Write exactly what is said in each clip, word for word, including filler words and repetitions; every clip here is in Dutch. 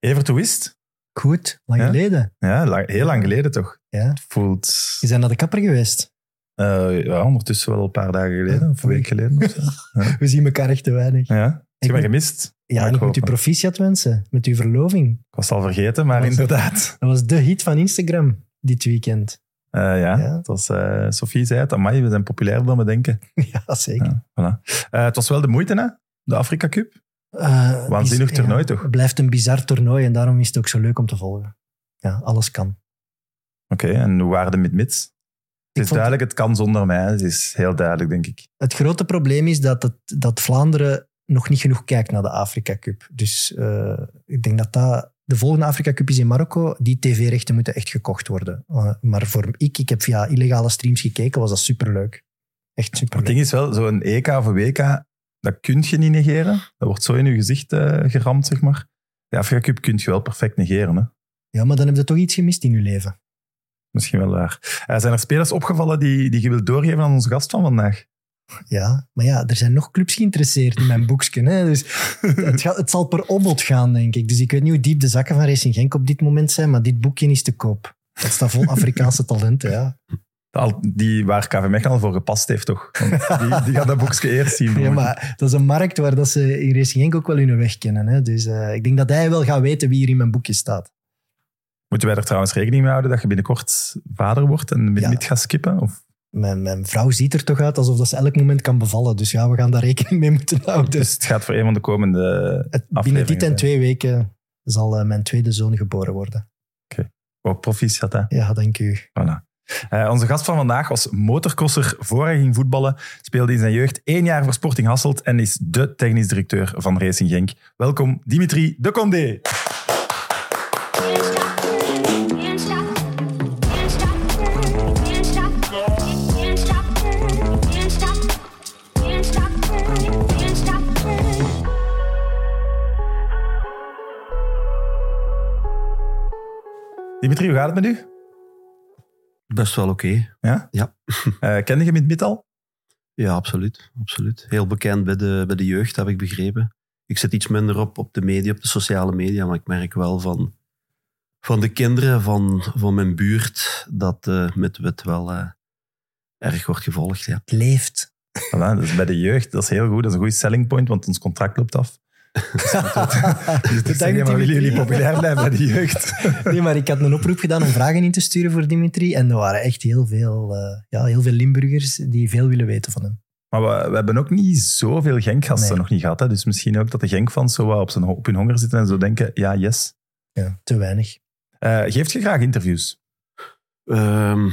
Evert, hoe is het? Goed, lang ja? geleden. Ja, lang, heel lang geleden toch? Ja. Het voelt... Je bent naar de kapper geweest. Uh, ja, ondertussen wel een paar dagen geleden, of een week geleden. Of zo. Ja. We zien elkaar echt te weinig. Ja, heb je mij gemist? Ja, en ik moet u proficiat wensen met uw verloving. Ik was het al vergeten, maar dat was, inderdaad. Dat was de hit van Instagram dit weekend. Uh, ja, ja, het was, uh, Sophie zei het, amai, we zijn populairder dan we denken. Ja, zeker. Ja, voilà. uh, het was wel de moeite, hè? De Afrika Cup. Uh, Waanzinnig biz- toernooi, ja, toch? Het blijft een bizar toernooi en daarom is het ook zo leuk om te volgen. Ja, alles kan. Oké, okay, en hoe waren de mid-mids? Het is duidelijk, het kan zonder mij. Het is heel duidelijk, denk ik. Het grote probleem is dat, het, dat Vlaanderen nog niet genoeg kijkt naar de Afrika Cup. Dus uh, ik denk dat dat... De volgende Afrika Cup is in Marokko. Die tv-rechten moeten echt gekocht worden. Uh, maar voor ik, ik heb via illegale streams gekeken, was dat superleuk. Echt superleuk. Het ding is wel, zo'n E K of een W K, dat kun je niet negeren. Dat wordt zo in je gezicht uh, geramd, zeg maar. De Afrika Cup kun je wel perfect negeren, hè? Ja, maar dan heb je toch iets gemist in je leven. Misschien wel waar. Uh, zijn er spelers opgevallen die, die je wilt doorgeven aan onze gast van vandaag? Ja, maar ja, er zijn nog clubs geïnteresseerd in mijn boekje. Hè? Dus het, gaat, het zal per opbod gaan, denk ik. Dus ik weet niet hoe diep de zakken van Racing Genk op dit moment zijn, maar dit boekje is te koop. Dat staat vol Afrikaanse talenten, ja. Die waar K V Mechelen voor gepast heeft, toch? Want die, die gaat dat boekje eerst zien. Ja, maar dat is een markt waar dat ze in Racing Genk ook wel hun weg kennen. Hè? Dus uh, ik denk dat hij wel gaat weten wie hier in mijn boekje staat. Moeten wij er trouwens rekening mee houden dat je binnenkort vader wordt en met ja. niet gaat skippen? Of? Mijn, mijn vrouw ziet er toch uit alsof dat ze elk moment kan bevallen. Dus ja, we gaan daar rekening mee moeten houden. Dus het gaat voor een van de komende het, Binnen dit en twee weken zal uh, mijn tweede zoon geboren worden. Oké. Okay. Oh, proficiat, hè? Ja, dank u. Voilà. Uh, onze gast van vandaag was motorcrosser voor hij ging voetballen, speelde in zijn jeugd één jaar voor Sporting Hasselt en is de technisch directeur van Racing Genk. Welkom, Dimitri De Condé. Dimitri, hoe gaat het met u? Best wel oké. Okay. Ja? Ja. Uh, kende je Mid-Mid al? Ja, absoluut, absoluut. Heel bekend bij de, bij de jeugd, heb ik begrepen. Ik zit iets minder op, op de media, op de sociale media, maar ik merk wel van, van de kinderen van, van mijn buurt dat uh, Mid-Wit wel uh, erg wordt gevolgd. Ja. Het leeft. Voilà, dus bij de jeugd, dat is heel goed. Dat is een goede selling point, want ons contract loopt af. Dus dus zeggen, maar willen jullie populair blijven bij de jeugd? Nee, maar ik had een oproep gedaan om vragen in te sturen voor Dimitri. En er waren echt heel veel, uh, ja, heel veel Limburgers die veel willen weten van hem. Maar we, we hebben ook niet zoveel Genk-gasten nee. nog niet gehad. Hè? Dus misschien ook dat de Genk-fans zo op, zijn, op hun honger zitten en zo denken, ja, yes. Ja, te weinig. Uh, geeft je graag interviews? Um,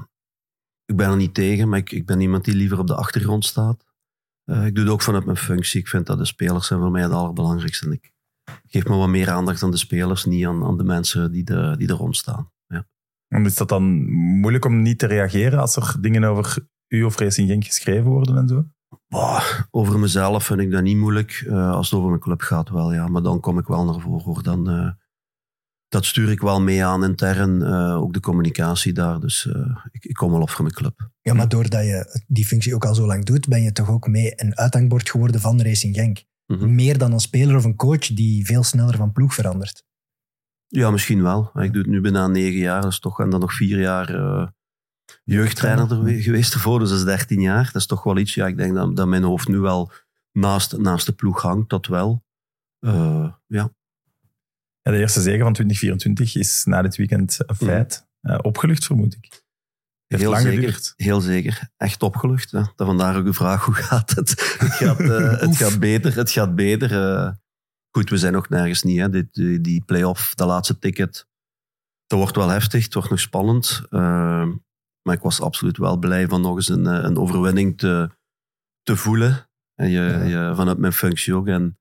ik ben er niet tegen, maar ik, ik ben iemand die liever op de achtergrond staat. Uh, ik doe het ook vanuit mijn functie. Ik vind dat de spelers zijn voor mij het allerbelangrijkste. En ik geef me wat meer aandacht aan de spelers, niet aan, aan de mensen die, de, die er rond staan. Ja. En is dat dan moeilijk om niet te reageren als er dingen over u of Racing Genk geschreven worden en zo? Bah, over mezelf vind ik dat niet moeilijk. Uh, als het over mijn club gaat wel, ja. Maar dan kom ik wel naar voren. Hoor. Dan, uh, dat stuur ik wel mee aan intern. Uh, ook de communicatie daar. Dus uh, ik, ik kom wel op voor mijn club. Ja, maar doordat je die functie ook al zo lang doet, ben je toch ook mee een uithangbord geworden van Racing Genk. Mm-hmm. Meer dan een speler of een coach die veel sneller van ploeg verandert. Ja, misschien wel. Ik doe het nu bijna negen jaar. Dat is toch, en dan nog vier jaar uh, jeugdtrainer er geweest ervoor. Dus dat is dertien jaar. Dat is toch wel iets. Ja, ik denk dat, dat mijn hoofd nu wel naast, naast de ploeg hangt. Dat wel. Uh, ja. Ja, de eerste zege van twintig vierentwintig is na dit weekend een feit. Mm. Uh, opgelucht, vermoed ik. Heeft heel lang zeker, geduurd. Heel zeker. Echt opgelucht. Hè? Vandaar ook de vraag, hoe gaat het? Het gaat, uh, het gaat beter. Het gaat beter. Uh, goed, we zijn nog nergens niet. Hè? Die, die, die play-off, de laatste ticket, dat wordt wel heftig. Het wordt nog spannend. Uh, maar ik was absoluut wel blij van nog eens een, een overwinning te, te voelen. En je, ja. je, vanuit mijn functie ook. En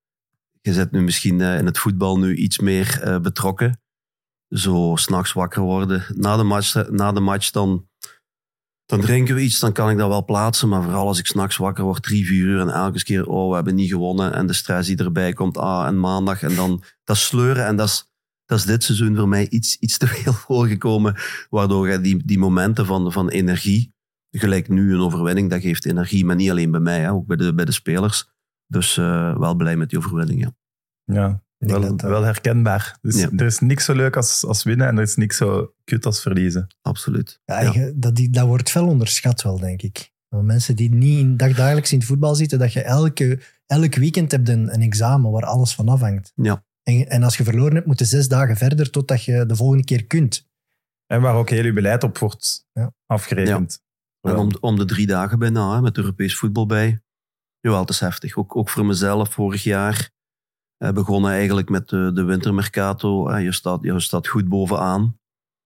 je zit nu misschien uh, in het voetbal nu iets meer uh, betrokken. Zo 's nachts wakker worden. Na de match, na de match dan, dan drinken we iets, dan kan ik dat wel plaatsen. Maar vooral als ik 's nachts wakker word, drie, vier uur en elke keer, oh, we hebben niet gewonnen. En de stress die erbij komt, ah, en maandag. En dan dat sleuren. En dat is, dat is dit seizoen voor mij iets, iets te veel voorgekomen. Waardoor je die, die momenten van, van energie, gelijk nu een overwinning, dat geeft energie. Maar niet alleen bij mij, hè, ook bij de, bij de spelers. Dus uh, wel blij met die overwinning, ja. Ja, Wel, dat, uh... wel herkenbaar. Dus ja. Er is niks zo leuk als, als winnen en er is niks zo kut als verliezen. Absoluut. Ja, Ja. je, dat, die, dat wordt veel onderschat wel, denk ik. Want mensen die niet in, dagdagelijks in het voetbal zitten, dat je elke, elk weekend hebt een, een examen waar alles van afhangt. Ja. En, en als je verloren hebt, moet je zes dagen verder totdat je de volgende keer kunt. En waar ook heel uw beleid op wordt Ja. afgerekend. En om, om de drie dagen bijna, hè, met Europees voetbal bij. Jawel, het is heftig. Ook, ook voor mezelf vorig jaar. Eh, begonnen eigenlijk met de, de wintermercato. Eh, je, staat, je staat goed bovenaan.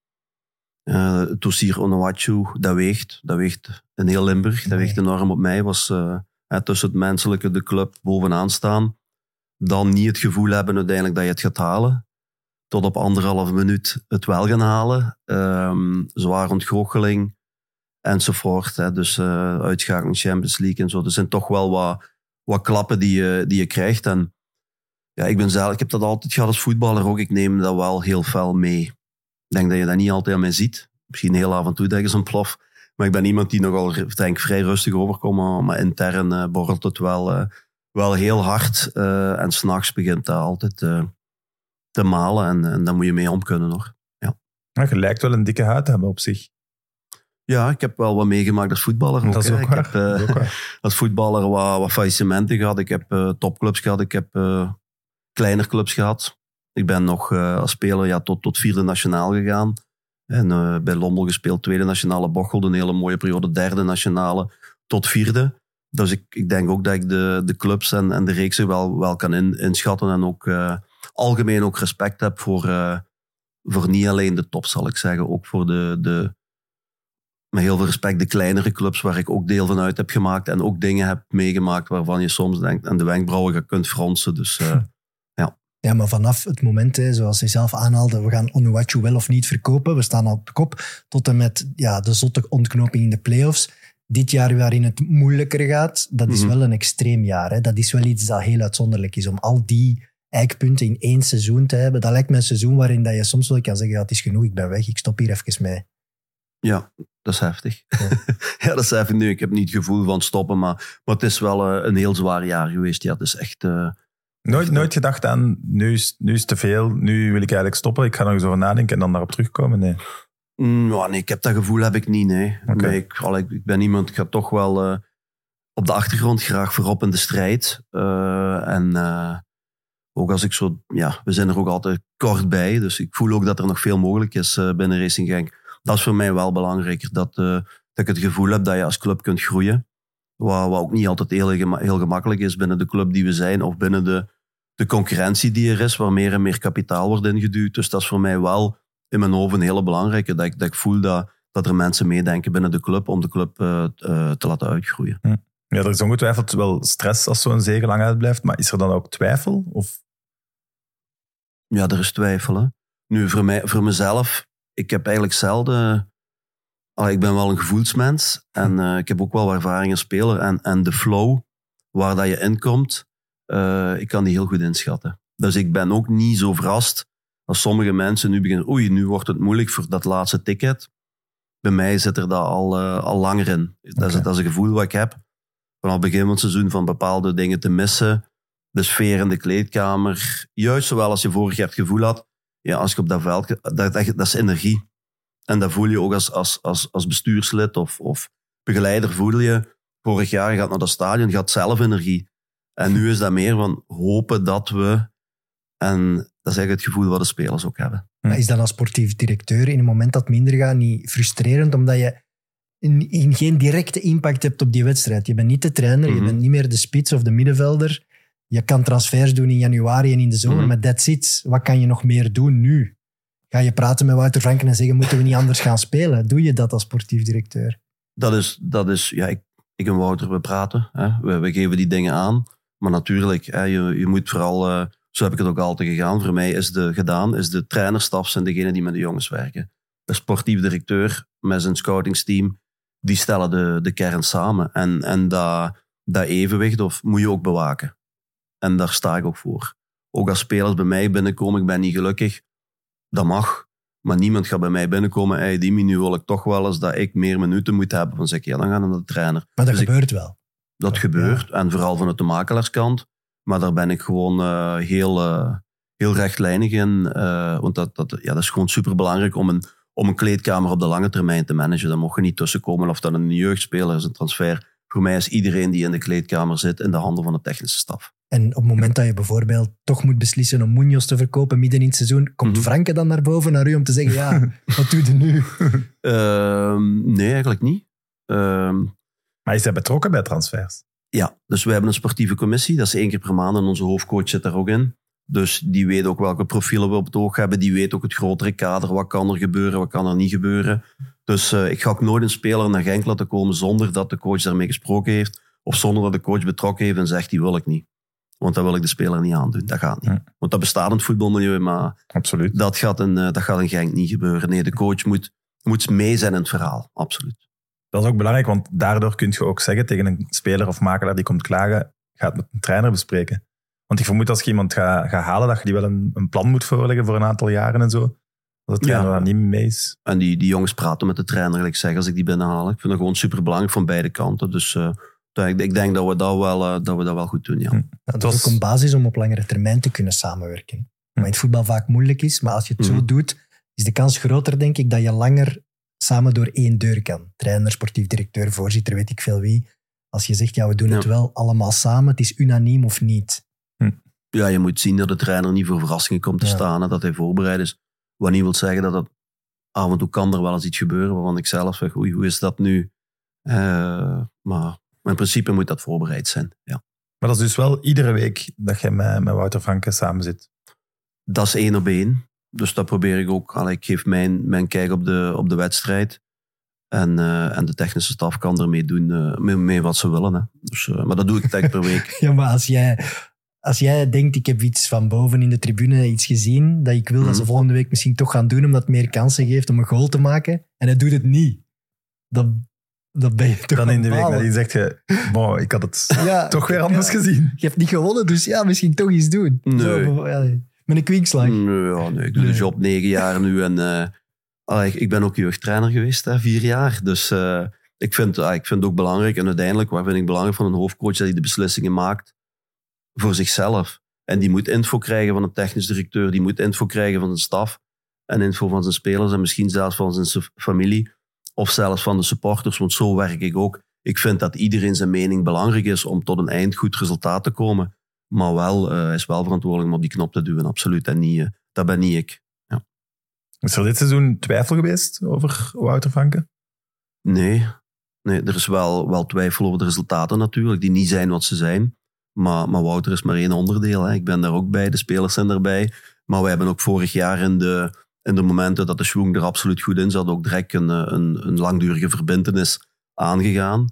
Uh, Tossier Onuachu, dat weegt. Dat weegt in heel Limburg. Dat weegt enorm op mij. Was uh, eh, tussen het menselijke, de club, bovenaan staan. Dan niet het gevoel hebben uiteindelijk dat je het gaat halen. Tot op anderhalf minuut het wel gaan halen. Um, zwaar ontgoocheling. Enzovoort. Hè. Dus uh, uitschakeling Champions League en zo. Er zijn toch wel wat, wat klappen die je, die je krijgt. En ja, ik ben zelf, ik heb dat altijd gehad als voetballer ook. Ik neem dat wel heel fel mee. Ik denk dat je dat niet altijd aan mij ziet. Misschien heel af en toe dat je zo'n plof. Maar ik ben iemand die nogal denk, vrij rustig overkomt. Maar, maar intern uh, borrelt het wel, uh, wel heel hard. Uh, en s'nachts begint dat altijd uh, te malen. En, en daar moet je mee om kunnen hoor. Ja. Ja, je lijkt wel een dikke huid te hebben op zich. Ja, ik heb wel wat meegemaakt als voetballer. Ook, dat is ook ik waar. heb uh, dat is ook waar. als voetballer wat, wat faillissementen gehad. Ik heb uh, topclubs gehad. Ik heb uh, kleiner clubs gehad. Ik ben nog uh, als speler ja, tot, tot vierde nationaal gegaan. En uh, bij Lommel gespeeld, tweede nationale Bocholt. Een hele mooie periode, derde nationale tot vierde. Dus ik, ik denk ook dat ik de, de clubs en, en de reeksen wel, wel kan in, inschatten. En ook uh, algemeen ook respect heb voor, uh, voor niet alleen de top, zal ik zeggen. Ook voor de, de, met heel veel respect, de kleinere clubs waar ik ook deel van uit heb gemaakt. En ook dingen heb meegemaakt waarvan je soms denkt aan de wenkbrauwen kunt fronsen. Dus uh, ja. Ja, maar vanaf het moment, hè, zoals hij zelf aanhaalde, we gaan Onuachu wel of niet verkopen. We staan op de kop tot en met ja, de zotte ontknoping in de play-offs. Dit jaar waarin het moeilijker gaat, dat is mm-hmm. wel een extreem jaar. Hè. Dat is wel iets dat heel uitzonderlijk is. Om al die eikpunten in één seizoen te hebben, dat lijkt me een seizoen waarin dat je soms wel kan zeggen, ja, het is genoeg, ik ben weg, ik stop hier even mee. Ja, dat is heftig. Ja, ja dat is heftig nu. Ik heb niet het gevoel van stoppen, maar, maar het is wel uh, een heel zwaar jaar geweest. Ja, het is echt... Uh, nooit, nooit gedacht aan, nu is, nu is het te veel, nu wil ik eigenlijk stoppen, ik ga nog eens over nadenken en dan daarop terugkomen? Nee. Mm, ja, nee, ik heb dat gevoel heb ik niet, nee. Okay. nee ik, al, ik, ik ben iemand, ik ga toch wel uh, op de achtergrond graag voorop in de strijd. Uh, en uh, ook als ik zo... Ja, we zijn er ook altijd kort bij, dus ik voel ook dat er nog veel mogelijk is uh, binnen Racing Genk. Dat is voor mij wel belangrijker, dat, uh, dat ik het gevoel heb dat je als club kunt groeien. Wat, wat ook niet altijd heel, heel gemakkelijk is binnen de club die we zijn, of binnen de, de concurrentie die er is, waar meer en meer kapitaal wordt ingeduwd. Dus dat is voor mij wel in mijn hoofd een hele belangrijke, dat ik, dat ik voel dat, dat er mensen meedenken binnen de club om de club uh, uh, te laten uitgroeien. Hm. Ja, er is ongetwijfeld wel stress als zo'n zege lang uitblijft, maar is er dan ook twijfel? Of? Ja, er is twijfel. Hè. Nu, voor, mij, voor mezelf, ik heb eigenlijk zelden... Oh, ik ben wel een gevoelsmens en uh, ik heb ook wel ervaring als speler. En, en de flow waar dat je in komt, uh, ik kan die heel goed inschatten. Dus ik ben ook niet zo verrast als sommige mensen nu beginnen... Oei, nu wordt het moeilijk voor dat laatste ticket. Bij mij zit er dat al, uh, al langer in. Dat, okay. is, dat is een gevoel wat ik heb. Vanaf het begin van het seizoen van bepaalde dingen te missen. De sfeer in de kleedkamer. Juist zowel als je vorig jaar het gevoel had... Ja, als ik op dat veld... Dat, dat, dat is energie. En dat voel je ook als, als, als, als bestuurslid of, of begeleider. Voel je, vorig jaar je gaat naar dat stadion, je had zelf energie. En nu is dat meer van hopen dat we... En dat is eigenlijk het gevoel wat de spelers ook hebben. Maar is dan als sportief directeur in een moment dat het minder gaat niet frustrerend, omdat je in, in geen directe impact hebt op die wedstrijd? Je bent niet de trainer, mm-hmm. je bent niet meer de spits of de middenvelder. Je kan transfers doen in januari en in de zomer, mm-hmm. maar that's it. Wat kan je nog meer doen nu? Ga je praten met Wouter Franken en zeggen, moeten we niet anders gaan spelen? Doe je dat als sportief directeur? Dat is, dat is ja, ik, ik en Wouter, we praten. Hè. We, we geven die dingen aan. Maar natuurlijk, hè, je, je moet vooral, uh, zo heb ik het ook altijd gegaan. Voor mij is de gedaan, is de trainerstaf zijn degenen die met de jongens werken. De sportief directeur met zijn scoutingsteam, die stellen de, de kern samen. En, en dat, dat evenwicht of, moet je ook bewaken. En daar sta ik ook voor. Ook als spelers bij mij binnenkomen, ik ben niet gelukkig. Dat mag, maar niemand gaat bij mij binnenkomen. Hey, Dimi, nu wil ik toch wel eens dat ik meer minuten moet hebben. Dan zeg ik, ja, dan gaan we naar de trainer. Maar dat dus gebeurt ik, wel. Dat ja. gebeurt, en vooral vanuit de makelaarskant. Maar daar ben ik gewoon uh, heel, uh, heel rechtlijnig in. Uh, want dat, dat, ja, dat is gewoon superbelangrijk om een, om een kleedkamer op de lange termijn te managen. Daar mocht je niet tussenkomen of dat een jeugdspeler is, een transfer. Voor mij is iedereen die in de kleedkamer zit in de handen van de technische staf. En op het moment dat je bijvoorbeeld toch moet beslissen om Munoz te verkopen midden in het seizoen, komt mm-hmm. Franke dan naar boven naar u om te zeggen, ja, wat doe je nu? Uh, nee, eigenlijk niet. Uh, maar is hij betrokken bij transfers? Ja, dus wij hebben een sportieve commissie. Dat is één keer per maand en onze hoofdcoach zit daar ook in. Dus die weet ook welke profielen we op het oog hebben. Die weet ook het grotere kader. Wat kan er gebeuren, wat kan er niet gebeuren. Dus uh, ik ga ook nooit een speler naar Genk laten komen zonder dat de coach daarmee gesproken heeft. Of zonder dat de coach betrokken heeft en zegt, die wil ik niet. Want dat wil ik de speler niet aandoen. Dat gaat niet. Ja. Want dat bestaat in het voetbalmilieu, maar absoluut. Dat, gaat in, uh, dat gaat in Genk niet gebeuren. Nee, de coach moet, moet mee zijn in het verhaal. Absoluut. Dat is ook belangrijk, want daardoor kun je ook zeggen tegen een speler of makelaar die komt klagen, ga het met een trainer bespreken. Want ik vermoed als je iemand gaat ga halen, dat je die wel een, een plan moet voorleggen voor een aantal jaren en zo. Dat de trainer ja. daar niet mee is. En die, die jongens praten met de trainer, ik zeg, als ik die binnenhaal. Ik vind dat gewoon superbelangrijk van beide kanten. Dus uh, ik, ik denk dat we dat wel, uh, dat we dat wel goed doen, ja. Hm. Ja, dat is ook een basis om op langere termijn te kunnen samenwerken. Hm. Maar in het voetbal vaak moeilijk is, maar als je het hm. zo doet, is de kans groter, denk ik, dat je langer samen door één deur kan. Trainer, sportief directeur, voorzitter, weet ik veel wie. Als je zegt, ja, we doen ja. het wel allemaal samen, het is unaniem of niet. Hm. Ja, je moet zien dat de trainer niet voor verrassingen komt te ja. staan, hè, dat hij voorbereid is. Wat niet wil zeggen dat het af en toe kan er wel eens iets gebeuren waarvan ik zelf zeg, oei, hoe is dat nu? Uh, maar in principe moet dat voorbereid zijn, ja. Maar dat is dus wel iedere week dat je met, met Wouter Franke samen zit? Dat is één op één. Dus dat probeer ik ook. Allee, ik geef mijn, mijn kijk op de, op de wedstrijd. En, uh, en de technische staf kan ermee doen uh, mee, mee wat ze willen. Hè. Dus, uh, maar dat doe ik tijd per week. Ja, maar als jij, als jij denkt, ik heb iets van boven in de tribune, iets gezien, dat ik wil mm. dat ze volgende week misschien toch gaan doen, omdat het meer kansen geeft om een goal te maken, en hij doet het niet, dan, dan ben je toch dan in de week nadien zegt je, wow, ik had het ja, toch weer anders ja, gezien. Je hebt niet gewonnen, dus ja, misschien toch iets doen. Nee. Zo, ja, met een kwinkslag. Nee, ja, nee, ik doe nee. de job negen jaar nu en uh, allee, ik ben ook jeugdtrainer geweest, hè, vier jaar. Dus uh, ik, vind, uh, ik vind het ook belangrijk, en uiteindelijk, wat vind ik belangrijk van een hoofdcoach, dat hij de beslissingen maakt voor zichzelf. En die moet info krijgen van een technisch directeur, die moet info krijgen van zijn staf en info van zijn spelers en misschien zelfs van zijn familie of zelfs van de supporters, want zo werk ik ook. Ik vind dat iedereen zijn mening belangrijk is om tot een eindgoed resultaat te komen. Maar wel, uh, is wel verantwoordelijk om op die knop te duwen, absoluut. En niet, uh, dat ben niet ik. Ja. Is er dit seizoen twijfel geweest over Wouter Franke? Nee. nee, er is wel, wel twijfel over de resultaten natuurlijk, die niet zijn wat ze zijn. Maar, maar Wouter is maar één onderdeel. Hè. Ik ben daar ook bij, de spelers zijn erbij. Maar we hebben ook vorig jaar in de, in de momenten dat de schwung er absoluut goed in zat, ook direct een, een, een langdurige verbintenis aangegaan.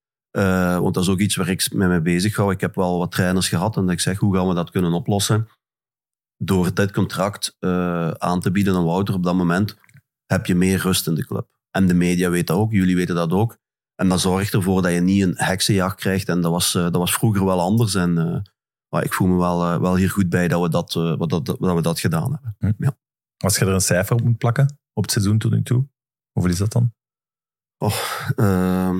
Uh, want dat is ook iets waar ik met mij bezig hou. Ik heb wel wat trainers gehad en ik zeg, hoe gaan we dat kunnen oplossen? Door dit contract uh, aan te bieden aan Wouter op dat moment, heb je meer rust in de club. En de media weten dat ook, jullie weten dat ook. En dat zorgt ervoor dat je niet een heksenjacht krijgt. En dat was, uh, dat was vroeger wel anders. En uh, maar ik voel me wel, uh, wel hier goed bij dat we dat, uh, dat, dat, dat, we dat gedaan hebben. Hm. Ja. Als je er een cijfer op moet plakken, op het seizoen tot nu toe, hoeveel is dat dan? Oh, uh,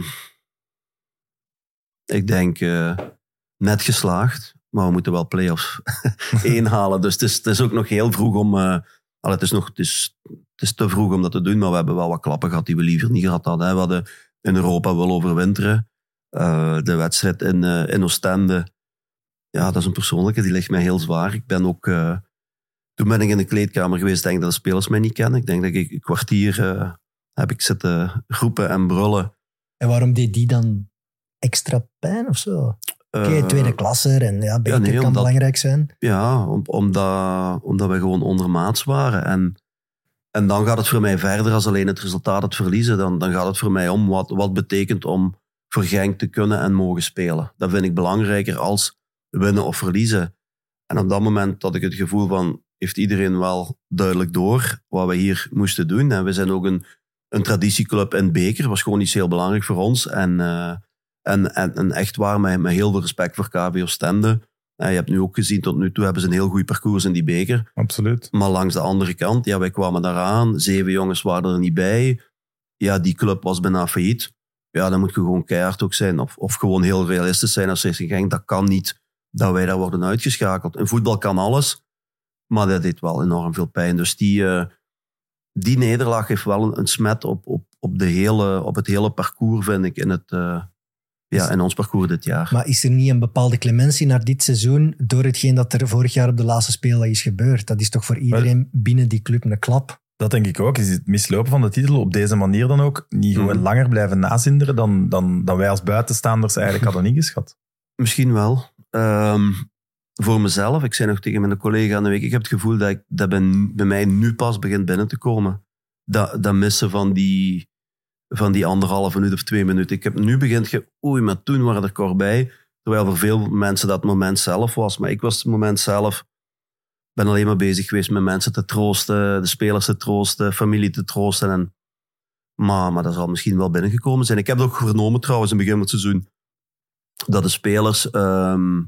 ik denk uh, net geslaagd, maar we moeten wel play-offs inhalen. Dus het is, het is ook nog heel vroeg om... Uh, al, het, is nog, het, is, het is te vroeg om dat te doen, maar we hebben wel wat klappen gehad die we liever niet gehad hadden. Hè. We hadden in Europa wel overwinteren. Uh, de wedstrijd in, uh, in Oostende, ja, dat is een persoonlijke, die ligt mij heel zwaar. Ik ben ook... Uh, toen ben ik in de kleedkamer geweest, denk ik dat de spelers mij niet kennen. Ik denk dat ik een kwartier uh, heb ik zitten roepen en brullen. En waarom deed die dan extra pijn of zo? Oké, okay, tweede klasser en ja, beter ja, nee, kan omdat, belangrijk zijn. Ja, om, omdat, omdat wij gewoon ondermaats waren. En, en dan gaat het voor mij verder als alleen het resultaat het verliezen. Dan, dan gaat het voor mij om wat, wat betekent om voor Genk te kunnen en mogen spelen. Dat vind ik belangrijker als winnen of verliezen. En op dat moment had ik het gevoel van, heeft iedereen wel duidelijk door wat we hier moesten doen. En we zijn ook een, een traditieclub in beker, was gewoon iets heel belangrijk voor ons. En... Uh, En, en, en echt waar, met, met heel veel respect voor K V Oostende. Uh, je hebt nu ook gezien, tot nu toe hebben ze een heel goed parcours in die beker. Absoluut. Maar langs de andere kant, ja, wij kwamen daaraan. Zeven jongens waren er niet bij. Ja, die club was bijna failliet. Ja, dan moet je gewoon keihard ook zijn. Of, of gewoon heel realistisch zijn als Racing Genk. Dat kan niet dat wij daar worden uitgeschakeld. In voetbal kan alles. Maar dat deed wel enorm veel pijn. Dus die, uh, die nederlaag heeft wel een, een smet op, op, op, de hele, op het hele parcours, vind ik, in, het, uh, ja, in ons parcours dit jaar. Maar is er niet een bepaalde clementie naar dit seizoen door hetgeen dat er vorig jaar op de laatste speeldag is gebeurd? Dat is toch voor iedereen binnen die club een klap? Dat denk ik ook. Is het mislopen van de titel op deze manier dan ook niet gewoon mm. langer blijven nazinderen dan, dan, dan wij als buitenstaanders eigenlijk hadden ingeschat? Misschien wel. Um, voor mezelf, ik zei nog tegen mijn collega aan de week, ik heb het gevoel dat, ik, dat bij, bij mij nu pas begint binnen te komen. Dat, dat missen van die, van die anderhalve minuut of twee minuten. Ik heb nu begint ge, oei, maar toen waren er kort bij. Terwijl voor veel mensen dat het moment zelf was. Maar ik was het moment zelf, ben alleen maar bezig geweest met mensen te troosten, de spelers te troosten, familie te troosten. En, maar, maar dat zal misschien wel binnengekomen zijn. Ik heb het ook vernomen trouwens in het begin van het seizoen, dat de spelers um,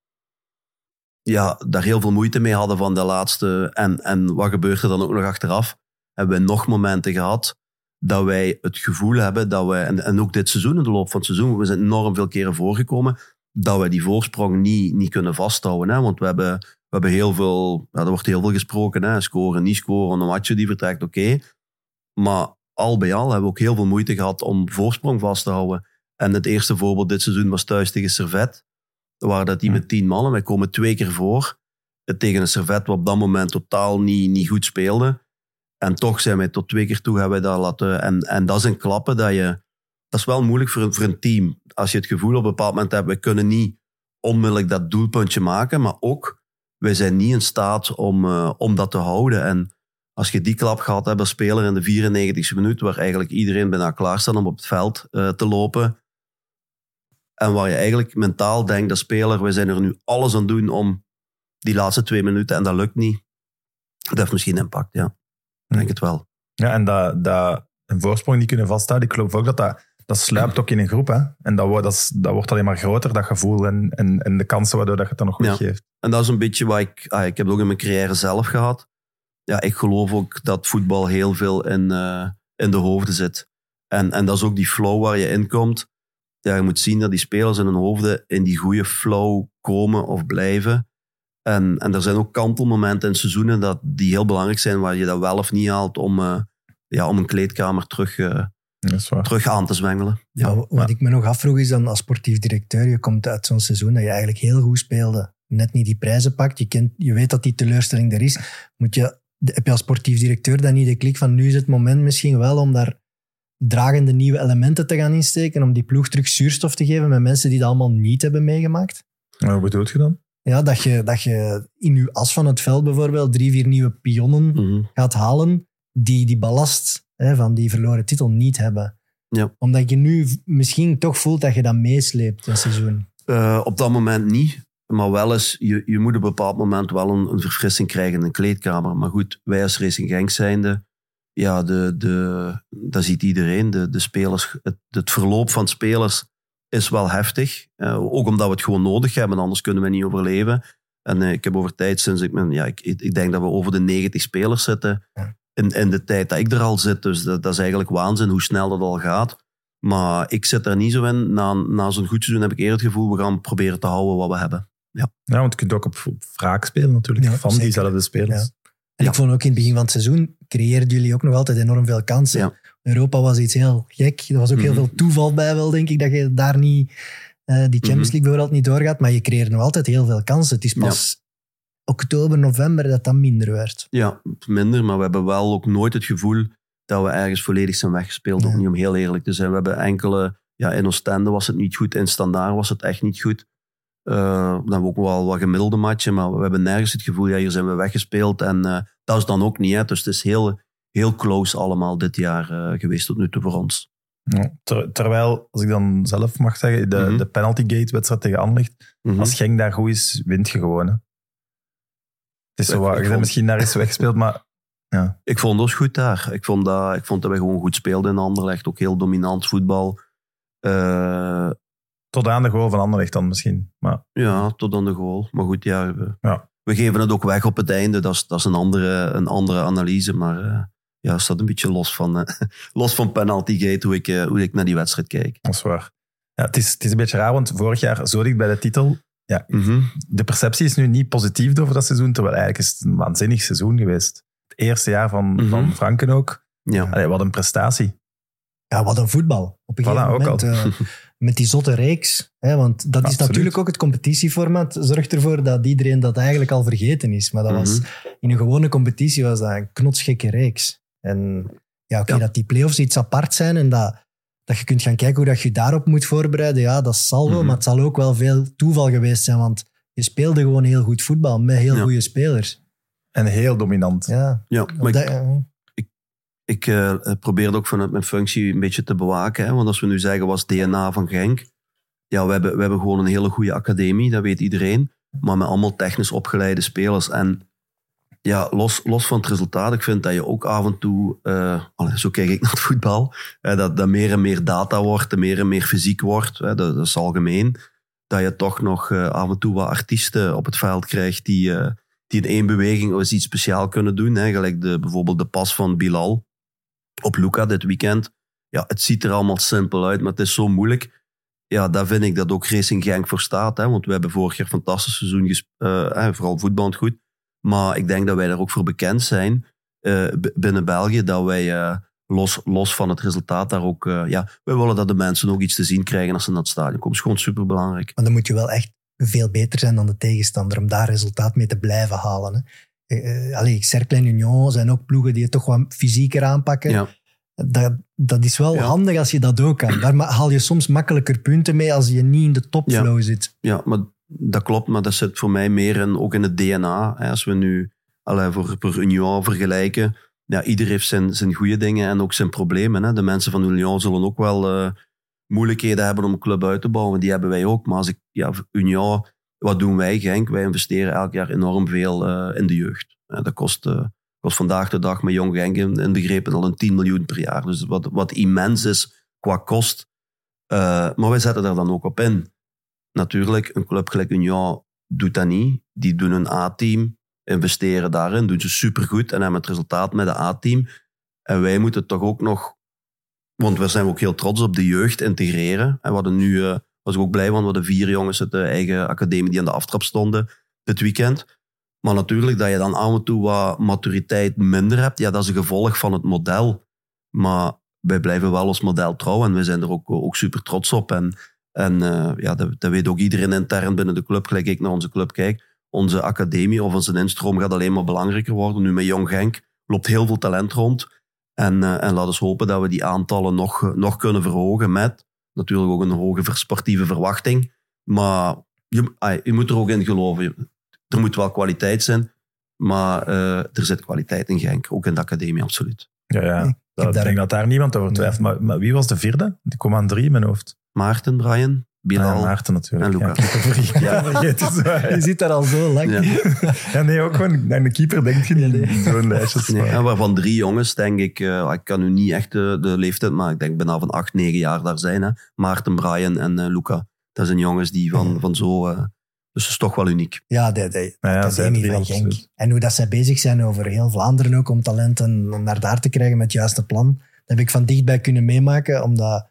ja, daar heel veel moeite mee hadden van de laatste. En, en wat gebeurt er dan ook nog achteraf? Hebben we nog momenten gehad dat wij het gevoel hebben dat wij, en, en ook dit seizoen, in de loop van het seizoen, we zijn enorm veel keren voorgekomen, dat wij die voorsprong niet, niet kunnen vasthouden. Hè? Want we hebben, we hebben heel veel, ja, er wordt heel veel gesproken, hè? Scoren, niet scoren, een matje die vertrekt, oké. Okay. Maar al bij al hebben we ook heel veel moeite gehad om voorsprong vast te houden. En het eerste voorbeeld dit seizoen was thuis tegen Servette, waar dat die met tien mannen, wij komen twee keer voor, tegen een Servette wat op dat moment totaal niet, niet goed speelde. En toch zijn wij tot twee keer toe hebben wij dat laten. En, en dat is een klappen dat je, dat is wel moeilijk voor, voor een team. Als je het gevoel op een bepaald moment hebt, we kunnen niet onmiddellijk dat doelpuntje maken, maar ook, wij zijn niet in staat om, uh, om dat te houden. En als je die klap gehad hebt als speler in de vierennegentigste minuut, waar eigenlijk iedereen bijna klaar staat om op het veld uh, te lopen, en waar je eigenlijk mentaal denkt, dat speler, wij zijn er nu alles aan doen om die laatste twee minuten, en dat lukt niet. Dat heeft misschien impact, ja. Ik denk het wel. Ja, en dat, dat een voorsprong niet kunnen vasthouden, ik geloof ook dat dat, dat sluipt ook in een groep. Hè? En dat, wordt, dat, is, dat wordt alleen maar groter, dat gevoel en, en, en de kansen waardoor dat je het dan nog weggeeft. Ja. En dat is een beetje wat ik... Ah, ik heb het ook in mijn carrière zelf gehad. Ja, ik geloof ook dat voetbal heel veel in, uh, in de hoofden zit. En, en dat is ook die flow waar je in komt. Ja, je moet zien dat die spelers in hun hoofden in die goede flow komen of blijven. En, en er zijn ook kantelmomenten in seizoenen dat die heel belangrijk zijn, waar je dat wel of niet haalt om, uh, ja, om een kleedkamer terug, uh, terug aan te zwengelen. Ja. Wat, wat ik me nog afvroeg is dan als sportief directeur, je komt uit zo'n seizoen dat je eigenlijk heel goed speelde. Net niet die prijzen pakt, je, kent, je weet dat die teleurstelling er is. Moet je, heb je als sportief directeur dan niet de klik van nu is het moment misschien wel om daar dragende nieuwe elementen te gaan insteken, om die ploeg terug zuurstof te geven met mensen die dat allemaal niet hebben meegemaakt? Maar wat bedoel je dan? Ja, dat je, dat je in je as van het veld bijvoorbeeld drie, vier nieuwe pionnen mm-hmm. gaat halen die die ballast hè, van die verloren titel niet hebben. Ja. Omdat je nu misschien toch voelt dat je dat meesleept een seizoen. Uh, op dat moment niet. Maar wel eens, je, je moet op een bepaald moment wel een, een verfrissing krijgen in een kleedkamer. Maar goed, wij als Racing Genk zijnde, ja, de, de, dat ziet iedereen. De, de spelers, het, het verloop van spelers is wel heftig. Uh, ook omdat we het gewoon nodig hebben, anders kunnen we niet overleven. En uh, ik heb over tijd, sinds ik, ja, ik, ik denk dat we over de negentig spelers zitten in, in de tijd dat ik er al zit. Dus dat, dat is eigenlijk waanzin hoe snel dat al gaat. Maar ik zit er niet zo in. Na, na zo'n goed seizoen heb ik eerder het gevoel, we gaan proberen te houden wat we hebben. Ja, ja want je kunt ook op, op wraak spelen natuurlijk, ja, van zeker. Diezelfde spelers. Ja. En ja. Ik vond ook in het begin van het seizoen, creëerden jullie ook nog altijd enorm veel kansen. Ja. Europa was iets heel gek. Er was ook heel mm-hmm. veel toeval bij wel, denk ik, dat je daar niet, uh, die Champions League mm-hmm. bijvoorbeeld niet doorgaat. Maar je creëert nog altijd heel veel kansen. Het is pas ja. oktober, november dat dat minder werd. Ja, minder. Maar we hebben wel ook nooit het gevoel dat we ergens volledig zijn weggespeeld. Ja. Ook niet om heel eerlijk te zijn. We hebben enkele... Ja, in Oostende was het niet goed. In Standaard was het echt niet goed. Uh, dan hebben we ook wel wat gemiddelde matchen. Maar we hebben nergens het gevoel, ja, hier zijn we weggespeeld. En uh, dat is dan ook niet. Hè. Dus het is heel... heel close allemaal dit jaar uh, geweest tot nu toe voor ons. Ja, ter, terwijl, als ik dan zelf mag zeggen, de, mm-hmm. de penaltygate-wedstrijd tegen Anderlecht, mm-hmm. als Genk daar goed is, wint je gewoon. Hè. Het is zo wat, je bent misschien daar eens weggespeeld, maar... Ja. Ik vond ons goed daar. Ik vond, dat, ik vond dat we gewoon goed speelden in Anderlecht. Ook heel dominant voetbal. Uh, tot aan de goal van Anderlecht dan misschien. Maar... Ja, tot aan de goal. Maar goed, ja, we, ja. we geven het ook weg op het einde. Dat is, dat is een, andere, een andere analyse, maar... Uh, Ja, het staat een beetje los van, uh, los van penaltygate, hoe ik, uh, hoe ik naar die wedstrijd kijk. Dat is waar. Ja, het, is, het is een beetje raar, want vorig jaar zo dicht bij de titel Ja, Mm-hmm. de perceptie is nu niet positief over dat seizoen, terwijl eigenlijk is het een waanzinnig seizoen geweest. Het eerste jaar van, Mm-hmm. van Franken ook. Ja. Allee, wat een prestatie. Ja, wat een voetbal. Op een gegeven Voilà, ook moment, al. uh, met die zotte reeks. Hè, want dat is Absoluut. natuurlijk ook het competitieformat. Zorgt ervoor dat iedereen dat eigenlijk al vergeten is. Maar dat Mm-hmm. was, in een gewone competitie was dat een knotsgekke reeks. En ja, oké, Ja. dat die play-offs iets apart zijn en dat, dat je kunt gaan kijken hoe dat je daarop moet voorbereiden. Ja, dat zal wel, Mm-hmm. maar het zal ook wel veel toeval geweest zijn. Want je speelde gewoon heel goed voetbal met heel Ja. goede spelers. En heel dominant. Ja, Ja, maar dat, ik, ja. ik uh, probeer ook vanuit mijn functie een beetje te bewaken. Hè? Want als we nu zeggen, was D N A van Genk. Ja, we hebben, we hebben gewoon een hele goede academie, dat weet iedereen. Maar met allemaal technisch opgeleide spelers. En ja, los, los van het resultaat, ik vind dat je ook af en toe, uh, allee, zo kijk ik naar het voetbal, uh, dat, dat meer en meer data wordt, dat meer en meer fysiek wordt, uh, dat, dat is algemeen. Dat je toch nog uh, af en toe wat artiesten op het veld krijgt die, uh, die in één beweging eens iets speciaal kunnen doen. Hè? Gelijk de, bijvoorbeeld de pas van Bilal op Luka dit weekend. Ja, het ziet er allemaal simpel uit, maar het is zo moeilijk. Ja, daar vind ik dat ook Racing Genk voor staat. Hè? Want we hebben vorig jaar een fantastisch seizoen gespeeld, uh, vooral voetballend goed. Maar ik denk dat wij daar ook voor bekend zijn uh, b- binnen België, dat wij uh, los, los van het resultaat daar ook... Uh, ja, wij willen dat de mensen ook iets te zien krijgen als ze naar het stadion komen. Dat is gewoon superbelangrijk. Maar dan moet je wel echt veel beter zijn dan de tegenstander om daar resultaat mee te blijven halen. Hè. Uh, allee, Cercle en Union zijn ook ploegen die het toch wat fysieker aanpakken. Ja. Dat, dat is wel Ja. handig als je dat ook kan. Daar ma- haal je soms makkelijker punten mee als je niet in de topflow Ja. zit. Ja, maar dat klopt, maar dat zit voor mij meer in, ook in het D N A. Hè. Als we nu allee, voor, voor Union vergelijken, ja, ieder heeft zijn, zijn goede dingen en ook zijn problemen. Hè. De mensen van Union zullen ook wel uh, moeilijkheden hebben om een club uit te bouwen. Die hebben wij ook. Maar als ik, ja, Union, wat doen wij, Genk? Wij investeren elk jaar enorm veel uh, in de jeugd. Ja, dat kost, uh, kost vandaag de dag met Jong Genk in, in begrepen al een tien miljoen per jaar. Dus wat, wat immens is qua kost. Uh, maar wij zetten daar dan ook op in. Natuurlijk, een club gelijk Union doet dat niet. Die doen een A-team, investeren daarin, doen ze supergoed en hebben het resultaat met de A-team. En wij moeten toch ook nog, want we zijn ook heel trots op de jeugd, integreren. En we hadden nu, uh, was ik ook blij van, we hadden vier jongens uit de eigen academie die aan de aftrap stonden dit weekend. Maar natuurlijk, dat je dan af en toe wat maturiteit minder hebt, ja, dat is een gevolg van het model. Maar wij blijven wel ons model trouw en we zijn er ook, ook super trots op. En En uh, ja, dat, dat weet ook iedereen intern binnen de club, gelijk ik naar onze club kijk. Onze academie of onze instroom gaat alleen maar belangrijker worden. Nu met Jong Genk loopt heel veel talent rond. En, uh, en laten we hopen dat we die aantallen nog, nog kunnen verhogen met natuurlijk ook een hoge sportieve verwachting. Maar je, ay, je moet er ook in geloven. Er moet wel kwaliteit zijn, maar uh, er zit kwaliteit in Genk. Ook in de academie, absoluut. Ja, ja. Ik Dat, ik daar- denk dat daar niemand over twijfelt. Maar, maar wie was de vierde? Die kwam aan drie in mijn hoofd. Maarten, Brian, Bilal. Ah, ja, Maarten natuurlijk. en Luca. Ja, keeper vergeten. Ja. Vergeet het zo, Je ja. zit daar al zo lang. Ja. Ja, nee, ook gewoon aan de keeper denk je niet. Nee, nee. Zo'n lijstje. Nee, en waarvan drie jongens, denk ik, uh, ik kan nu niet echt de, de leeftijd, maar ik denk bijna van acht, negen jaar daar zijn. Hè. Maarten, Brian en uh, Luca. Dat zijn jongens die van, van zo... Uh, dus dat is toch wel uniek. Ja, de, de Nou ja, zij academie drie van absoluut. Genk. En hoe dat zij bezig zijn over heel Vlaanderen ook, om talenten naar daar te krijgen met het juiste plan. Dat heb ik van dichtbij kunnen meemaken, omdat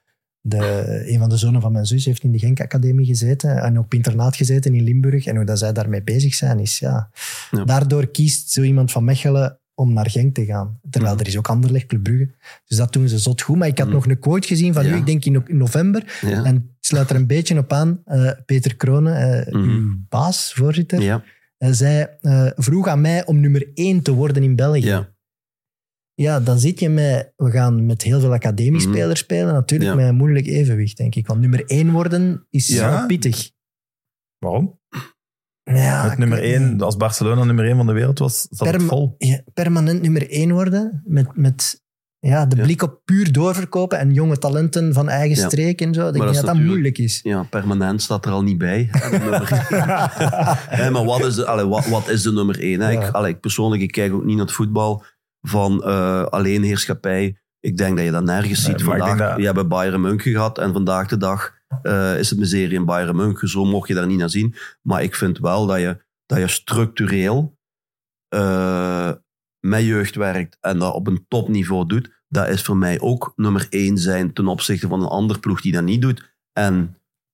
de, een van de zonen van mijn zus heeft in de Genk-academie gezeten en op internaat gezeten in Limburg. En hoe dat zij daarmee bezig zijn, is ja... Ja. Daardoor kiest zo iemand van Mechelen om naar Genk te gaan. Terwijl Mhm. er is ook Anderlecht, Club Brugge. Dus dat doen ze zot goed. Maar ik had Mhm. nog een quote gezien van Ja. u, ik denk in no- in november. Ja. En ik sluit er een beetje op aan. Uh, Peter Kronen, uh, Mhm. uw baas, voorzitter, Ja. uh, zei, uh, vroeg aan mij om nummer één te worden in België. Ja. Ja, dan zit je met... We gaan met heel veel academiespelers spelen. Natuurlijk Ja. met een moeilijk evenwicht, denk ik. Want nummer één worden is Ja. wel pittig. Waarom? Ja, Met ik nummer weet één, niet. als Barcelona nummer één van de wereld was, zat het Perma- vol. ja, permanent nummer één worden. Met, met ja, de Ja. blik op puur doorverkopen en jonge talenten van eigen Ja. streek en zo. Ik denk dat dat is dat, natuurlijk- moeilijk is. Ja, permanent staat er al niet bij. De nummer één. Nee, maar wat is de, allee, wat, wat is de nummer één? Hè? Ja. Ik, allee, ik persoonlijk ik kijk ook niet naar het voetbal van uh, alleenheerschappij. Ik denk dat je dat nergens Nee, ziet. maar ik Vandaag, denk dat- je hebt Bayern München gehad en vandaag de dag uh, is het miserie in Bayern München. Zo mocht je daar niet naar zien. Maar ik vind wel dat je, dat je structureel uh, met jeugd werkt en dat op een topniveau doet. Dat is voor mij ook nummer één zijn ten opzichte van een ander ploeg die dat niet doet. En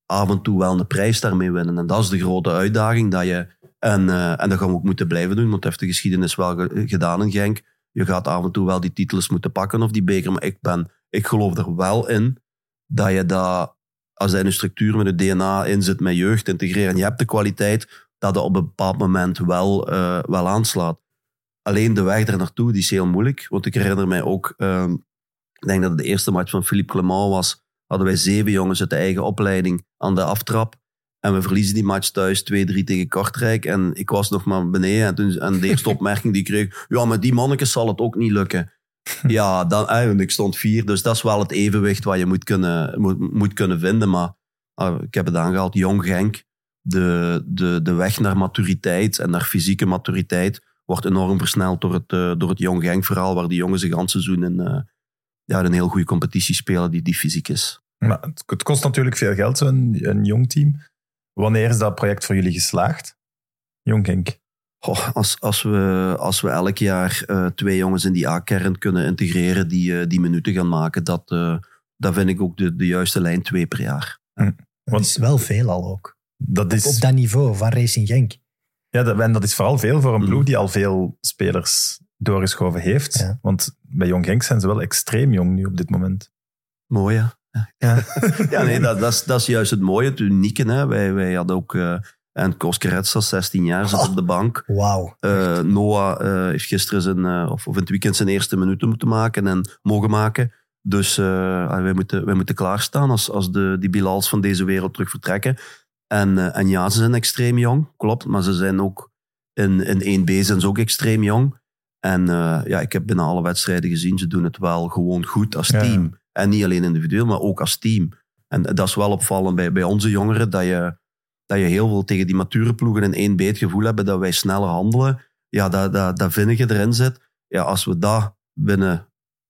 af en toe wel een prijs daarmee winnen. En dat is de grote uitdaging. Dat je, en, uh, en dat gaan we ook moeten blijven doen, want heeft de geschiedenis wel ge- gedaan in Genk. Je gaat af en toe wel die titels moeten pakken of die beker. Maar ik, ben, ik geloof er wel in dat je dat, als je in een structuur met het D N A in zit met jeugd integreren en je hebt de kwaliteit, dat dat op een bepaald moment wel, uh, wel aanslaat. Alleen de weg daar naartoe, die is heel moeilijk. Want ik herinner mij ook, uh, ik denk dat het de eerste match van Philippe Clement was, hadden wij zeven jongens uit de eigen opleiding aan de aftrap. En we verliezen die match thuis twee drie tegen Kortrijk. En ik was nog maar beneden. En, toen, en de eerste opmerking die ik kreeg, ja, met die mannetjes zal het ook niet lukken. Ja, dan, eh, ik stond vier. Dus dat is wel het evenwicht wat je moet kunnen, moet, moet kunnen vinden. Maar uh, ik heb het aangehaald, Jong Genk. De, de, de weg naar maturiteit en naar fysieke maturiteit wordt enorm versneld door het, uh, door het Jong Genk verhaal, waar die jongens een ganse seizoen in, uh, ja, een heel goede competitie spelen die, die fysiek is. Maar het, het kost natuurlijk veel geld, zo'n een jong team. Wanneer is dat project voor jullie geslaagd? Jong Genk. Oh, als, als, we, als we elk jaar uh, twee jongens in die A-kern kunnen integreren die, uh, die minuten gaan maken, dat, uh, dat vind ik ook de, de juiste lijn, twee per jaar. Hm. Dat is wel veel al ook. Dat is, op, op dat niveau van Racing Genk. Ja, dat, en dat is vooral veel voor een Mm. ploeg die al veel spelers doorgeschoven heeft. Ja. Want bij Jong Genk zijn ze wel extreem jong nu op dit moment. Mooi, hè? Ja, Ja, nee, dat, dat, is, dat is juist het mooie, het unieke. Hè? Wij, wij hadden ook... Uh, en Koskeretsa, zestien jaar, zit Oh. op de bank. Wauw. Uh, Noah uh, heeft gisteren zijn, uh, of, of in het weekend zijn eerste minuten moeten maken en mogen maken. Dus uh, wij, moeten, wij moeten klaarstaan als, als de, die Bilals van deze wereld terug vertrekken. En, uh, en ja, ze zijn extreem jong, klopt. Maar ze zijn ook in, in één B zijn ze ook extreem jong. En uh, ja, ik heb binnen alle wedstrijden gezien, ze doen het wel gewoon goed als Ja. team. En niet alleen individueel, maar ook als team. En dat is wel opvallend bij, bij onze jongeren, dat je, dat je heel veel tegen die mature ploegen in één B het gevoel hebben dat wij sneller handelen. Ja, dat, dat, dat vind je erin zit. Ja, als we dat binnen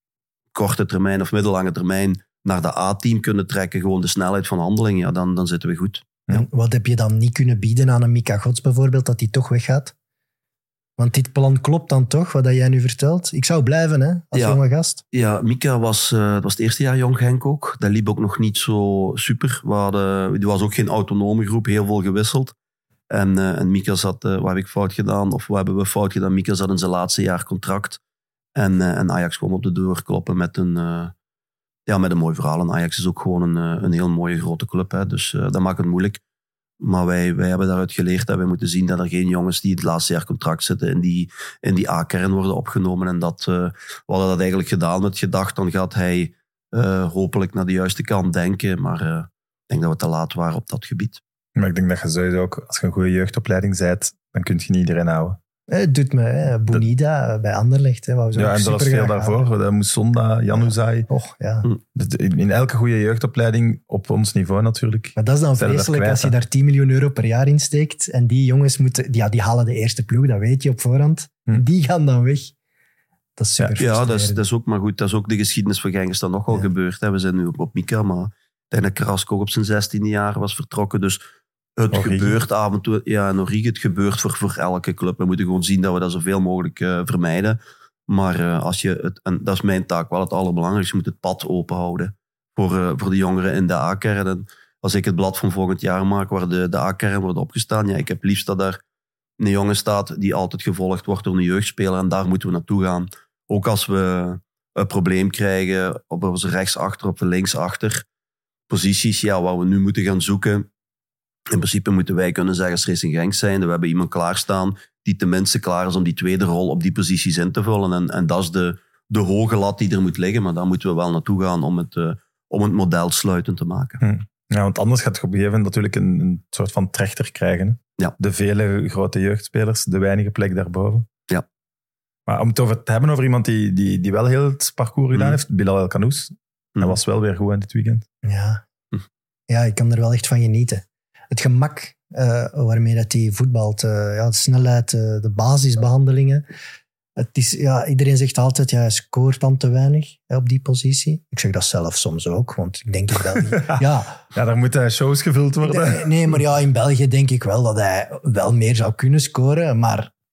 korte termijn of middellange termijn naar de A-team kunnen trekken, gewoon de snelheid van handeling, ja, dan, dan zitten we goed. Ja. Wat heb je dan niet kunnen bieden aan een Mika Gods bijvoorbeeld, dat die toch weggaat? Want dit plan klopt dan toch, wat dat jij nu vertelt? Ik zou blijven, hè, als Ja. jonge gast. Ja, Mika was, uh, dat was het eerste jaar Jong Genk ook. Dat liep ook nog niet zo super. We hadden, die was ook geen autonome groep, heel veel gewisseld. En, uh, en Mika zat, uh, wat heb ik fout gedaan? Of wat hebben we fout gedaan? Mika zat in zijn laatste jaar contract. En, uh, en Ajax kwam op de deur kloppen met een, uh, ja, met een mooi verhaal. En Ajax is ook gewoon een, uh, een heel mooie grote club. Hè. Dus uh, dat maakt het moeilijk. Maar wij, wij hebben daaruit geleerd dat wij moeten zien dat er geen jongens die het laatste jaar contract zitten in die, in die A-kern worden opgenomen. En dat, uh, we hadden dat eigenlijk gedaan met gedacht, dan gaat hij uh, hopelijk naar de juiste kant denken. Maar uh, ik denk dat we te laat waren op dat gebied. Maar ik denk dat je sowieso ook, als je een goede jeugdopleiding bent, dan kun je niet iedereen houden. Het doet me, hè, Bonida dat... bij Anderlecht. Hè, wou ze Ja, ook en dat was supergraag veel daarvoor. houden. Dat Moussonda, Januzaj. Och, ja. Hm. In elke goede jeugdopleiding, op ons niveau natuurlijk. Maar dat is dan zijn we vreselijk daar als je kwijt, daar tien miljoen euro per jaar in steekt en die jongens moeten, ja, die halen de eerste ploeg, dat weet je op voorhand. Hm. En die gaan dan weg. Dat is super Ja, dat is, frustrerend. dat is ook maar goed. Dat is ook de geschiedenis van Genk is dat nogal Ja. gebeurd. Hè. We zijn nu op, op Mika, maar ik denk dat Krask ook op zijn zestiende jaar was vertrokken. Dus het Origi. gebeurt af en toe. Ja, en Origi, het gebeurt voor, voor elke club. We moeten gewoon zien dat we dat zoveel mogelijk uh, vermijden. Maar uh, als je het, en dat is mijn taak wel het allerbelangrijkste, je moet het pad open houden voor, uh, voor de jongeren in de A-kern. En als ik het blad van volgend jaar maak, waar de, de A-kern wordt opgestaan, ja, ik heb liefst dat daar een jongen staat die altijd gevolgd wordt door een jeugdspeler. En daar moeten we naartoe gaan. Ook als we een probleem krijgen op onze rechtsachter, op de linksachter. Posities, ja, waar we nu moeten gaan zoeken. In principe moeten wij kunnen zeggen als Racing Genk zijn. We hebben iemand klaarstaan die tenminste klaar is om die tweede rol op die posities in te vullen. En, en dat is de, de hoge lat die er moet liggen. Maar daar moeten we wel naartoe gaan om het, uh, om het model sluitend te maken. Hm. Ja, want anders gaat je op een gegeven moment natuurlijk een, een soort van trechter krijgen. Hè? Ja. De vele grote jeugdspelers, de weinige plek daarboven. Ja. Maar om het over te hebben over iemand die, die, die wel heel het parcours gedaan Hm. heeft, Bilal El Kanous. Hm. Hij was wel weer goed aan dit weekend. Ja. Hm. Ja, ik kan er wel echt van genieten. Het gemak uh, waarmee dat hij voetbalt, uh, ja, de snelheid, uh, de basisbehandelingen. Het is, ja, iedereen zegt altijd, ja, hij scoort dan te weinig hè, op die positie. Ik zeg dat zelf soms ook, want ik denk in België... ja, Ja, daar moeten shows gevuld worden. nee, nee, maar ja, in België denk ik wel dat hij wel meer zou kunnen scoren. Maar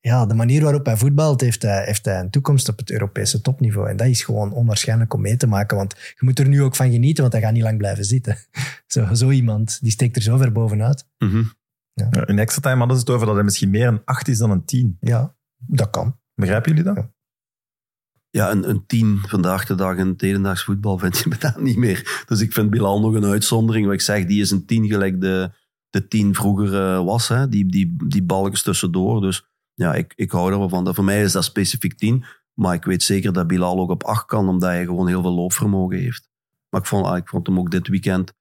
ja, de manier waarop hij voetbalt, heeft hij, heeft hij een toekomst op het Europese topniveau. En dat is gewoon onwaarschijnlijk om mee te maken. Want je moet er nu ook van genieten, want hij gaat niet lang blijven zitten. Zo, zo iemand, die steekt er zo ver bovenuit. Mm-hmm. Ja. Ja, in extra time hadden ze het over dat hij misschien meer een acht is dan een tien. Ja, dat kan. Begrijpen jullie dat? Ja. Ja, een, een tien vandaag de dag in het hedendaags voetbal vind je me dat niet meer. Dus ik vind Bilal nog een uitzondering. Wat ik zeg, die is een tien gelijk de, de tien vroeger uh, was. Hè. Die, die, die balkjes tussendoor. Dus ja, ik, ik hou er wel van. Voor mij is dat specifiek tien. Maar ik weet zeker dat Bilal ook op acht kan, omdat hij gewoon heel veel loopvermogen heeft. Maar ik vond, ik vond hem ook dit weekend...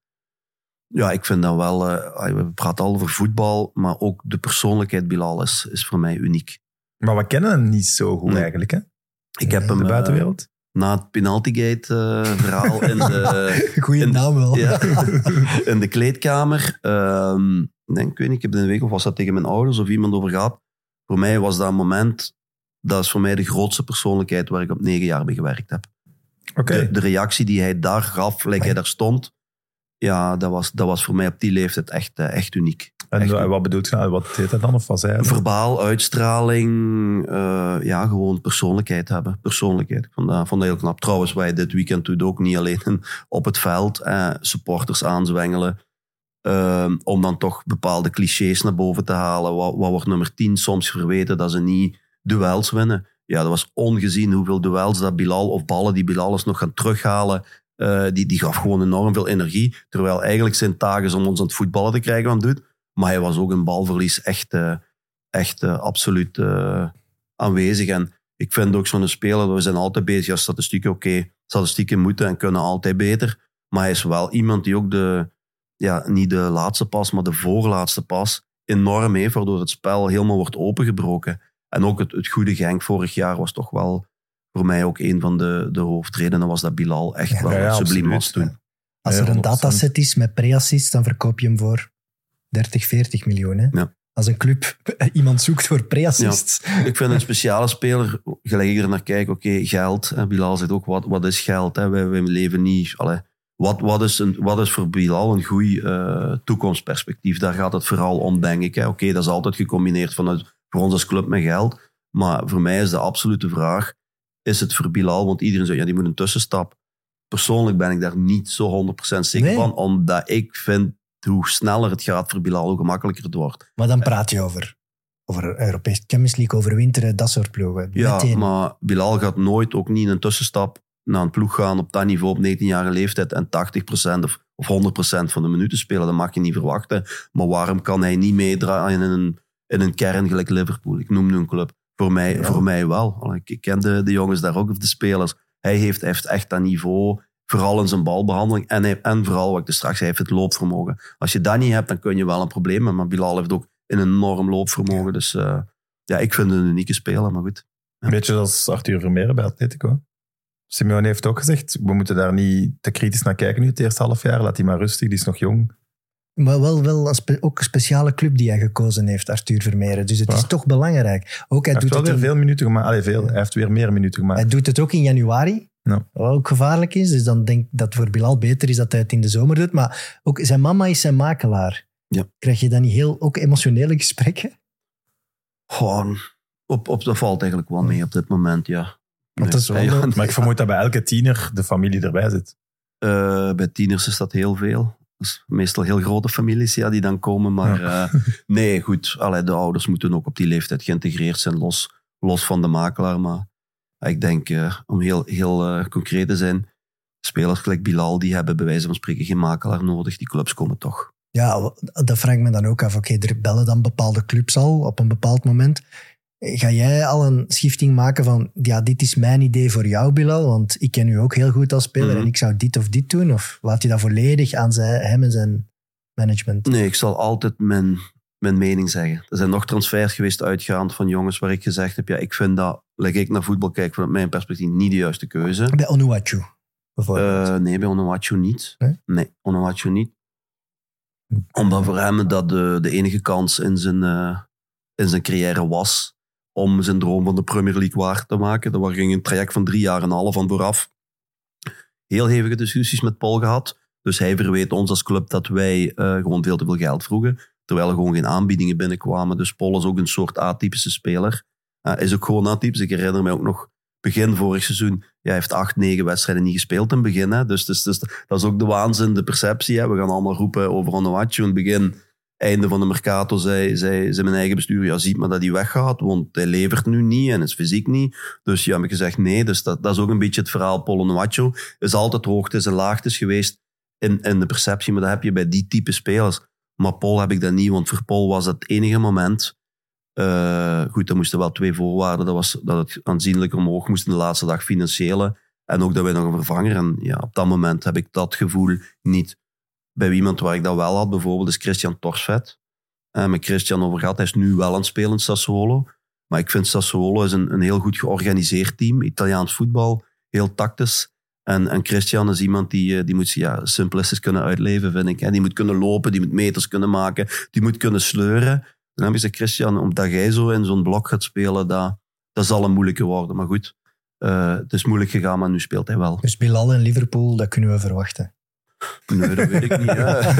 Ja, ik vind dat wel... Uh, we praten al over voetbal, maar ook de persoonlijkheid Bilal is, is voor mij uniek. Maar we kennen hem niet zo goed nee. eigenlijk, hè? Ik heb hem... De buitenwereld? Uh, na het penaltygate-verhaal uh, in de... Goeie in naam wel. Ja, in de kleedkamer. Um, denk, ik weet niet, ik heb in een week of was dat tegen mijn ouders of iemand over gehad. Voor mij was dat een moment... Dat is voor mij de grootste persoonlijkheid waar ik op negen jaar mee gewerkt heb. Okay. De, de reactie die hij daar gaf, like hij daar stond... Ja, dat was, dat was voor mij op die leeftijd echt, echt uniek. En echt wat uniek. bedoelt je nou? Wat deed hij dan? Of was hij dan? Verbaal, uitstraling, uh, ja, gewoon persoonlijkheid hebben. Persoonlijkheid. Ik vond dat, vond dat heel knap. Trouwens, wat hij dit weekend doet ook, niet alleen op het veld, eh, supporters aanzwengelen, uh, om dan toch bepaalde clichés naar boven te halen. Wat, wat wordt nummer tien soms verweten, dat ze niet duels winnen. Ja, dat was ongezien hoeveel duels dat Bilal, of ballen die Bilal eens nog gaan terughalen. Uh, die, die gaf gewoon enorm veel energie. Terwijl eigenlijk zijn taak is om ons aan het voetballen te krijgen wat hij doet. Maar hij was ook een balverlies echt, uh, echt uh, absoluut uh, aanwezig. En ik vind ook zo'n speler, we zijn altijd bezig als statistieken. Oké, okay, statistieken moeten en kunnen altijd beter. Maar hij is wel iemand die ook de, ja, niet de laatste pas, maar de voorlaatste pas enorm heeft, waardoor het spel helemaal wordt opengebroken. En ook het, het goede Genk vorig jaar was toch wel... Voor mij ook een van de, de hoofdredenen was dat Bilal echt ja, wel ja, subliem absoluut, was toen. Ja. Als er een dataset is met pre-assists, dan verkoop je hem voor dertig, veertig miljoen. Hè? Ja. Als een club iemand zoekt voor pre-assists. Ja. Ik vind een speciale speler, gelijk ik er naar kijk, oké, okay, geld. Hè. Bilal zegt ook, wat, wat is geld? Hè? Wij, wij leven niet... Allee, wat, wat, is een, wat is voor Bilal een goed uh, toekomstperspectief? Daar gaat het vooral om, denk ik. Oké, okay, dat is altijd gecombineerd vanuit voor ons als club met geld. Maar voor mij is de absolute vraag... Is het voor Bilal, want iedereen zegt, ja, die moet een tussenstap. Persoonlijk ben ik daar niet zo honderd procent zeker nee. van, omdat ik vind, hoe sneller het gaat voor Bilal, hoe gemakkelijker het wordt. Maar dan praat je over, over Europese Champions League, over winteren, dat soort ploegen. Ja, Meteen. maar Bilal gaat nooit ook niet in een tussenstap naar een ploeg gaan op dat niveau, op negentienjarige leeftijd, en tachtig procent of, of honderd procent van de minuten spelen. Dat mag je niet verwachten. Maar waarom kan hij niet meedraaien in een, in een kern gelijk Liverpool? Ik noem nu een club. Voor mij, ja. voor mij wel. Ik ken de, de jongens daar ook, of de spelers. Hij heeft, heeft echt dat niveau, vooral in zijn balbehandeling. En, hij, en vooral, wat ik dus straks zei, hij heeft het loopvermogen. Als je dat niet hebt, dan kun je wel een probleem hebben. Maar Bilal heeft ook een enorm loopvermogen. Ja. Dus uh, ja, ik vind het een unieke speler, maar goed. Ja. Een beetje als Arthur Vermeer bij Atletico. Simeone heeft ook gezegd, we moeten daar niet te kritisch naar kijken nu het eerste half jaar. Laat hij maar rustig, die is nog jong. Maar wel, wel een spe- ook een speciale club die hij gekozen heeft, Arthur Vermeer. Dus het ja. is toch belangrijk. Ook hij, hij doet heeft wel het weer een... veel minuten gemaakt. Allee, veel. Hij heeft weer meer minuten gemaakt. Hij doet het ook in januari, ja. wat ook gevaarlijk is. Dus dan denk ik dat voor Bilal beter is dat hij het in de zomer doet. Maar ook zijn mama is zijn makelaar. Ja. Krijg je dan niet heel ook emotionele gesprekken? Gewoon, op, op, dat valt eigenlijk wel mee op dit moment, ja. Nee, dat is wel ja, maar ik vermoed dat bij elke tiener de familie erbij zit. Uh, bij tieners is dat heel veel. Dus meestal heel grote families ja, die dan komen. Maar ja. uh, nee, goed. Allee, de ouders moeten ook op die leeftijd geïntegreerd zijn, los, los van de makelaar. Maar ik denk, uh, om heel, heel uh, concreet te zijn, spelers gelijk Bilal, die hebben bij wijze van spreken geen makelaar nodig. Die clubs komen toch. Ja, dat vraag ik me dan ook af. Oké, okay, er bellen dan bepaalde clubs al op een bepaald moment. Ga jij al een schifting maken van, ja, dit is mijn idee voor jou, Bilal, want ik ken u ook heel goed als speler mm-hmm. en ik zou dit of dit doen? Of laat je dat volledig aan zijn, hem en zijn management? Nee, ik zal altijd mijn, mijn mening zeggen. Er zijn nog transfers geweest uitgaand van jongens waar ik gezegd heb, ja, ik vind dat, like ik naar voetbal kijk, vanuit mijn perspectief niet de juiste keuze. Bij Onuachu, bijvoorbeeld? Uh, nee, bij Onuachu niet. Nee, nee Onuachu niet. Omdat voor hem dat de, de enige kans in zijn, uh, in zijn carrière was om zijn droom van de Premier League waar te maken. Daar ging een traject van drie jaar en een half van vooraf. Heel hevige discussies met Paul gehad. Dus hij verweet ons als club dat wij uh, gewoon veel te veel geld vroegen. Terwijl er gewoon geen aanbiedingen binnenkwamen. Dus Paul is ook een soort atypische speler. Hij uh, is ook gewoon atypisch. Ik herinner mij ook nog begin vorig seizoen. Ja, hij heeft acht, negen wedstrijden niet gespeeld in het begin. Hè. Dus, dus, dus dat is ook de waanzin, de perceptie. Hè. We gaan allemaal roepen over Onuachu. In het begin, einde van de Mercato, zei, zei, zei mijn eigen bestuur, ja, ziet maar dat hij weggaat, want hij levert nu niet en is fysiek niet. Dus ja, heb ik gezegd nee. Dus dat, dat is ook een beetje het verhaal. Paul Onuachu is altijd hoogtes en laagtes geweest in, in de perceptie, maar dat heb je bij die type spelers. Maar Paul heb ik dat niet, want voor Paul was dat het enige moment. Uh, goed, er moesten wel twee voorwaarden. Dat was dat het aanzienlijk omhoog moest in de laatste dag, financiële. En ook dat wij nog een vervanger. En ja, op dat moment heb ik dat gevoel niet. Bij iemand waar ik dat wel had, bijvoorbeeld, is Christian Torsvet. Uh, met Christian over gehad. Hij is nu wel aan het spelen in Sassuolo. Maar ik vind Sassuolo is een, een heel goed georganiseerd team. Italiaans voetbal, heel tactisch. En, en Christian is iemand die, die moet ja, simplistisch kunnen uitleven, vind ik. Hè. Die moet kunnen lopen, die moet meters kunnen maken, die moet kunnen sleuren. Dan heb ik gezegd, Christian, omdat jij zo in zo'n blok gaat spelen, dat, dat zal een moeilijke worden. Maar goed, uh, het is moeilijk gegaan, maar nu speelt hij wel. Dus Bilal in Liverpool, dat kunnen we verwachten. Nee, dat weet ik niet.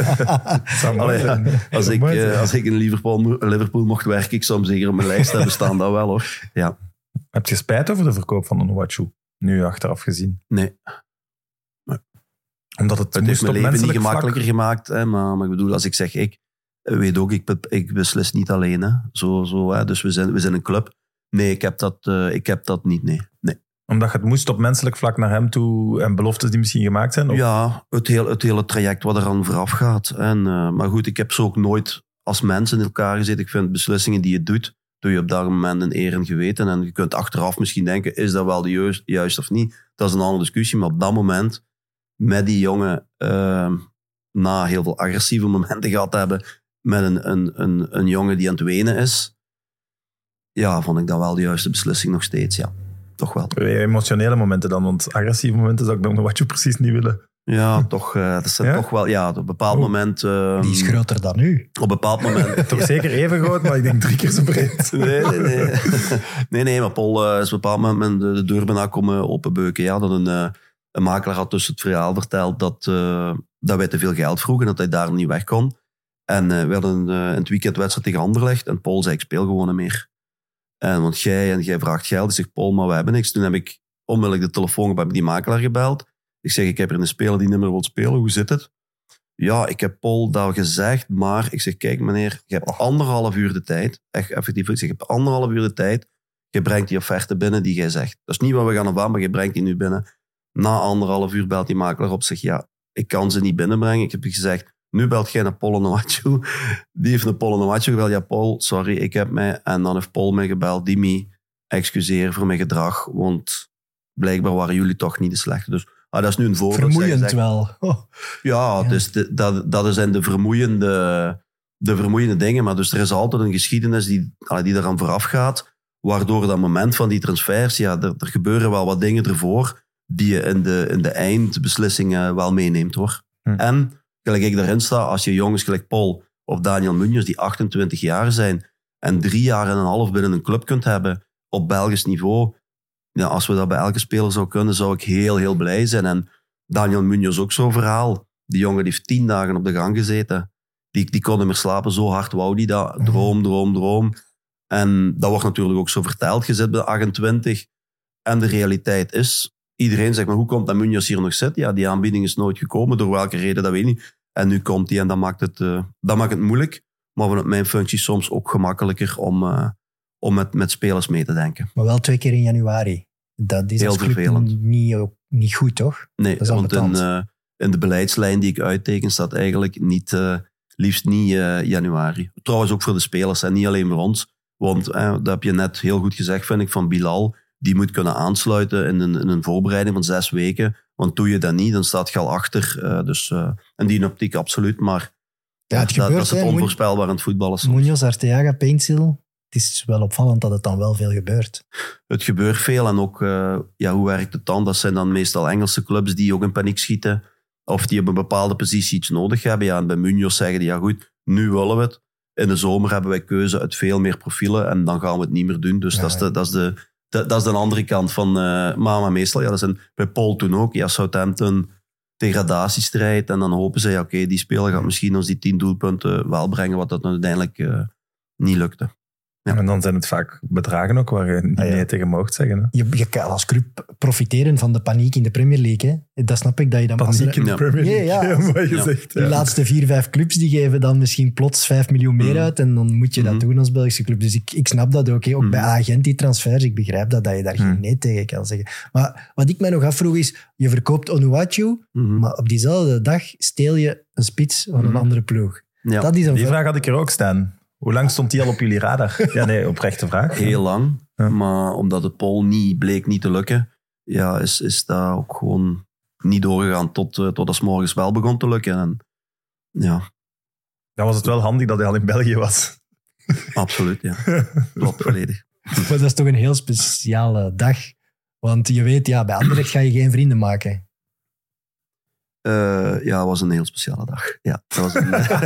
Allee, ja, als, ik, uh, als ik in Liverpool, Liverpool mocht werken, ik zou hem zeker op mijn lijst hebben staan, dat wel hoor. Ja. Heb je spijt over de verkoop van Onuachu? Nu achteraf gezien. Nee. nee. Omdat het, het heeft mijn leven niet gemakkelijker vlak... gemaakt. Hè, maar, maar ik bedoel, als ik zeg ik, weet ook, ik, ik beslis niet alleen. Hè. Zo, zo, hè. Dus we zijn, we zijn een club. Nee, ik heb dat, uh, ik heb dat niet, nee. nee. Omdat je het moest op menselijk vlak naar hem toe en beloftes die misschien gemaakt zijn? Of? Ja, het, heel, het hele traject wat eraan vooraf gaat. En, uh, maar goed, ik heb zo ook nooit als mens in elkaar gezeten. Ik vind beslissingen die je doet, doe je op dat moment een eer en geweten. En je kunt achteraf misschien denken, is dat wel de juist, juist of niet? Dat is een andere discussie. Maar op dat moment, met die jongen, uh, na heel veel agressieve momenten gehad hebben, met een, een, een, een jongen die aan het wenen is, ja, vond ik dat wel de juiste beslissing nog steeds, ja. Toch wel. Emotionele momenten dan, want agressieve momenten zou ik dan wat je precies niet willen. Ja, toch, uh, dat zijn ja? toch wel, ja, op een bepaald oh. moment... Uh, die is groter dan u. Op een bepaald moment... toch zeker even groot, maar ik denk drie keer zo breed. nee, nee, nee. nee, nee, maar Paul uh, is op een bepaald moment de, de deur bijna komen openbeuken. Ja, dat een, uh, een makelaar had dus het verhaal verteld dat, uh, dat wij te veel geld vroegen, dat hij daar niet weg kon. En uh, we hadden uh, in het weekend wedstrijd tegen Anderlecht en Paul zei, ik speel gewoon niet meer. En, want jij en jij vraagt geld. Ik zeg, Paul, maar we hebben niks. Toen heb ik onmiddellijk de telefoon op, heb ik die makelaar gebeld. Ik zeg, ik heb er een speler die niet meer wil spelen. Hoe zit het? Ja, ik heb Paul dat gezegd, maar ik zeg, kijk meneer, je hebt anderhalf uur de tijd. Echt effectief, ik zeg, je hebt anderhalf uur de tijd. Je brengt die offerte binnen die jij zegt. Dat is niet wat we gaan ervan, maar je brengt die nu binnen. Na anderhalf uur belt die makelaar op, zegt, ja, ik kan ze niet binnenbrengen. Ik heb gezegd, nu belt jij naar Paul Onuachu. Die heeft naar Paul Onuachu gebeld. Ja, Paul, sorry, ik heb mij... En dan heeft Paul mij gebeld. Dimi, excuseer voor mijn gedrag, want blijkbaar waren jullie toch niet de slechte. Dus ah, dat is nu een voorbeeld. Vermoeiend zeg, wel. Oh. Ja, ja. Dus de, dat, dat zijn de vermoeiende, de vermoeiende dingen. Maar dus er is altijd een geschiedenis die, die eraan vooraf gaat, waardoor dat moment van die transfers, ja, er, er gebeuren wel wat dingen ervoor die je in de, in de eindbeslissingen wel meeneemt, hoor. Hm. En... gelijk ik daarin sta, als je jongens gelijk Paul of Daniel Munoz, die achtentwintig jaar zijn en drie jaar en een half binnen een club kunt hebben op Belgisch niveau, ja, als we dat bij elke speler zou kunnen, zou ik heel, heel blij zijn. En Daniel Munoz ook zo'n verhaal. Die jongen die heeft tien dagen op de gang gezeten. Die, die kon niet meer slapen, zo hard wou die dat. Droom, droom, droom. En dat wordt natuurlijk ook zo verteld. Je zit bij achtentwintig en de realiteit is... Iedereen zegt, maar hoe komt dat Munoz hier nog zit? Ja, die aanbieding is nooit gekomen. Door welke reden, dat weet ik niet. En nu komt die en dat maakt het, uh, dat maakt het moeilijk. Maar vanuit mijn functie soms ook gemakkelijker om, uh, om met, met spelers mee te denken. Maar wel twee keer in januari. Dat is heel vervelend. Niet, niet goed, toch? Nee, dat is want in, uh, in de beleidslijn die ik uitteken staat eigenlijk niet, uh, liefst niet uh, januari. Trouwens ook voor de spelers en niet alleen voor ons. Want uh, dat heb je net heel goed gezegd, vind ik, van Bilal. Die moet kunnen aansluiten in een, in een voorbereiding van zes weken. Want doe je dat niet, dan staat je al achter. Uh, dus, uh, in die optiek absoluut. Maar ja, het dat, gebeurt, dat is het hè, onvoorspelbaar in het voetballen. Munoz, Arteaga, Paintsil. Het is wel opvallend dat het dan wel veel gebeurt. Het gebeurt veel. En ook, uh, ja, hoe werkt het dan? Dat zijn dan meestal Engelse clubs die ook in paniek schieten. Of die op een bepaalde positie iets nodig hebben. Ja, en bij Munoz zeggen die, ja goed, nu willen we het. In de zomer hebben wij keuze uit veel meer profielen. En dan gaan we het niet meer doen. Dus ja, dat is de... Dat is de Dat, dat is de andere kant van uh, Mama meestal. Ja, dat zijn bij Paul toen ook. Ja, Southampton, degradatiestrijd. En dan hopen ze, ja, oké, okay, die speler gaat misschien ons die tien doelpunten wel brengen, wat dat uiteindelijk uh, niet lukte. Ja. En dan zijn het vaak bedragen ook waar je niet Ah, ja. nee tegen mocht zeggen. Hè? Je, je kan als club profiteren van de paniek in de Premier League. Hè. Dat snap ik dat je dan... als er- Paniek in de Ja. Premier League, Ja, ja. heel mooi Ja. gezegd. Die Ja. laatste vier, vijf clubs die geven dan misschien plots vijf miljoen meer Mm. uit en dan moet je dat Mm. doen als Belgische club. Dus ik, ik snap dat ook. Hè. Ook Mm. bij agent die transfers, ik begrijp dat, dat je daar Mm. geen nee tegen kan zeggen. Maar wat ik mij nog afvroeg is, je verkoopt Onuachu, Mhm. maar op diezelfde dag steel je een spits van een Mm. andere ploeg. Ja. Dat is een Die ver- vraag had ik er ook staan. Hoe lang stond die al op jullie radar? Ja, nee, oprechte vraag. Heel lang. Ja. Maar omdat het poll niet bleek niet te lukken, ja, is, is dat ook gewoon niet doorgegaan tot, uh, tot als morgens wel begon te lukken. En, ja, Dan was het wel handig dat hij al in België was. absoluut. Ja. Klopt, volledig. Maar dat is toch een heel speciale dag. Want je weet, ja, bij Anderlecht ga je geen vrienden maken. Uh, ja, het was een heel speciale dag. Ja, dat was een,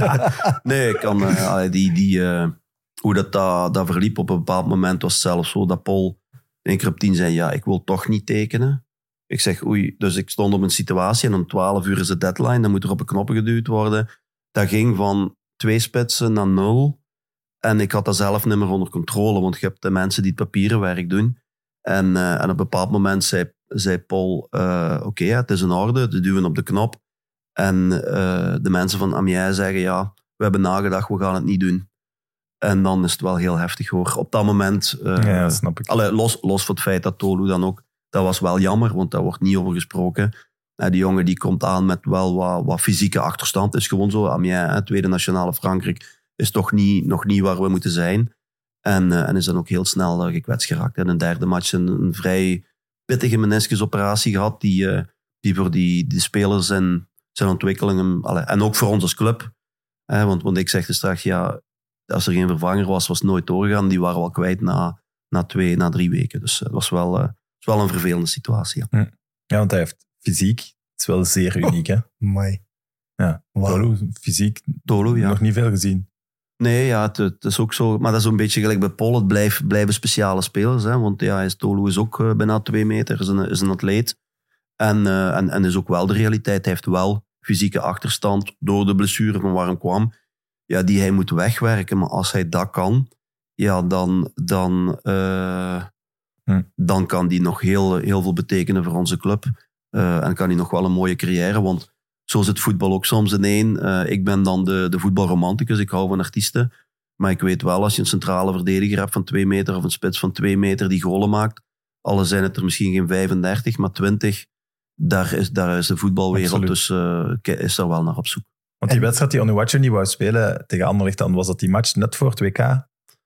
nee, ik kan, uh, die, die, uh, hoe dat, dat, dat verliep op een bepaald moment was het zelfs zo dat Paul één keer op tien zei, ja, ik wil toch niet tekenen. Ik zeg, oei, dus ik stond op een situatie en om twaalf uur is de deadline, dan moet er op een knoppen geduwd worden. Dat ging van twee spitsen naar nul. En ik had dat zelf niet meer onder controle, want je hebt de mensen die het papierenwerk doen. En, uh, en op een bepaald moment zei, zei Paul, uh, oké, okay, ja, het is in orde, we duwen op de knop. En uh, de mensen van Amiens zeggen, ja, we hebben nagedacht, we gaan het niet doen. En dan is het wel heel heftig hoor. Op dat moment, uh, Ja, dat snap ik. Allee, los, los van het feit dat Tolu dan ook, dat was wel jammer, want daar wordt niet over gesproken. Uh, die jongen die komt aan met wel wat, wat fysieke achterstand. Het is gewoon zo, Amiens, hè, tweede nationale Frankrijk, is toch niet, nog niet waar we moeten zijn. En, uh, en is dan ook heel snel uh, gekwetst geraakt. In een derde match een, een vrij pittige meniscusoperatie gehad, die, uh, die voor die, die spelers en zijn ontwikkelingen, allee, en ook voor ons als club. Hè, want, want ik zeg dus straks, ja, als er geen vervanger was, was het nooit doorgegaan. Die waren wel kwijt na, na twee, na drie weken. Dus het was wel, uh, wel een vervelende situatie. Ja. Ja, want hij heeft fysiek, het is wel zeer uniek, hè? Mooi. Ja, Wow. Tolu, fysiek, Tolu, ja. nog niet veel gezien. Nee, ja, het, het is ook zo. Maar dat is een beetje gelijk bij Paul. Het blijft, blijven speciale spelers. Hè, want ja, is, Tolu is ook uh, bijna twee meter, is een, is een atleet. En, uh, en, en is ook wel de realiteit. Hij heeft wel fysieke achterstand door de blessure van waar hij kwam. Ja, die hij moet wegwerken. Maar als hij dat kan, ja, dan, dan, uh, hm. dan kan die nog heel, heel veel betekenen voor onze club. Uh, en kan hij nog wel een mooie carrière. Want zo zit voetbal ook soms in één. Uh, ik ben dan de, de voetbalromanticus. Ik hou van artiesten. Maar ik weet wel, als je een centrale verdediger hebt van twee meter of een spits van twee meter die golen maakt, alle zijn het er misschien geen vijfendertig, maar twintig, daar is, daar is de voetbalwereld dus uh, is daar wel naar op zoek. Want die wedstrijd die Onuachu niet wou spelen tegen Anderlecht, dan was dat die match net voor het W K? Uh,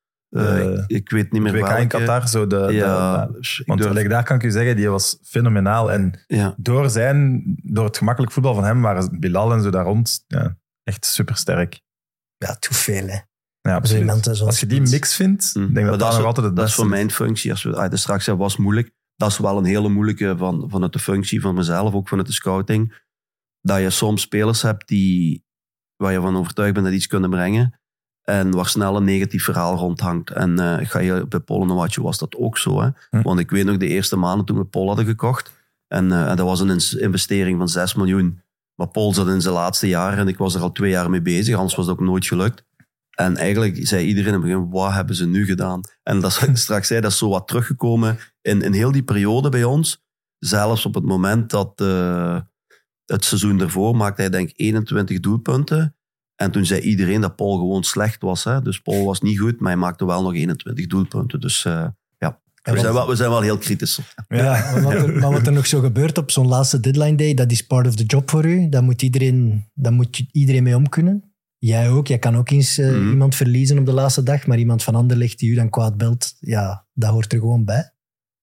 Uh, ik, ik weet niet meer W K welke. in Qatar. Zo de, ja, de, de, ik want durf... daar kan ik u zeggen, die was fenomenaal. En ja. door, zijn, door het gemakkelijk voetbal van hem waren Bilal en zo daar rond ja, echt supersterk. Ja, te veel, hè. Ja, absoluut. Zo Als je die mix vindt, mm. denk ik dat dat, dat nog altijd het dat beste is voor mijn functie. Als we ah, dus straks zei, was moeilijk. Dat is wel een hele moeilijke van, vanuit de functie van mezelf, ook vanuit de scouting. Dat je soms spelers hebt die, waar je van overtuigd bent dat iets kunnen brengen. En waar snel een negatief verhaal rondhangt. En uh, ga je, bij Paul Onuachu was dat ook zo. Hè? Hm. Want ik weet nog de eerste maanden toen we Paul hadden gekocht. En, uh, en dat was een investering van zes miljoen. Maar Paul zat in zijn laatste jaar en ik was er al twee jaar mee bezig. Anders was dat ook nooit gelukt. En eigenlijk zei iedereen in het begin, wat hebben ze nu gedaan? En dat is, straks zei, dat is zo wat teruggekomen in, in heel die periode bij ons. Zelfs op het moment dat uh, het seizoen ervoor maakte hij denk ik eenentwintig doelpunten. En toen zei iedereen dat Paul gewoon slecht was. Hè? Dus Paul was niet goed, maar hij maakte wel nog eenentwintig doelpunten. Dus uh, ja, we, wat, zijn wel, we zijn wel heel kritisch. Ja, ja maar, wat er, maar wat er nog zo gebeurt op zo'n laatste deadline day, dat is part of the job voor u. Daar moet iedereen, daar moet iedereen mee om kunnen. Jij ook. Jij kan ook eens uh, mm-hmm. iemand verliezen op de laatste dag, maar iemand van Anderlecht die u dan kwaad belt, ja, dat hoort er gewoon bij.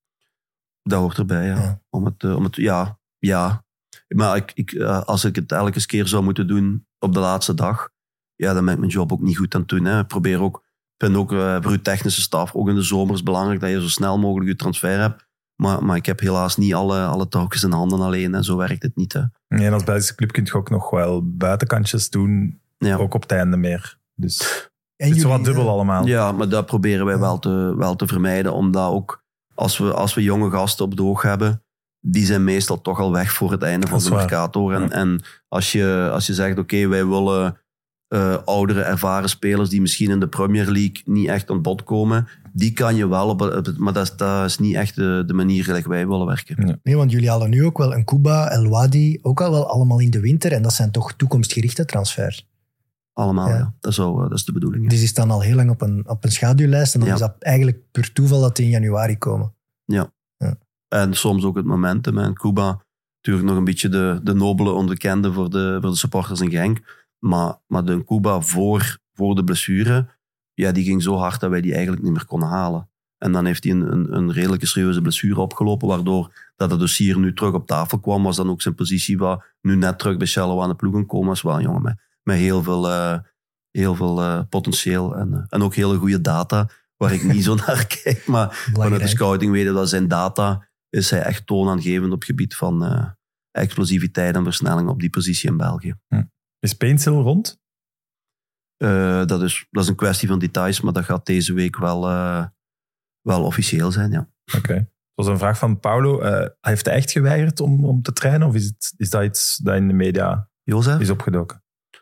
Dat hoort erbij, ja. ja. Om het, uh, om het, ja, ja. Maar ik, ik, uh, als ik het elke keer zou moeten doen op de laatste dag, ja, dan ben ik mijn job ook niet goed aan het doen. Hè. Ik probeer ook, ik vind ook uh, voor uw technische staf, ook in de zomer is het belangrijk dat je zo snel mogelijk je transfer hebt. Maar, maar ik heb helaas niet alle, alle touwtjes in handen alleen. En zo werkt het niet. Hè. Nee, en als Belgische club kun je ook nog wel buitenkantjes doen, ja. Ook op het einde meer. Dus het is zo wat dubbel allemaal. Ja, maar dat proberen wij wel te, wel te vermijden. Omdat ook, als we, als we jonge gasten op de oog hebben, die zijn meestal toch al weg voor het einde van de mercator. En, ja. en als, je, als je zegt, oké, okay, wij willen uh, oudere, ervaren spelers die misschien in de Premier League niet echt aan bod komen. Die kan je wel, op, op, maar dat is, dat is niet echt de, de manier gelijk wij willen werken. Ja. Nee, want jullie halen nu ook wel een Kuba, El Wadi, ook al wel allemaal in de winter. En dat zijn toch toekomstgerichte transfers? Allemaal, ja. ja. Dat, is al, dat is de bedoeling. Ja. Dus die staan al heel lang op een, op een schaduwlijst. En dan ja. is dat eigenlijk per toeval dat die in januari komen. Ja. ja. En soms ook het momentum. En Kuba, natuurlijk nog een beetje de, de nobele onbekende voor de, voor de supporters in Genk. Maar, maar de Kuba voor, voor de blessure, ja, die ging zo hard dat wij die eigenlijk niet meer konden halen. En dan heeft hij een, een, een redelijke serieuze blessure opgelopen, waardoor dat het dossier nu terug op tafel kwam, was dan ook zijn positie wat nu net terug bij Charleroi aan de ploeg komen. Was wel een jongen met, met heel veel, uh, heel veel uh, potentieel en, uh, en ook hele goede data, waar ik niet zo naar kijk. Maar vanuit de scouting weten dat zijn data is hij echt toonaangevend op het gebied van uh, explosiviteit en versnelling op die positie in België. Hm. Is Paintstil rond? Uh, dat, is, dat is een kwestie van details, maar dat gaat deze week wel, uh, wel officieel zijn, ja. Oké. Okay. Dat was een vraag van Paulo. Uh, heeft hij echt geweigerd om, om te trainen? Of is, het, is dat iets dat in de media Jozef? is opgedoken?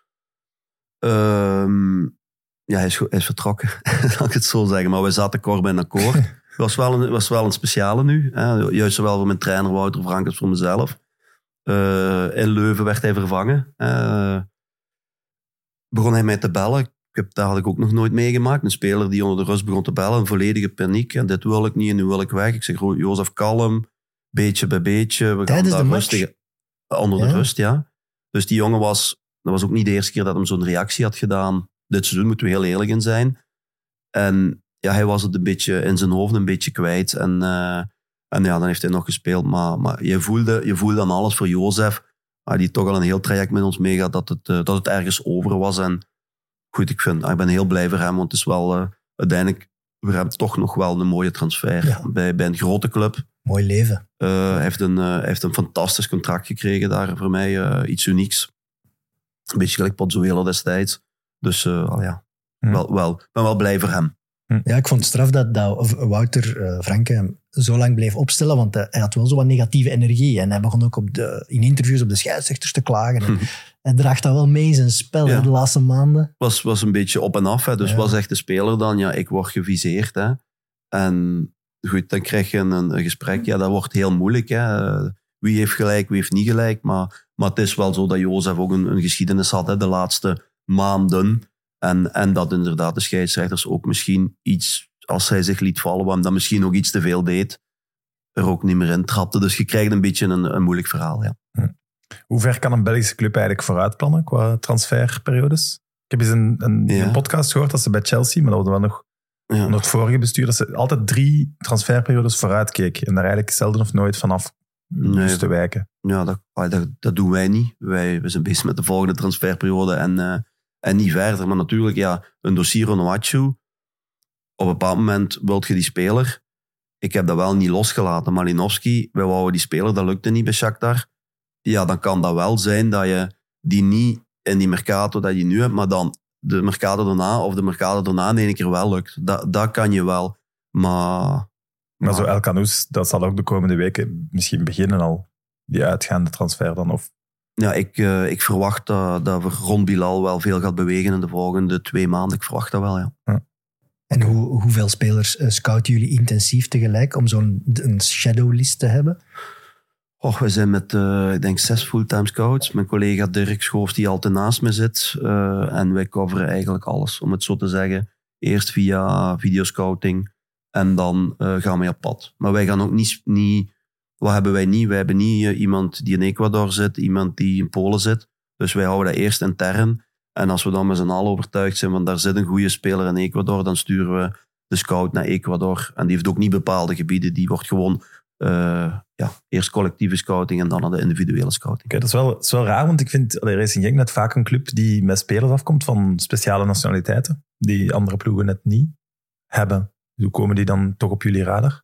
Um, ja, hij is, hij is vertrokken, zal ik het zo zeggen. Maar we zaten kort bij een akkoord. Het was wel een, was wel een speciale nu. Hè. Juist zowel voor mijn trainer Wouter Frank als voor mezelf. Uh, in Leuven werd hij vervangen. Uh, begon hij mij te bellen. Ik heb, dat had ik ook nog nooit meegemaakt. Een speler die onder de rust begon te bellen. Een volledige paniek. En dit wil ik niet en nu wil ik weg. Ik zeg, Jozef, kalm. Beetje bij beetje. We Tijdens gaan de daar rustig, onder de ja. rust, ja. Dus die jongen was... Dat was ook niet de eerste keer dat hij zo'n reactie had gedaan. Dit seizoen moeten we heel eerlijk in zijn. En ja, hij was het een beetje in zijn hoofd een beetje kwijt. En, uh, en ja, dan heeft hij nog gespeeld. Maar, maar je, voelde, je voelde dan alles voor Jozef. Maar die toch al een heel traject met ons meegaat. Dat het, uh, dat het ergens over was. En goed, ik, vind, ik ben heel blij voor hem. Want het is wel uh, uiteindelijk voor hem toch nog wel een mooie transfer. Ja. Bij, bij een grote club. Mooi leven. Uh, hij heeft een, uh, heeft een fantastisch contract gekregen daar. Voor mij uh, iets unieks. Een beetje gelijk Pozzuelo destijds. Dus uh, al ja, hm. wel, wel, ik ben wel blij voor hem. Hm. Ja, ik vond het straf dat, dat Wouter uh, Franke hem zo lang bleef opstellen, want uh, hij had wel zo wat negatieve energie. En hij begon ook op de, in interviews op de scheidsrechters te klagen. En hm. Hij draagt dat wel mee in zijn spel ja. de laatste maanden. Het was, was een beetje op en af. Hè. Dus ja. was echt de speler dan, ja, ik word geviseerd. Hè. En goed, dan krijg je een, een gesprek. Ja, dat wordt heel moeilijk. Hè. Wie heeft gelijk, wie heeft niet gelijk. Maar, maar het is wel zo dat Jozef ook een, een geschiedenis had hè, de laatste maanden. En, en dat inderdaad de scheidsrechters ook misschien iets, als hij zich liet vallen, wat hem dan misschien ook iets te veel deed, er ook niet meer in trapte. Dus je krijgt een beetje een, een moeilijk verhaal. Ja. Hm. Hoe ver kan een Belgische club eigenlijk vooruitplannen qua transferperiodes? Ik heb eens een, een, ja. een podcast gehoord dat ze bij Chelsea, maar dat was wel nog, ja. nog het vorige bestuur, dat ze altijd drie transferperiodes vooruit keken en daar eigenlijk zelden of nooit vanaf moesten nee, wijken. Ja, dat, dat, dat doen wij niet. Wij, wij zijn bezig met de volgende transferperiode en, uh, en niet verder. Maar natuurlijk, ja, een dossier Onuachu, op een bepaald moment wilt je die speler. Ik heb dat wel niet losgelaten. Malinowski, wij wouden die speler, dat lukte niet bij Shakhtar. Ja, dan kan dat wel zijn dat je die niet in die Mercato dat je nu hebt, maar dan de Mercato daarna of de Mercato daarna in één keer wel lukt. Dat, dat kan je wel. Maar... Maar, maar zo El Canoes, dat zal ook de komende weken misschien beginnen al, die uitgaande transfer dan? Of... Ja, ik, uh, ik verwacht dat, dat we rond Bilal wel veel gaat bewegen in de volgende twee maanden. Ik verwacht dat wel, ja. ja. En hoe, hoeveel spelers uh, scouten jullie intensief tegelijk om zo'n een shadowlist te hebben? Och, we zijn met, uh, ik denk, zes fulltime scouts. Mijn collega Dirk Schoof, die altijd naast me zit. Uh, en wij coveren eigenlijk alles, om het zo te zeggen. Eerst via videoscouting en dan uh, gaan we op pad. Maar wij gaan ook niet... niet wat hebben wij niet? Wij hebben niet uh, iemand die in Ecuador zit, iemand die in Polen zit. Dus wij houden dat eerst intern. En als we dan met z'n allen overtuigd zijn van daar zit een goede speler in Ecuador, dan sturen we de scout naar Ecuador. En die heeft ook niet bepaalde gebieden. Die wordt gewoon... Uh, ja, eerst collectieve scouting en dan naar de individuele scouting. Okay, dat, is wel, dat is wel raar, want ik vind allee, Racing Genk net vaak een club die met spelers afkomt van speciale nationaliteiten, die andere ploegen net niet hebben. Hoe komen die dan toch op jullie radar?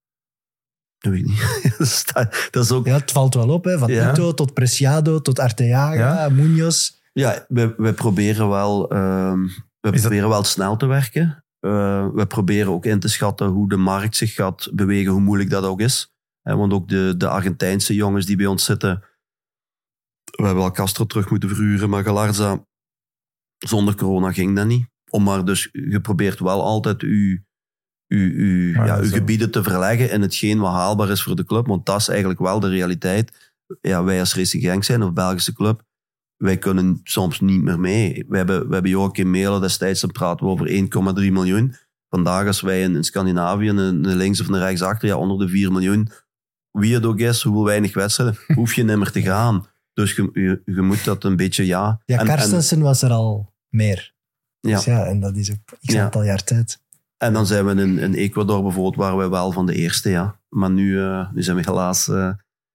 Dat weet ik niet. dat is ook... Ja, het valt wel op, hè? Van ja. Ito tot Preciado, tot Arteaga, ja. Munoz. Ja, we, we proberen wel, uh, we proberen dat... wel snel te werken. Uh, we proberen ook in te schatten hoe de markt zich gaat bewegen, hoe moeilijk dat ook is. Uh, want ook de, de Argentijnse jongens die bij ons zitten, we hebben wel Castro terug moeten verhuren, maar Galarza Zonder corona ging dat niet. Om maar dus, je probeert wel altijd je, je, je, Ah, ja, ja, je zo. gebieden te verleggen in hetgeen wat haalbaar is voor de club. Want dat is eigenlijk wel de realiteit. Ja, wij als Racing Genk zijn, of Belgische club, wij kunnen soms niet meer mee. We hebben, we hebben Joachim Melen destijds, dan praten we over één komma drie miljoen. Vandaag als wij in, in Scandinavië, een, een links of een rechts achter, ja, onder de vier miljoen, wie het ook is, hoeveel weinig wedstrijden, hoef je niet meer te gaan. Dus je, je, je moet dat een beetje, ja... Ja, En- Carstensen en- was er al meer. Ja. Dus ja, en dat is ook x Ja. aantal jaar tijd. En dan zijn we in, in Ecuador bijvoorbeeld, waren wij wel van de eerste, ja. Maar nu, uh, nu zijn we helaas uh,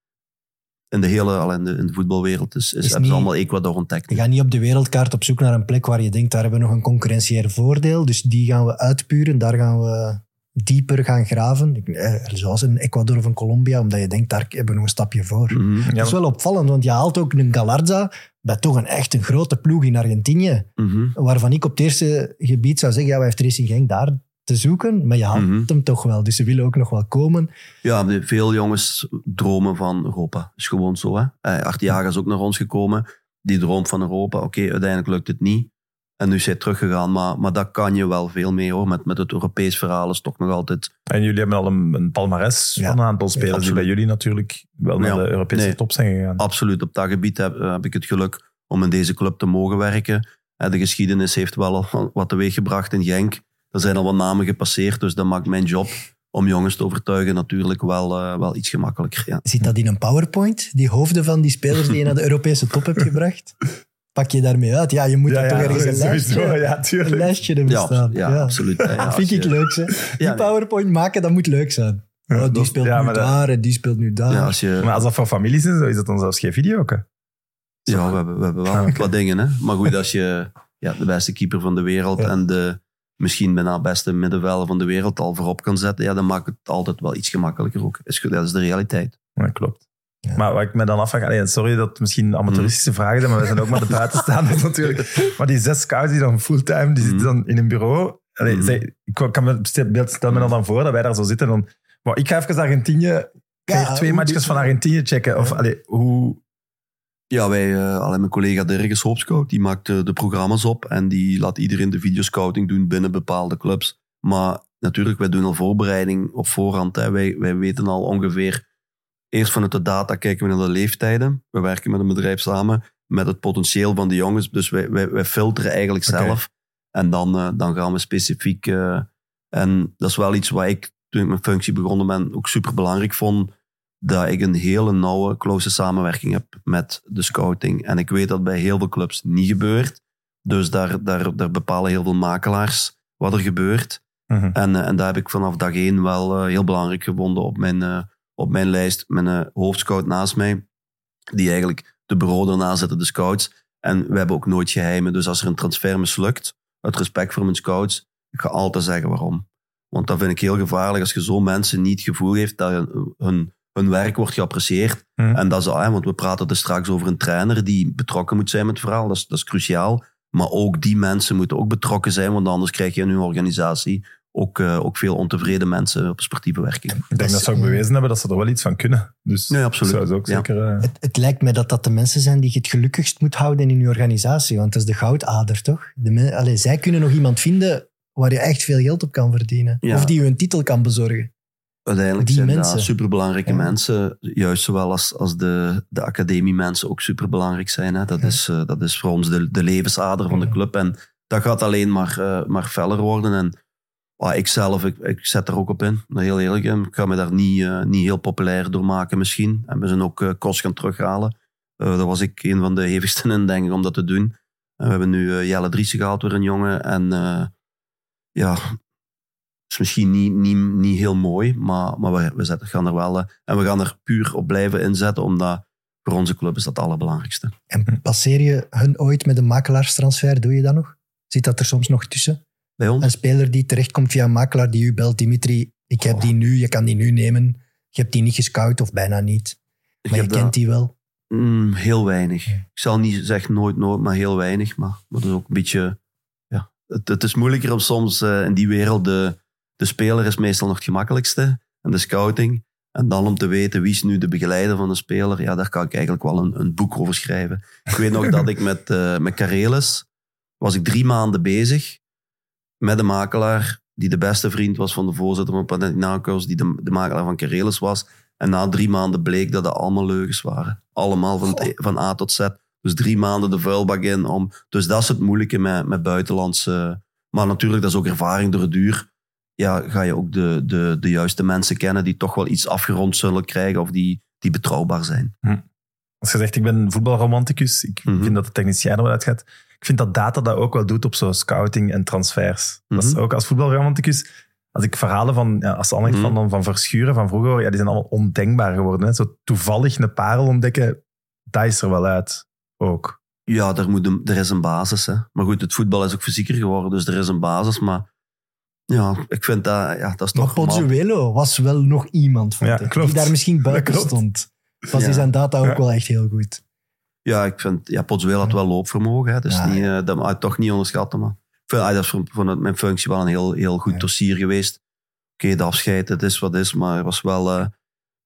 in de hele, al in de, in de voetbalwereld, is, is, Is hebben niet- ze allemaal Ecuador ontdekt. Je gaat niet op de wereldkaart op zoek naar een plek waar je denkt, daar hebben we nog een concurrentiële voordeel. Dus die gaan we uitpuren, daar gaan we dieper gaan graven. Ik- eh, Zoals in Ecuador of in Colombia, omdat je denkt, daar hebben we nog een stapje voor. Mhm, Ja, Dat is wel opvallend, want je haalt ook een Galarza bij toch een echt een grote ploeg in Argentinië, mhm. waarvan ik op het eerste gebied zou zeggen, ja, wij heeft Racing Genk daar te zoeken, maar je haalt Mhm. hem toch wel. Dus ze willen ook nog wel komen. Ja, de- veel jongens dromen van Europa. Is gewoon zo, hè. Eh, Arteaga is ook naar ons gekomen. Die droomt van Europa. Oké, uiteindelijk lukt het niet. En nu is hij teruggegaan. Maar, maar dat kan je wel veel mee, hoor. Met, met het Europees verhaal is toch nog altijd... En jullie hebben al een, een palmares Ja. van een aantal spelers die absoluut. bij jullie natuurlijk wel naar Ja, de Europese nee. top zijn gegaan. Absoluut, op dat gebied heb, heb ik het geluk om in deze club te mogen werken. Eh, De geschiedenis heeft wel al wat teweeg gebracht in Genk. Er zijn al wat namen gepasseerd, dus dat maakt mijn job om jongens te overtuigen natuurlijk wel, uh, wel iets gemakkelijker. Ja. Zit dat in een PowerPoint? Die hoofden van die spelers die je naar de Europese top hebt gebracht? Pak je daarmee uit? Ja, je moet er toch ergens een lijstje, sowieso, ja, een tuurlijk. lijstje hebben Ja, staan. ja, absoluut. hè. Ja, Dat vind als ik je- leuk, hè. Die Ja, nee. PowerPoint maken, dat moet leuk zijn. Oh, die dat- speelt ja, nu maar dat- daar en die speelt nu daar. Ja, als je, Maar als dat voor families is, zo is dat dan zelfs geen video ook. Hè? ja we, hebben, we hebben wel Ah, oké. wat dingen. Hè. Maar goed, als je ja, de beste keeper van de wereld Ja. en de misschien bijna beste middenvelder van de wereld al voorop kan zetten, ja, dan maakt het altijd wel iets gemakkelijker ook. Is goed, dat is de realiteit. Ja, klopt. Ja. Maar wat ik me dan afvraag, allee, sorry dat het misschien amateuristische vragen zijn, maar we zijn ook maar de buitenstaanders natuurlijk. Maar die zes scouts die dan fulltime, die zitten dan in een bureau. Allee, Mhm. zij- ik kan me stel- beeld stel me dan voor dat wij daar zo zitten. Dan, maar ik ga even Argentinië, ik ga Ja, hier twee hoe- matchjes van Argentinië checken. Of, Ja. allee, hoe, Ja, wij, uh, alleen mijn collega Dirk is hoofdscout, die maakt uh, de programma's op en die laat iedereen de videoscouting doen binnen bepaalde clubs. Maar natuurlijk, wij doen al voorbereiding op voorhand. Hè. Wij, wij weten al ongeveer, eerst vanuit de data kijken we naar de leeftijden. We werken met een bedrijf samen, met het potentieel van de jongens. Dus wij, wij, wij filteren eigenlijk Oké. zelf. En dan, uh, dan gaan we specifiek... Uh, en dat is wel iets wat ik, toen ik mijn functie begonnen ben, ook super belangrijk vond. Dat ik een hele nauwe, close samenwerking heb met de scouting. En ik weet dat bij heel veel clubs niet gebeurt. Dus daar, daar, daar bepalen heel veel makelaars wat er gebeurt. Mhm. En, uh, en daar heb ik vanaf dag één wel uh, heel belangrijk gevonden op mijn, uh, op mijn lijst. Mijn uh, hoofdscout naast mij, die eigenlijk de bureau erna zetten, de scouts. En we hebben ook nooit geheimen. Dus als er een transfer mislukt, uit respect voor mijn scouts, ik ga altijd zeggen waarom. Want dat vind ik heel gevaarlijk als je zo mensen niet het gevoel heeft dat hun, hun, hun werk wordt geapprecieerd. Mhm. En dat is, ah, want we praten er straks over een trainer die betrokken moet zijn met het verhaal. Dat is, dat is cruciaal. Maar ook die mensen moeten ook betrokken zijn, want anders krijg je in uw organisatie ook, uh, ook veel ontevreden mensen op sportieve werking. Ik denk dat ze ook bewezen hebben dat ze er wel iets van kunnen. Dus Nee, absoluut. zou ze ook Ja. zeker... eh, Het, het lijkt mij dat dat de mensen zijn die je het gelukkigst moet houden in je organisatie. Want dat is de goudader, toch? De men, allee, zij kunnen nog iemand vinden waar je echt veel geld op kan verdienen. Ja. Of die je een titel kan bezorgen. Uiteindelijk Die zijn mensen. dat superbelangrijke Ja. mensen, juist zowel als, als de, de academiemensen ook superbelangrijk zijn. Hè. Dat, Ja. is, uh, dat is voor ons de, de levensader van de Ja. club. En dat gaat alleen maar, uh, maar feller worden. En ah, ik zelf, ik, ik zet er ook op in, ben heel eerlijk. Ik ga me daar niet, uh, niet heel populair door maken misschien. En we zijn ook uh, kost gaan terughalen. Uh, daar was ik een van de hevigsten in, denk ik, om dat te doen. En we hebben nu uh, Jelle Driessen gehaald, weer een jongen. En uh, ja... is misschien niet, niet, niet heel mooi, maar, maar we, we zetten, gaan er wel... Uh, en we gaan er puur op blijven inzetten, omdat voor onze club is dat het allerbelangrijkste. En passeer je hun ooit met een makelaarstransfer? Doe je dat nog? Zit dat er soms nog tussen? Bij ons? Een speler die terechtkomt via een makelaar die u belt, Dimitri, ik heb Oh. die nu, je kan die nu nemen. Je hebt die niet gescout of bijna niet. Ik Maar je heb kent dat- die wel. Mm, heel weinig. Ja. Ik zal niet zeggen nooit, nooit, maar heel weinig. Maar, maar dat is ook een beetje... Ja, het, het is moeilijker om soms uh, in die wereld... De, de speler is meestal nog het gemakkelijkste. En de scouting. En dan om te weten wie is nu de begeleider van de speler. Ja, daar kan ik eigenlijk wel een, een boek over schrijven. Ik weet nog dat ik met, uh, met Karelis... was ik drie maanden bezig met een makelaar die de beste vriend was van de voorzitter van Panathinaikos, die de, de makelaar van Karelis was. En na drie maanden bleek dat dat allemaal leugens waren. Allemaal van, t, van A tot Z. Dus drie maanden de vuilbak in. Om, dus dat is het moeilijke met, met buitenlandse... Maar natuurlijk, dat is ook ervaring door het duur. Ja, ga je ook de, de, de juiste mensen kennen die toch wel iets afgerond zullen krijgen of die, die betrouwbaar zijn. Hm. Als je zegt, ik ben voetbalromanticus, ik mm-hmm. vind dat de technicien er wel uitgaat. Ik vind dat data dat ook wel doet op zo scouting en transfers. Mm-hmm. Dat is ook als voetbalromanticus... Als ik verhalen van, ja, als Anne mm-hmm. van, van Verschuren van vroeger, ja, die zijn allemaal ondenkbaar geworden. Hè. Zo toevallig een parel ontdekken, dat is er wel uit ook. Ja, er, moet een, er is een basis. Hè. Maar goed, het voetbal is ook fysieker geworden, dus er is een basis. Maar ja, ik vind dat, ja, dat is toch... Maar Pozzuelo was wel nog iemand, vond ja, ik, die daar misschien buiten stond. Was ja. zijn data ook ja. wel echt heel goed. Ja, ik vind, ja, Pozzuelo had wel loopvermogen. Hè. Dus ja, niet, ja. dat moet je toch niet onderschatten. Maar ik vind, ah, dat is vanuit mijn functie wel een heel, heel goed ja. dossier geweest. Oké, okay, de afscheid, het is wat is, maar het was wel... Uh,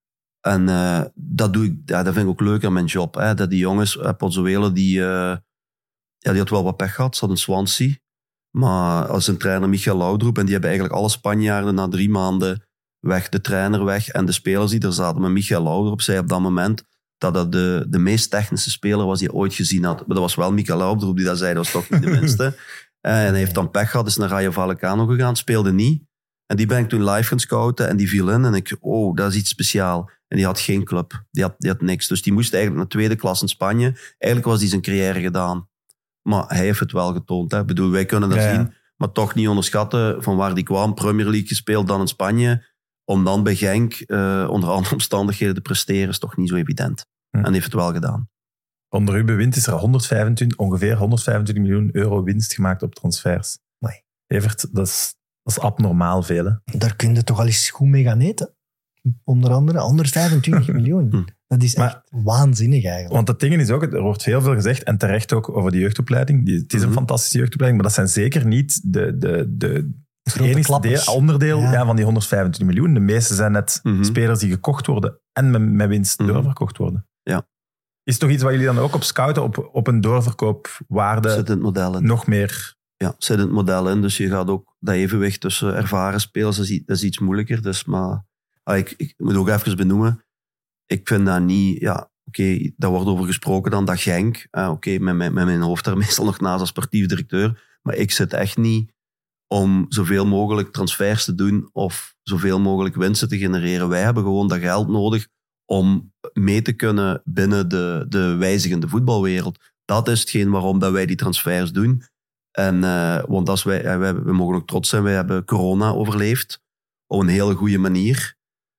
en uh, dat doe ik, ja, dat vind ik ook leuk aan mijn job. Hè, dat die jongens, uh, Pozzuelo, die, uh, ja, die had wel wat pech gehad. Ze had een Swansea. Maar als een trainer Michael Laudrup, en die hebben eigenlijk alle Spanjaarden na drie maanden weg, de trainer weg en de spelers die er zaten. Maar Michael Laudrup zei op dat moment dat dat de, de meest technische speler was die hij ooit gezien had. Maar dat was wel Michael Laudrup die dat zei, dat was toch niet de minste. En hij heeft dan pech gehad, is naar Rayo Vallecano gegaan, speelde niet. En die ben ik toen live gaan scouten en die viel in. En ik, oh, dat is iets speciaal. En die had geen club. Die had, die had niks. Dus die moest eigenlijk naar tweede klas in Spanje. Eigenlijk was die zijn carrière gedaan. Maar hij heeft het wel getoond. Hè. Ik bedoel, wij kunnen dat ja, zien. Maar toch niet onderschatten van waar die kwam. Premier League gespeeld, dan in Spanje. Om dan bij Genk uh, onder andere omstandigheden te presteren is toch niet zo evident. Hm. En hij heeft het wel gedaan. Onder uw bewind is er honderdvijfentwintig, ongeveer honderdvijfentwintig miljoen euro winst gemaakt op transfers. Amai. Evert, dat is, dat is abnormaal veel. Hè? Daar kun je toch al eens goed mee gaan eten. Onder andere honderdvijfentwintig miljoen. Dat is echt maar, waanzinnig eigenlijk. Want het ding is ook, er wordt heel veel gezegd, en terecht ook over de jeugdopleiding. Die, het is mm-hmm. een fantastische jeugdopleiding, maar dat zijn zeker niet de, de, de, de enige deel, onderdeel ja. Ja, van die honderdvijfentwintig miljoen. De meeste zijn net mm-hmm. spelers die gekocht worden en met, met winst mm-hmm. doorverkocht worden. Ja. Is het toch iets wat jullie dan ook op scouten, op, op een doorverkoopwaarde zit het model in. Nog meer... Ja, zit het model in. Dus je gaat ook dat evenwicht tussen ervaren spelers, dat is, dat is iets moeilijker. Dus, maar ah, ik, ik moet ook even benoemen, ik vind dat niet... Ja, oké, okay, daar wordt over gesproken dan, dat Genk. Ah, oké, okay, met, met, met mijn hoofd daar meestal nog naast als sportief directeur. Maar ik zit echt niet om zoveel mogelijk transfers te doen of zoveel mogelijk winsten te genereren. Wij hebben gewoon dat geld nodig om mee te kunnen binnen de, de wijzigende voetbalwereld. Dat is hetgeen waarom dat wij die transfers doen. En, uh, want als wij, wij, we mogen ook trots zijn, wij hebben corona overleefd op een hele goede manier.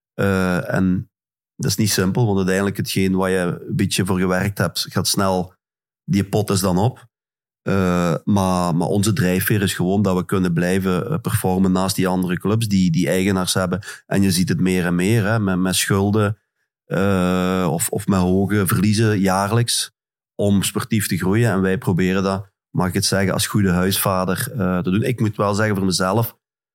Uh, en dat is niet simpel, want uiteindelijk hetgeen waar je een beetje voor gewerkt hebt, gaat snel, die pot is dan op. Uh, maar, maar onze drijfveer is gewoon dat we kunnen blijven performen naast die andere clubs die, die eigenaars hebben. En je ziet het meer en meer, hè, met, met schulden uh, of, of met hoge verliezen jaarlijks om sportief te groeien. En wij proberen dat, mag ik het zeggen, als goede huisvader uh, te doen. Ik moet wel zeggen voor mezelf,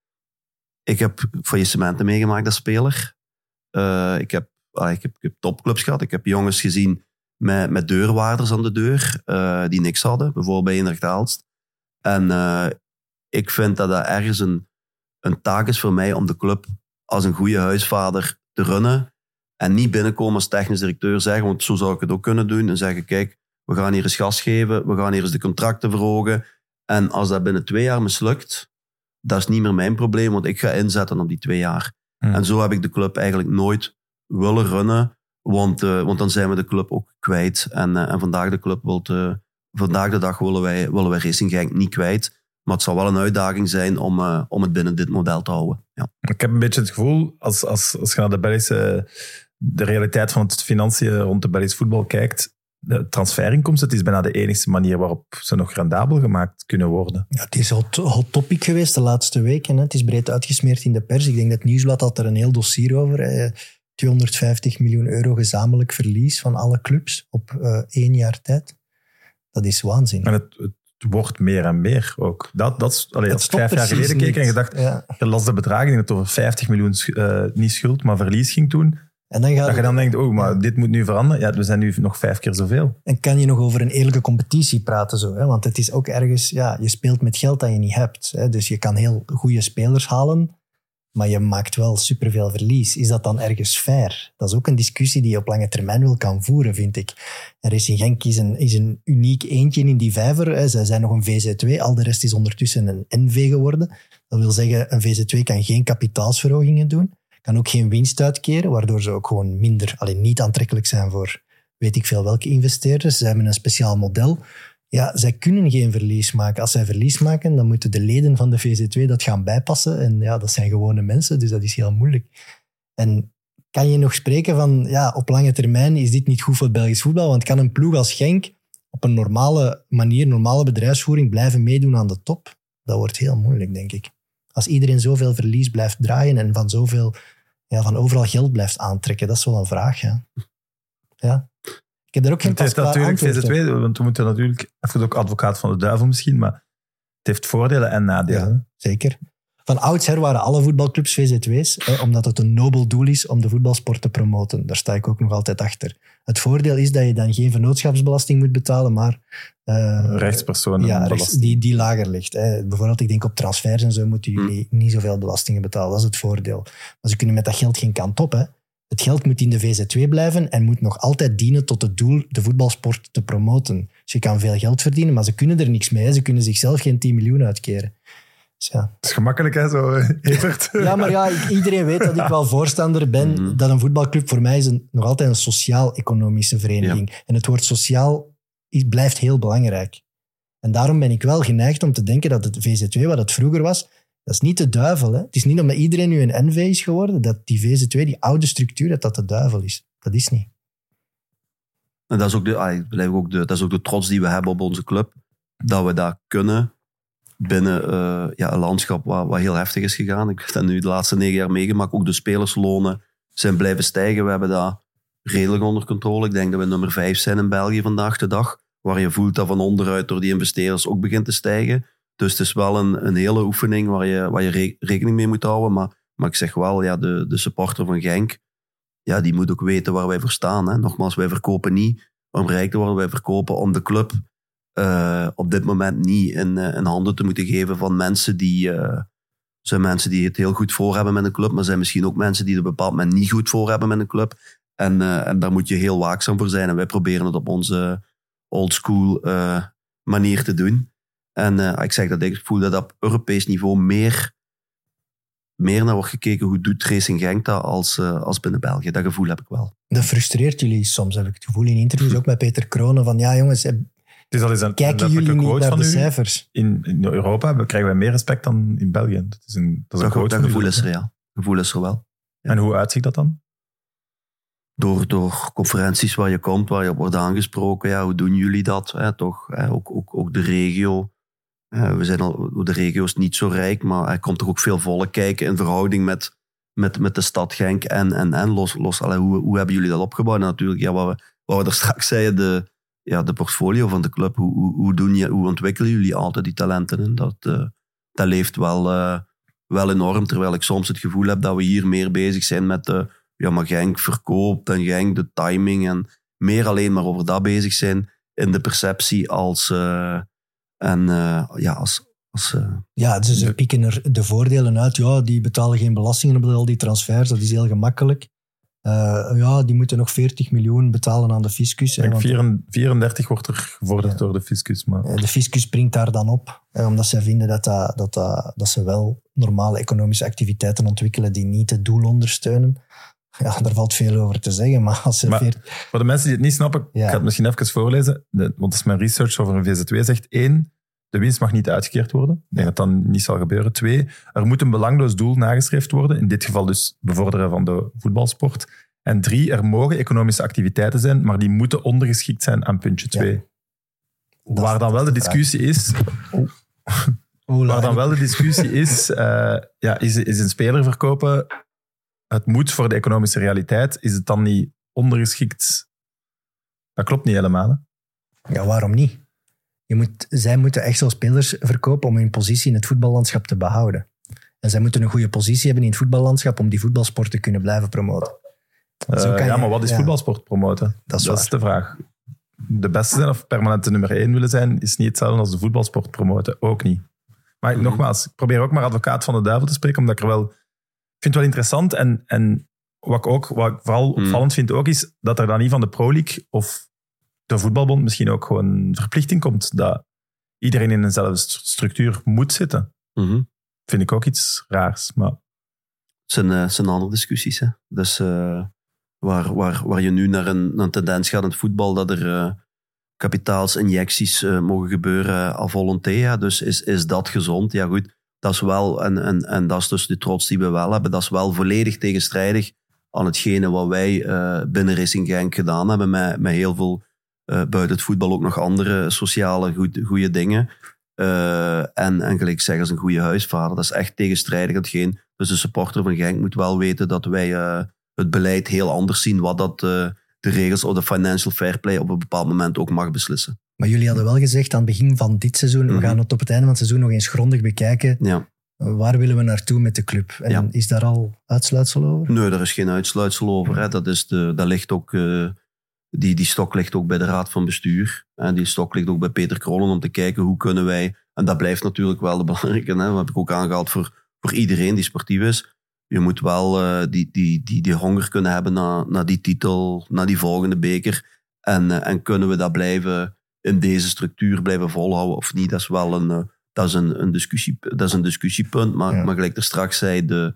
ik heb faillissementen meegemaakt als speler. Uh, ik, heb, uh, ik, heb, ik heb topclubs gehad. Ik heb jongens gezien met, met deurwaarders aan de deur uh, die niks hadden. Bijvoorbeeld bij Eendracht Aalst. En uh, ik vind dat dat ergens een, een taak is voor mij om de club als een goede huisvader te runnen. En niet binnenkomen als technisch directeur zeggen, want zo zou ik het ook kunnen doen. En zeggen, kijk, we gaan hier eens gas geven. We gaan hier eens de contracten verhogen. En als dat binnen twee jaar mislukt, dat is niet meer mijn probleem, want ik ga inzetten op die twee jaar. Hmm. En zo heb ik de club eigenlijk nooit willen runnen, want, uh, want dan zijn we de club ook kwijt. En, uh, en vandaag de club wilt, uh, vandaag de dag willen wij, willen wij Racing Genk niet kwijt. Maar het zal wel een uitdaging zijn om, uh, om het binnen dit model te houden. Ja. Ik heb een beetje het gevoel, als, als, als je naar de Belgische, de realiteit van het financiën rond de Belgisch voetbal kijkt, de transferinkomsten, het is bijna de enige manier waarop ze nog rendabel gemaakt kunnen worden. Ja, het is hot, hot topic geweest de laatste weken. Hè. Het is breed uitgesmeerd in de pers. Ik denk dat het Nieuwsblad had er een heel dossier over. Eh, tweehonderdvijftig miljoen euro gezamenlijk verlies van alle clubs op uh, één jaar tijd. Dat is waanzin. En het, het wordt meer en meer ook. Dat, dat is, allee, als ik vijf jaar geleden keek en je dacht, ja. je las de bedragen, dat het over vijftig miljoen uh, niet schuld, maar verlies ging toen. En dan gaat dat je dan denkt, oh, maar dit moet nu veranderen. Ja, we zijn nu nog vijf keer zoveel. En kan je nog over een eerlijke competitie praten zo? Hè? Want het is ook ergens, ja, je speelt met geld dat je niet hebt. Hè? Dus je kan heel goede spelers halen, maar je maakt wel superveel verlies. Is dat dan ergens fair? Dat is ook een discussie die je op lange termijn wel kan voeren, vind ik. En Racing Genk is een, is een uniek eentje in die vijver. Hè. Zij zijn nog een V Z twee, al de rest is ondertussen een N V geworden. Dat wil zeggen, een V Z twee kan geen kapitaalsverhogingen doen, kan ook geen winst uitkeren, waardoor ze ook gewoon minder, alleen niet aantrekkelijk zijn voor weet ik veel welke investeerders. Ze hebben een speciaal model. Ja, zij kunnen geen verlies maken. Als zij verlies maken, dan moeten de leden van de V Z twee dat gaan bijpassen. En ja, dat zijn gewone mensen, dus dat is heel moeilijk. En kan je nog spreken van, ja, op lange termijn is dit niet goed voor Belgisch voetbal, want kan een ploeg als Genk op een normale manier, normale bedrijfsvoering, blijven meedoen aan de top? Dat wordt heel moeilijk, denk ik. Als iedereen zoveel verlies blijft draaien en van zoveel, ja, van overal geld blijft aantrekken, dat is wel een vraag, ja. Ja. Ik heb daar ook geen pasklaar antwoord op. V Z twee, want we moeten natuurlijk, even ook advocaat van de duivel misschien, maar het heeft voordelen en nadelen. Ja, zeker. Van oudsher waren alle voetbalclubs V Z twee's, hè, omdat het een nobel doel is om de voetbalsport te promoten. Daar sta ik ook nog altijd achter. Het voordeel is dat je dan geen vennootschapsbelasting moet betalen, maar Uh, rechtspersonen. Ja, rechts, die, die lager ligt. Hè. Bijvoorbeeld, ik denk op transfers en zo moeten jullie hmm. niet zoveel belastingen betalen. Dat is het voordeel. Maar ze kunnen met dat geld geen kant op. Hè. Het geld moet in de V Z twee blijven en moet nog altijd dienen tot het doel de voetbalsport te promoten. Dus je kan veel geld verdienen, maar ze kunnen er niks mee. Hè. Ze kunnen zichzelf geen tien miljoen uitkeren. Dus ja. Dat is gemakkelijk, hè, zo, Evert. Ja, maar ja, iedereen weet dat ik wel voorstander ben mm-hmm. dat een voetbalclub voor mij is een, nog altijd een sociaal-economische vereniging. Ja. En het woord sociaal blijft heel belangrijk. En daarom ben ik wel geneigd om te denken dat het V Z twee, wat het vroeger was, dat is niet de duivel. Hè? Het is niet omdat iedereen nu een N V is geworden, dat die V Z twee, die oude structuur, dat dat de duivel is. Dat is niet. En dat is ook de, ah, blijf ook de, dat is ook de trots die we hebben op onze club. Dat we dat kunnen binnen uh, ja, een landschap wat, wat heel heftig is gegaan. Ik heb dat nu de laatste negen jaar meegemaakt. Ook de spelerslonen zijn blijven stijgen. We hebben dat redelijk onder controle. Ik denk dat we nummer vijf zijn in België vandaag de dag. Waar je voelt dat van onderuit door die investeerders ook begint te stijgen. Dus het is wel een, een hele oefening waar je, waar je re- rekening mee moet houden. Maar, maar ik zeg wel, ja, de, de supporter van Genk, ja, die moet ook weten waar wij voor staan. Hè. Nogmaals, wij verkopen niet om rijk te worden. Wij verkopen om de club uh, op dit moment niet in, uh, in handen te moeten geven van mensen die... Uh, zijn mensen die het heel goed voor hebben met een club, maar zijn misschien ook mensen die het op een bepaald moment niet goed voor hebben met een club. En, uh, en daar moet je heel waakzaam voor zijn. En wij proberen het op onze oldschool uh, manier te doen. En uh, ik zeg dat ik voel dat op Europees niveau meer, meer naar wordt gekeken hoe doet Racing Genk dat als, uh, als binnen België. Dat gevoel heb ik wel. Dat frustreert jullie soms, heb ik het gevoel in interviews, ook met Peter Kronen, van ja jongens, het is al eens een, kijken jullie niet naar de cijfers? In, in Europa krijgen wij meer respect dan in België. Dat is een, dat is een dat, dat gevoel is er, ja. gevoel is er wel. Ja. En hoe uitziet dat dan? Door, door conferenties waar je komt, waar je op wordt aangesproken. Ja, hoe doen jullie dat? Hè, toch? Hè, ook, ook, ook de regio. Uh, we zijn al, de regio is niet zo rijk, maar er komt toch ook veel volk kijken in verhouding met, met, met de stad Genk. En, en, en los, los allee, hoe, hoe hebben jullie dat opgebouwd? En natuurlijk, ja, wat, we, wat we er straks zeiden, de, ja, de portfolio van de club. Hoe, hoe, hoe, doen je, hoe ontwikkelen jullie altijd die talenten? En dat, uh, dat leeft wel, uh, wel enorm, terwijl ik soms het gevoel heb dat we hier meer bezig zijn met de... Ja, maar Genk verkoopt en Genk de timing en meer alleen maar over dat bezig zijn in de perceptie als... Uh, en uh, ja, als... als uh, ja, dus ze pikken er de voordelen uit. Ja, die betalen geen belastingen op al die transfers, dat is heel gemakkelijk. Uh, ja, die moeten nog veertig miljoen betalen aan de fiscus. Ik denk vierendertig wordt er gevorderd ja. door de fiscus. Maar... De fiscus springt daar dan op, hè, omdat zij vinden dat, dat, dat, dat, dat ze wel normale economische activiteiten ontwikkelen die niet het doel ondersteunen. Ja, daar valt veel over te zeggen, maar als ze... Maar veert... voor de mensen die het niet snappen, ja. ik ga het misschien even voorlezen, de, want dat is mijn research over een V Z twee, zegt één, de winst mag niet uitgekeerd worden. Ik denk dat dat niet zal gebeuren. Twee, er moet een belangloos doel nagestreefd worden, in dit geval dus bevorderen van de voetbalsport. En drie, er mogen economische activiteiten zijn, maar die moeten ondergeschikt zijn aan puntje twee. Ja. Waar dan wel de discussie is... Oh. Oh, waar dan wel de discussie is, uh, ja, is, is een speler verkopen... Het moet voor de economische realiteit, is het dan niet ondergeschikt? Dat klopt niet helemaal. Hè? Ja, waarom niet? Je moet, zij moeten echt zo spelers verkopen om hun positie in het voetballandschap te behouden. En zij moeten een goede positie hebben in het voetballandschap om die voetbalsport te kunnen blijven promoten. Uh, Zo kan ja, je- maar wat is ja. voetbalsport promoten? Dat is dat waar. is de vraag. De beste zijn of permanente nummer één willen zijn, is niet hetzelfde als de voetbalsport promoten. Ook niet. Maar ik, Mhm. nogmaals, ik probeer ook maar advocaat van de duivel te spreken, omdat ik er wel... Ik vind het wel interessant. En, en wat ik ook wat ik vooral Mhm. opvallend vind ook, is dat er dan niet van de Pro League of de voetbalbond misschien ook gewoon een verplichting komt dat iedereen in eenzelfde st- structuur moet zitten. Mhm. Vind ik ook iets raars. Maar Het zijn, uh, zijn andere discussies. Hè? Dus uh, waar, waar, waar je nu naar een, naar een tendens gaat in het voetbal, dat er uh, kapitaalsinjecties uh, mogen gebeuren à volonté. Ja? Dus is, is dat gezond? Ja goed, dat is wel, en, en, en dat is dus de trots die we wel hebben, dat is wel volledig tegenstrijdig aan hetgene wat wij uh, binnen Racing Genk gedaan hebben, met, met heel veel, uh, buiten het voetbal ook nog andere sociale goede dingen. Uh, en, en gelijk zeggen als een goede huisvader, dat is echt tegenstrijdig hetgeen. Dus de supporter van Genk moet wel weten dat wij uh, het beleid heel anders zien, wat dat uh, de regels of de financial fair play op een bepaald moment ook mag beslissen. Maar jullie hadden wel gezegd aan het begin van dit seizoen, Mm-hmm. we gaan het op het einde van het seizoen nog eens grondig bekijken. Ja. Waar willen we naartoe met de club? En Ja. is daar al uitsluitsel over? Nee, daar is geen uitsluitsel over. Hè. Dat, is de, dat ligt ook, uh, die, die stok ligt ook bij de raad van bestuur. En die stok ligt ook bij Peter Kronen om te kijken hoe kunnen wij... En dat blijft natuurlijk wel de belangrijke. Hè. Dat heb ik ook aangehaald voor, voor iedereen die sportief is. Je moet wel uh, die, die, die, die honger kunnen hebben naar, naar die titel, naar die volgende beker. En, uh, en kunnen we dat blijven in deze structuur blijven volhouden of niet? Dat is wel een, uh, dat is een, een, discussie, dat is een discussiepunt. Maar, Ja. maar gelijk er straks zei, de,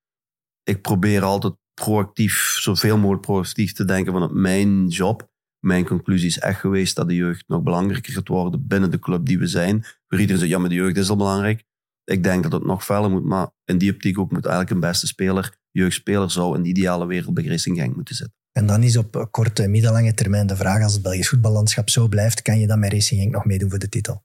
ik probeer altijd proactief, zoveel mogelijk proactief te denken van mijn job. Mijn conclusie is echt geweest dat de jeugd nog belangrijker gaat worden binnen de club die we zijn. Voor iedereen zegt, ja, maar de jeugd is al belangrijk. Ik denk dat het nog verder moet, maar in die optiek ook moet eigenlijk een beste speler, jeugdspeler, zou in de ideale wereld bij Racing Genk moeten zitten. En dan is op korte en middellange termijn de vraag, als het Belgisch voetballandschap zo blijft, kan je dan met Racing Genk nog meedoen voor de titel?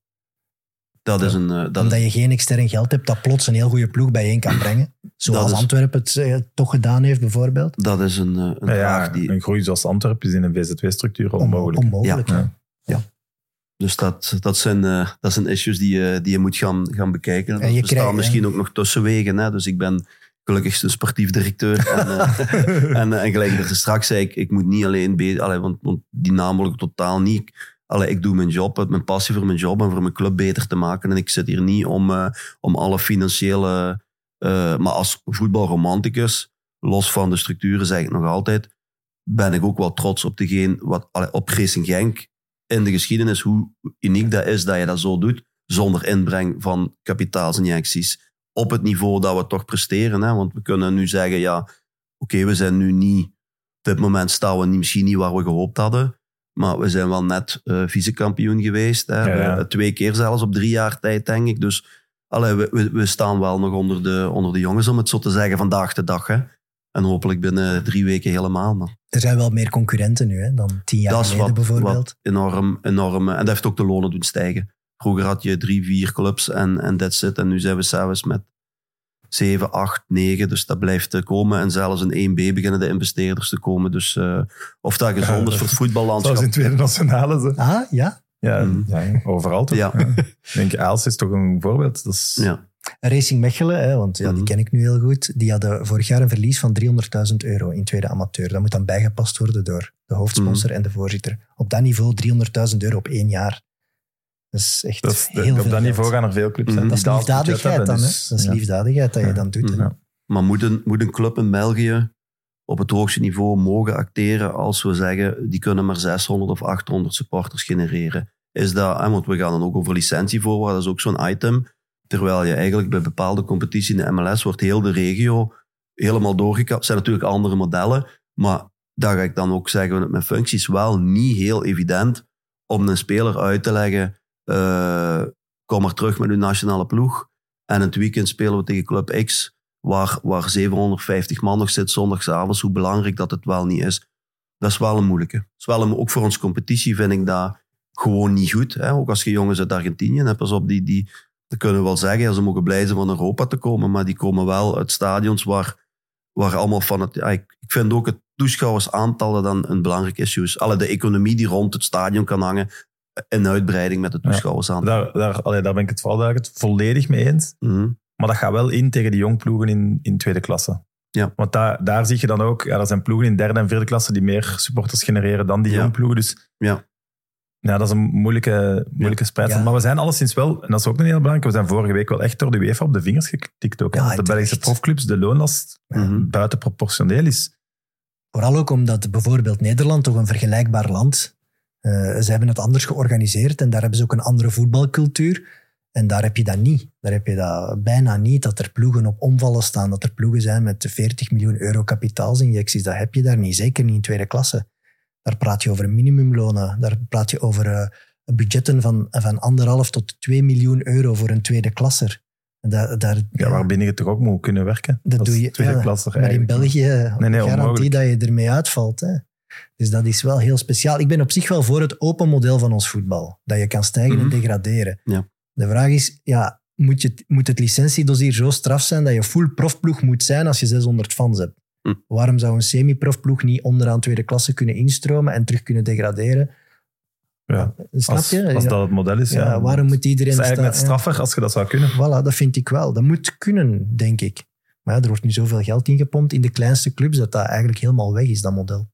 Dat is een... Uh, dat Omdat is, je geen extern geld hebt dat plots een heel goede ploeg bijeen kan brengen. Zoals Dat is- Antwerpen het uh, toch gedaan heeft bijvoorbeeld. dat is een, uh, een ja, vraag ja, die... een groei zoals Antwerpen is in een V Z W-structuur onmogelijk. Onmogelijk. Ja. Ja. Dus dat, dat, zijn, uh, dat zijn issues die je, die je moet gaan, gaan bekijken. En En je er staan krijgt- misschien ook nog tussenwegen. Hè? Dus ik ben gelukkig een sportief directeur. en, uh, en, uh, en gelijk dat er straks zei, ik, ik moet niet alleen... Be- allee, want, want die naam wil ik totaal niet. Ik, allee, ik doe mijn job, uit mijn passie voor mijn job en voor mijn club beter te maken. En ik zit hier niet om, uh, om alle financiële... Uh, maar als voetbalromanticus, los van de structuren, zeg ik nog altijd, ben ik ook wel trots op degene, wat, allee, op Racing Genk in de geschiedenis, hoe uniek dat is dat je dat zo doet, zonder inbreng van kapitaalsinjecties. Op het niveau dat we toch presteren. Hè? Want we kunnen nu zeggen, ja, oké, okay, we zijn nu niet, op dit moment staan we niet, misschien niet waar we gehoopt hadden, maar we zijn wel net uh, vice-kampioen geweest. Hè? Ja, ja. We, twee keer zelfs op drie jaar tijd, denk ik. Dus allee, we, we, we staan wel nog onder de, onder de jongens, om het zo te zeggen, vandaag de dag. Hè? En hopelijk binnen drie weken helemaal. Maar Er zijn wel meer concurrenten nu hè, dan tien jaar dat is geleden wat, bijvoorbeeld. wat enorm, enorm... En dat heeft ook de lonen doen stijgen. Vroeger had je drie, vier clubs en, en that's it. En nu zijn we zelfs met zeven, acht, negen. Dus dat blijft uh, komen. En zelfs in één B beginnen de investeerders te komen. Dus uh, of dat gezond is voor het voetballandschap. Zoals in tweede nationale. Ze. Ah, ja. Ja, Mhm. ja, overal toch? Ja. Ja. Ik denk, Aals is toch een voorbeeld. Dat is, Ja. Racing Mechelen, hè, want ja, die Mhm. ken ik nu heel goed, die hadden vorig jaar een verlies van driehonderdduizend euro in tweede amateur. Dat moet dan bijgepast worden door de hoofdsponsor Mhm. en de voorzitter. Op dat niveau driehonderdduizend euro op één jaar. Dat is echt dat is de- heel op veel dat niveau geld. gaan er veel clubs Mhm. zijn. Dat is die dat budget liefdadigheid hebben, dan. Hè? dus, Dat is ja. liefdadigheid dat je Ja. dan doet. hè. Ja. Maar moet een, moet een club in België op het hoogste niveau mogen acteren als we zeggen, die kunnen maar zeshonderd of achthonderd supporters genereren? Is dat, hè, want we gaan dan ook over licentievoorwaarden, dat is ook zo'n item. Terwijl je eigenlijk bij bepaalde competities in de M L S wordt heel de regio helemaal doorgekapt. Het zijn natuurlijk andere modellen, maar daar ga ik dan ook zeggen, met functies wel niet heel evident om een speler uit te leggen, uh, kom maar terug met uw nationale ploeg en het weekend spelen we tegen Club X, waar, waar zevenhonderdvijftig man nog zit zondagsavonds, hoe belangrijk dat het wel niet is. Dat is wel een moeilijke. Dat is wel een, ook voor onze competitie vind ik dat gewoon niet goed. Hè? Ook als je jongens uit Argentinië hebt, pas op, die, die, dat kunnen we wel zeggen, ja, ze mogen blij zijn van Europa te komen, maar die komen wel uit stadions waar, waar allemaal van het... Ja, ik, ik vind ook het toeschouwersaantal dat dan een belangrijk issue is. Alle de economie die rond het stadion kan hangen, in uitbreiding met het toeschouwersaantal. Daar, daar, allee, daar ben ik het vooral het volledig mee eens. Mhm. Maar dat gaat wel in tegen de jongploegen in, in tweede klasse. Ja. Want daar, daar zie je dan ook, ja, er zijn ploegen in derde en vierde klasse die meer supporters genereren dan die Ja. jong ploegen. Dus Ja. ja, dat is een moeilijke, moeilijke spreid. Ja. Maar we zijn alleszins wel, en dat is ook een heel belangrijk, we zijn vorige week wel echt door de UEFA op de vingers getikt ook. Ja, hè. Dat de terecht. Belgische profclubs, de loonlast Mhm. buitenproportioneel is. Vooral ook omdat bijvoorbeeld Nederland, toch een vergelijkbaar land, uh, ze hebben het anders georganiseerd en daar hebben ze ook een andere voetbalcultuur. En daar heb je dat niet. Daar heb je dat bijna niet, dat er ploegen op omvallen staan, dat er ploegen zijn met veertig miljoen euro kapitaalsinjecties. Dat heb je daar niet, zeker niet in tweede klasse. Daar praat je over minimumlonen, daar praat je over uh, budgetten van, van anderhalf tot twee miljoen euro voor een tweede klasser. Daar, daar, Ja, ja, waarbinnen je toch ook moet kunnen werken. dat als doe je, tweede ja, klasser maar in eigenlijk. België Nee, nee, garantie onmogelijk. dat je ermee uitvalt. Hè. Dus dat is wel heel speciaal. Ik ben op zich wel voor het open model van ons voetbal. Dat je kan stijgen Mhm. en degraderen. Ja. De vraag is, ja, moet, je, moet het licentiedossier zo straf zijn dat je full profploeg moet zijn als je zeshonderd fans hebt? Hm. Waarom zou een semi-profploeg niet onderaan tweede klasse kunnen instromen en terug kunnen degraderen? Ja. Snap Als, je? als Ja. dat het model is. Ja, Ja, waarom moet iedereen... Het is eigenlijk staan- net straffer als je dat zou kunnen. Voilà, dat vind ik wel. Dat moet kunnen, denk ik. Maar ja, er wordt nu zoveel geld ingepompt in de kleinste clubs dat dat eigenlijk helemaal weg is, dat model.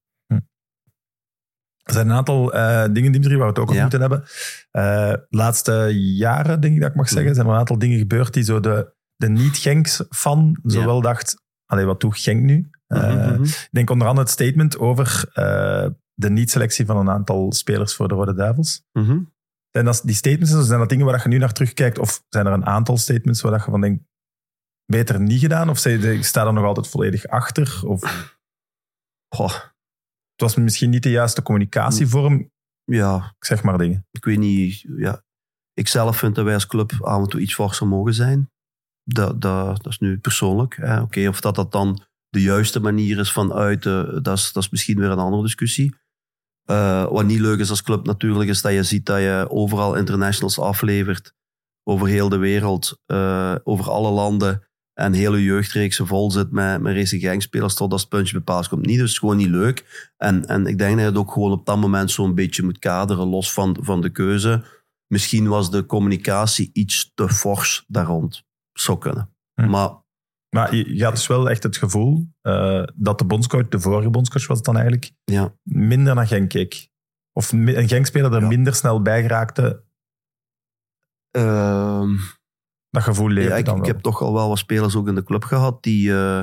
Er zijn een aantal uh, dingen, Dimitri, waar we het ook over Ja. moeten hebben. Uh, de laatste jaren, denk ik dat ik mag zeggen, zijn er een aantal dingen gebeurd die zo de, de niet-Genks-fan zowel dacht, allee, wat doet Genk nu? Uh, Mhm. Ik denk onder andere het statement over uh, de niet-selectie van een aantal spelers voor de Rode Duivels. Mhm. Zijn dat die statements, zijn dat dingen waar je nu naar terugkijkt? Of zijn er een aantal statements waar je van denkt, beter niet gedaan? Of zei je, ik sta er nog altijd volledig achter? Of Goh, het was misschien niet de juiste communicatievorm? ja, Ik zeg maar dingen. ik weet niet. Ja. Ik zelf vind dat wij als club af en toe iets forser mogen zijn. Dat, dat, dat is nu persoonlijk. Oké, okay, of dat dat dan de juiste manier is van uiten, dat is, dat is misschien weer een andere discussie. Uh, wat niet leuk is als club natuurlijk, is dat je ziet dat je overal internationals aflevert. Over heel de wereld, uh, over alle landen. En hele jeugdreeksen vol zit met, met Racing Genk-spelers totdat het puntje bepaald komt. Niet, dus het is gewoon niet leuk. En, en ik denk dat je het ook gewoon op dat moment zo'n beetje moet kaderen, los van, van de keuze. Misschien was de communicatie iets te fors daar rond. Zou kunnen. Hm. Maar Maar je, je had dus wel echt het gevoel uh, dat de bondscoach, de vorige bondscoach was het dan eigenlijk, ja, minder naar Genk keek. Of mi- een Genk-speler er Ja. minder snel bij geraakte. uh, Dat gevoel leefde ja ik, dan ik wel. heb toch al wel wat spelers ook in de club gehad die... Uh,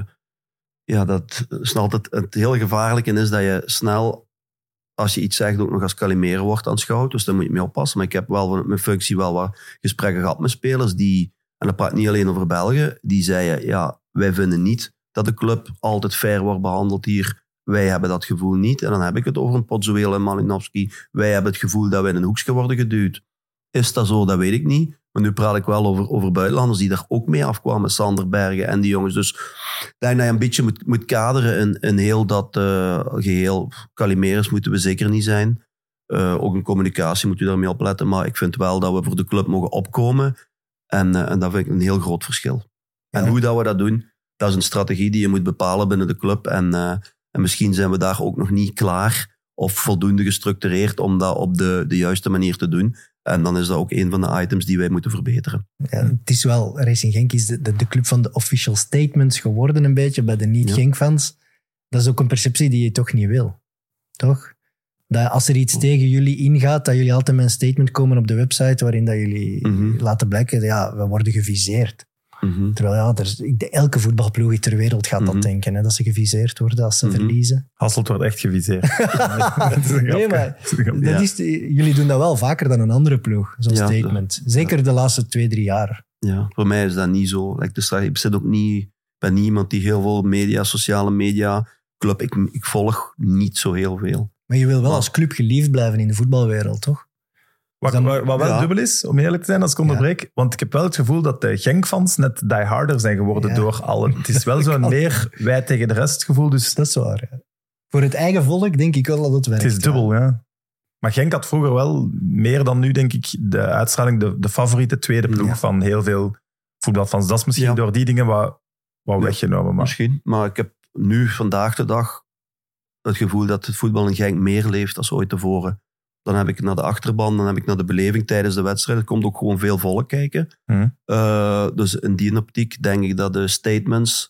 ja, dat is altijd het heel gevaarlijke is dat je snel, als je iets zegt, ook nog als Calimero wordt aanschouwd. Dus daar moet je mee oppassen. Maar ik heb wel van mijn functie wel wat gesprekken gehad met spelers die, en dat praat niet alleen over België, die zeiden, ja, wij vinden niet dat de club altijd fair wordt behandeld hier. Wij hebben dat gevoel niet. En dan heb ik het over een Podzuel en Malinowski. Wij hebben het gevoel dat wij in een hoekje worden geduwd. Is dat zo? Dat weet ik niet. Maar nu praat ik wel over, over buitenlanders die daar ook mee afkwamen. Sander Bergen en die jongens. Dus ik denk dat je een beetje moet, moet kaderen in, in heel dat uh, geheel. Calimeres moeten we zeker niet zijn. Uh, ook in communicatie moet je daarmee opletten. Maar ik vind wel dat we voor de club mogen opkomen. En, uh, en dat vind ik een heel groot verschil. Ja. En hoe dat we dat doen, dat is een strategie die je moet bepalen binnen de club. En, uh, en misschien zijn we daar ook nog niet klaar of voldoende gestructureerd om dat op de, de juiste manier te doen. En dan is dat ook een van de items die wij moeten verbeteren. Ja, het is wel, Racing Genk is de, de, de club van de official statements geworden een beetje bij de niet-Genk-fans. Dat is ook een perceptie die je toch niet wil. Toch? Dat als er iets tegen jullie ingaat, dat jullie altijd met een statement komen op de website waarin dat jullie mm-hmm. laten blijken, ja, we worden geviseerd. Mm-hmm. Terwijl ja, er is, elke voetbalploeg ter wereld gaat mm-hmm. dat denken, hè, dat ze geviseerd worden als ze mm-hmm. verliezen. Hasselt wordt echt geviseerd. dat is een nee, maar dat is, jullie doen dat wel vaker dan een andere ploeg, zo'n ja, statement. Zeker ja. de laatste twee, drie jaar. Ja, voor mij is dat niet zo. Like, dus, ik zit ook niet, ben niet iemand die heel veel media, sociale media, club, ik, ik volg niet zo heel veel. Maar je wil wel als club geliefd blijven in de voetbalwereld, toch? Wat, dan, wat, wat wel ja. dubbel is, om eerlijk te zijn, als ik onderbreek. Ja. Want ik heb wel het gevoel dat de Genk-fans net die harder zijn geworden ja. door alle... Het is wel zo'n meer wij tegen de rest gevoel. Dus dat is waar, ja. Voor het eigen volk denk ik wel dat het werkt. Het is dubbel, ja. ja. Maar Genk had vroeger wel meer dan nu, denk ik, de uitstraling, de, de favoriete tweede ploeg ja. van heel veel voetbalfans. Dat is misschien ja. door die dingen wat, wat ja. weggenomen. Maar. Misschien, maar ik heb nu, vandaag de dag, het gevoel dat het voetbal in Genk meer leeft dan ooit tevoren. Dan heb ik naar de achterban, dan heb ik naar de beleving tijdens de wedstrijd. Er komt ook gewoon veel volk kijken. Mm. Uh, dus in die optiek denk ik dat de statements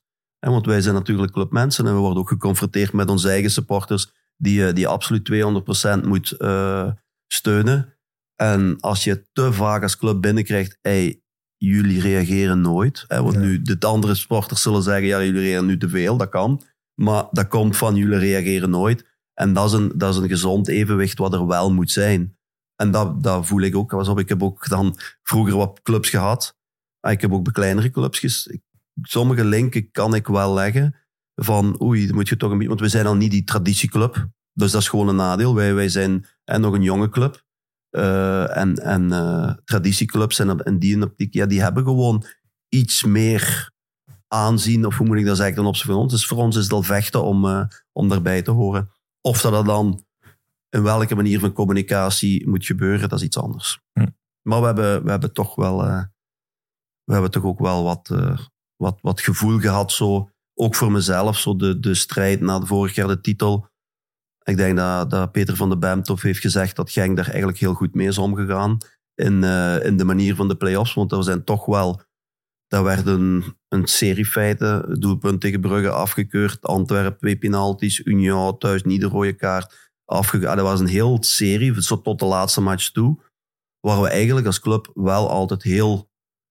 En want wij zijn natuurlijk clubmensen en we worden ook geconfronteerd met onze eigen supporters die, die absoluut tweehonderd procent moet uh, steunen. En als je te vaak als club binnenkrijgt, hey, jullie reageren nooit. Hè, want ja. nu de andere sporters zullen zeggen, ja, jullie reageren nu te veel, dat kan. Maar dat komt van, jullie reageren nooit. En dat is een, dat is een gezond evenwicht wat er wel moet zijn. En dat, dat voel ik ook. Alsof ik heb ook dan vroeger wat clubs gehad. Ik heb ook bij kleinere clubjes. Sommige linken kan ik wel leggen. Van, oei, dan moet je toch een beetje... Want we zijn al niet die traditieclub. Dus dat is gewoon een nadeel. Wij, wij zijn en nog een jonge club. Uh, en en uh, traditieclubs en, en die in optiek, ja, die hebben gewoon iets meer aanzien. Of hoe moet ik dat zeggen ten opzichte van ons? Dus voor ons is het al vechten om, uh, om daarbij te horen. Of dat er dan in welke manier van communicatie moet gebeuren, dat is iets anders. Hm. Maar we hebben, we hebben toch wel... Uh, we hebben toch ook wel wat, uh, wat, wat gevoel gehad, zo, ook voor mezelf, zo de, de strijd na de vorig jaar de titel. Ik denk dat, dat Peter van de Bemtoff heeft gezegd dat Genk daar eigenlijk heel goed mee is omgegaan in, uh, in de manier van de play-offs, want er zijn toch wel, daar werden een serie feiten, doelpunt tegen Brugge afgekeurd, Antwerpen twee penalties, Union thuis niet de rode kaart afgekeurd. Dat was een heel serie, zo tot de laatste match toe, waar we eigenlijk als club wel altijd heel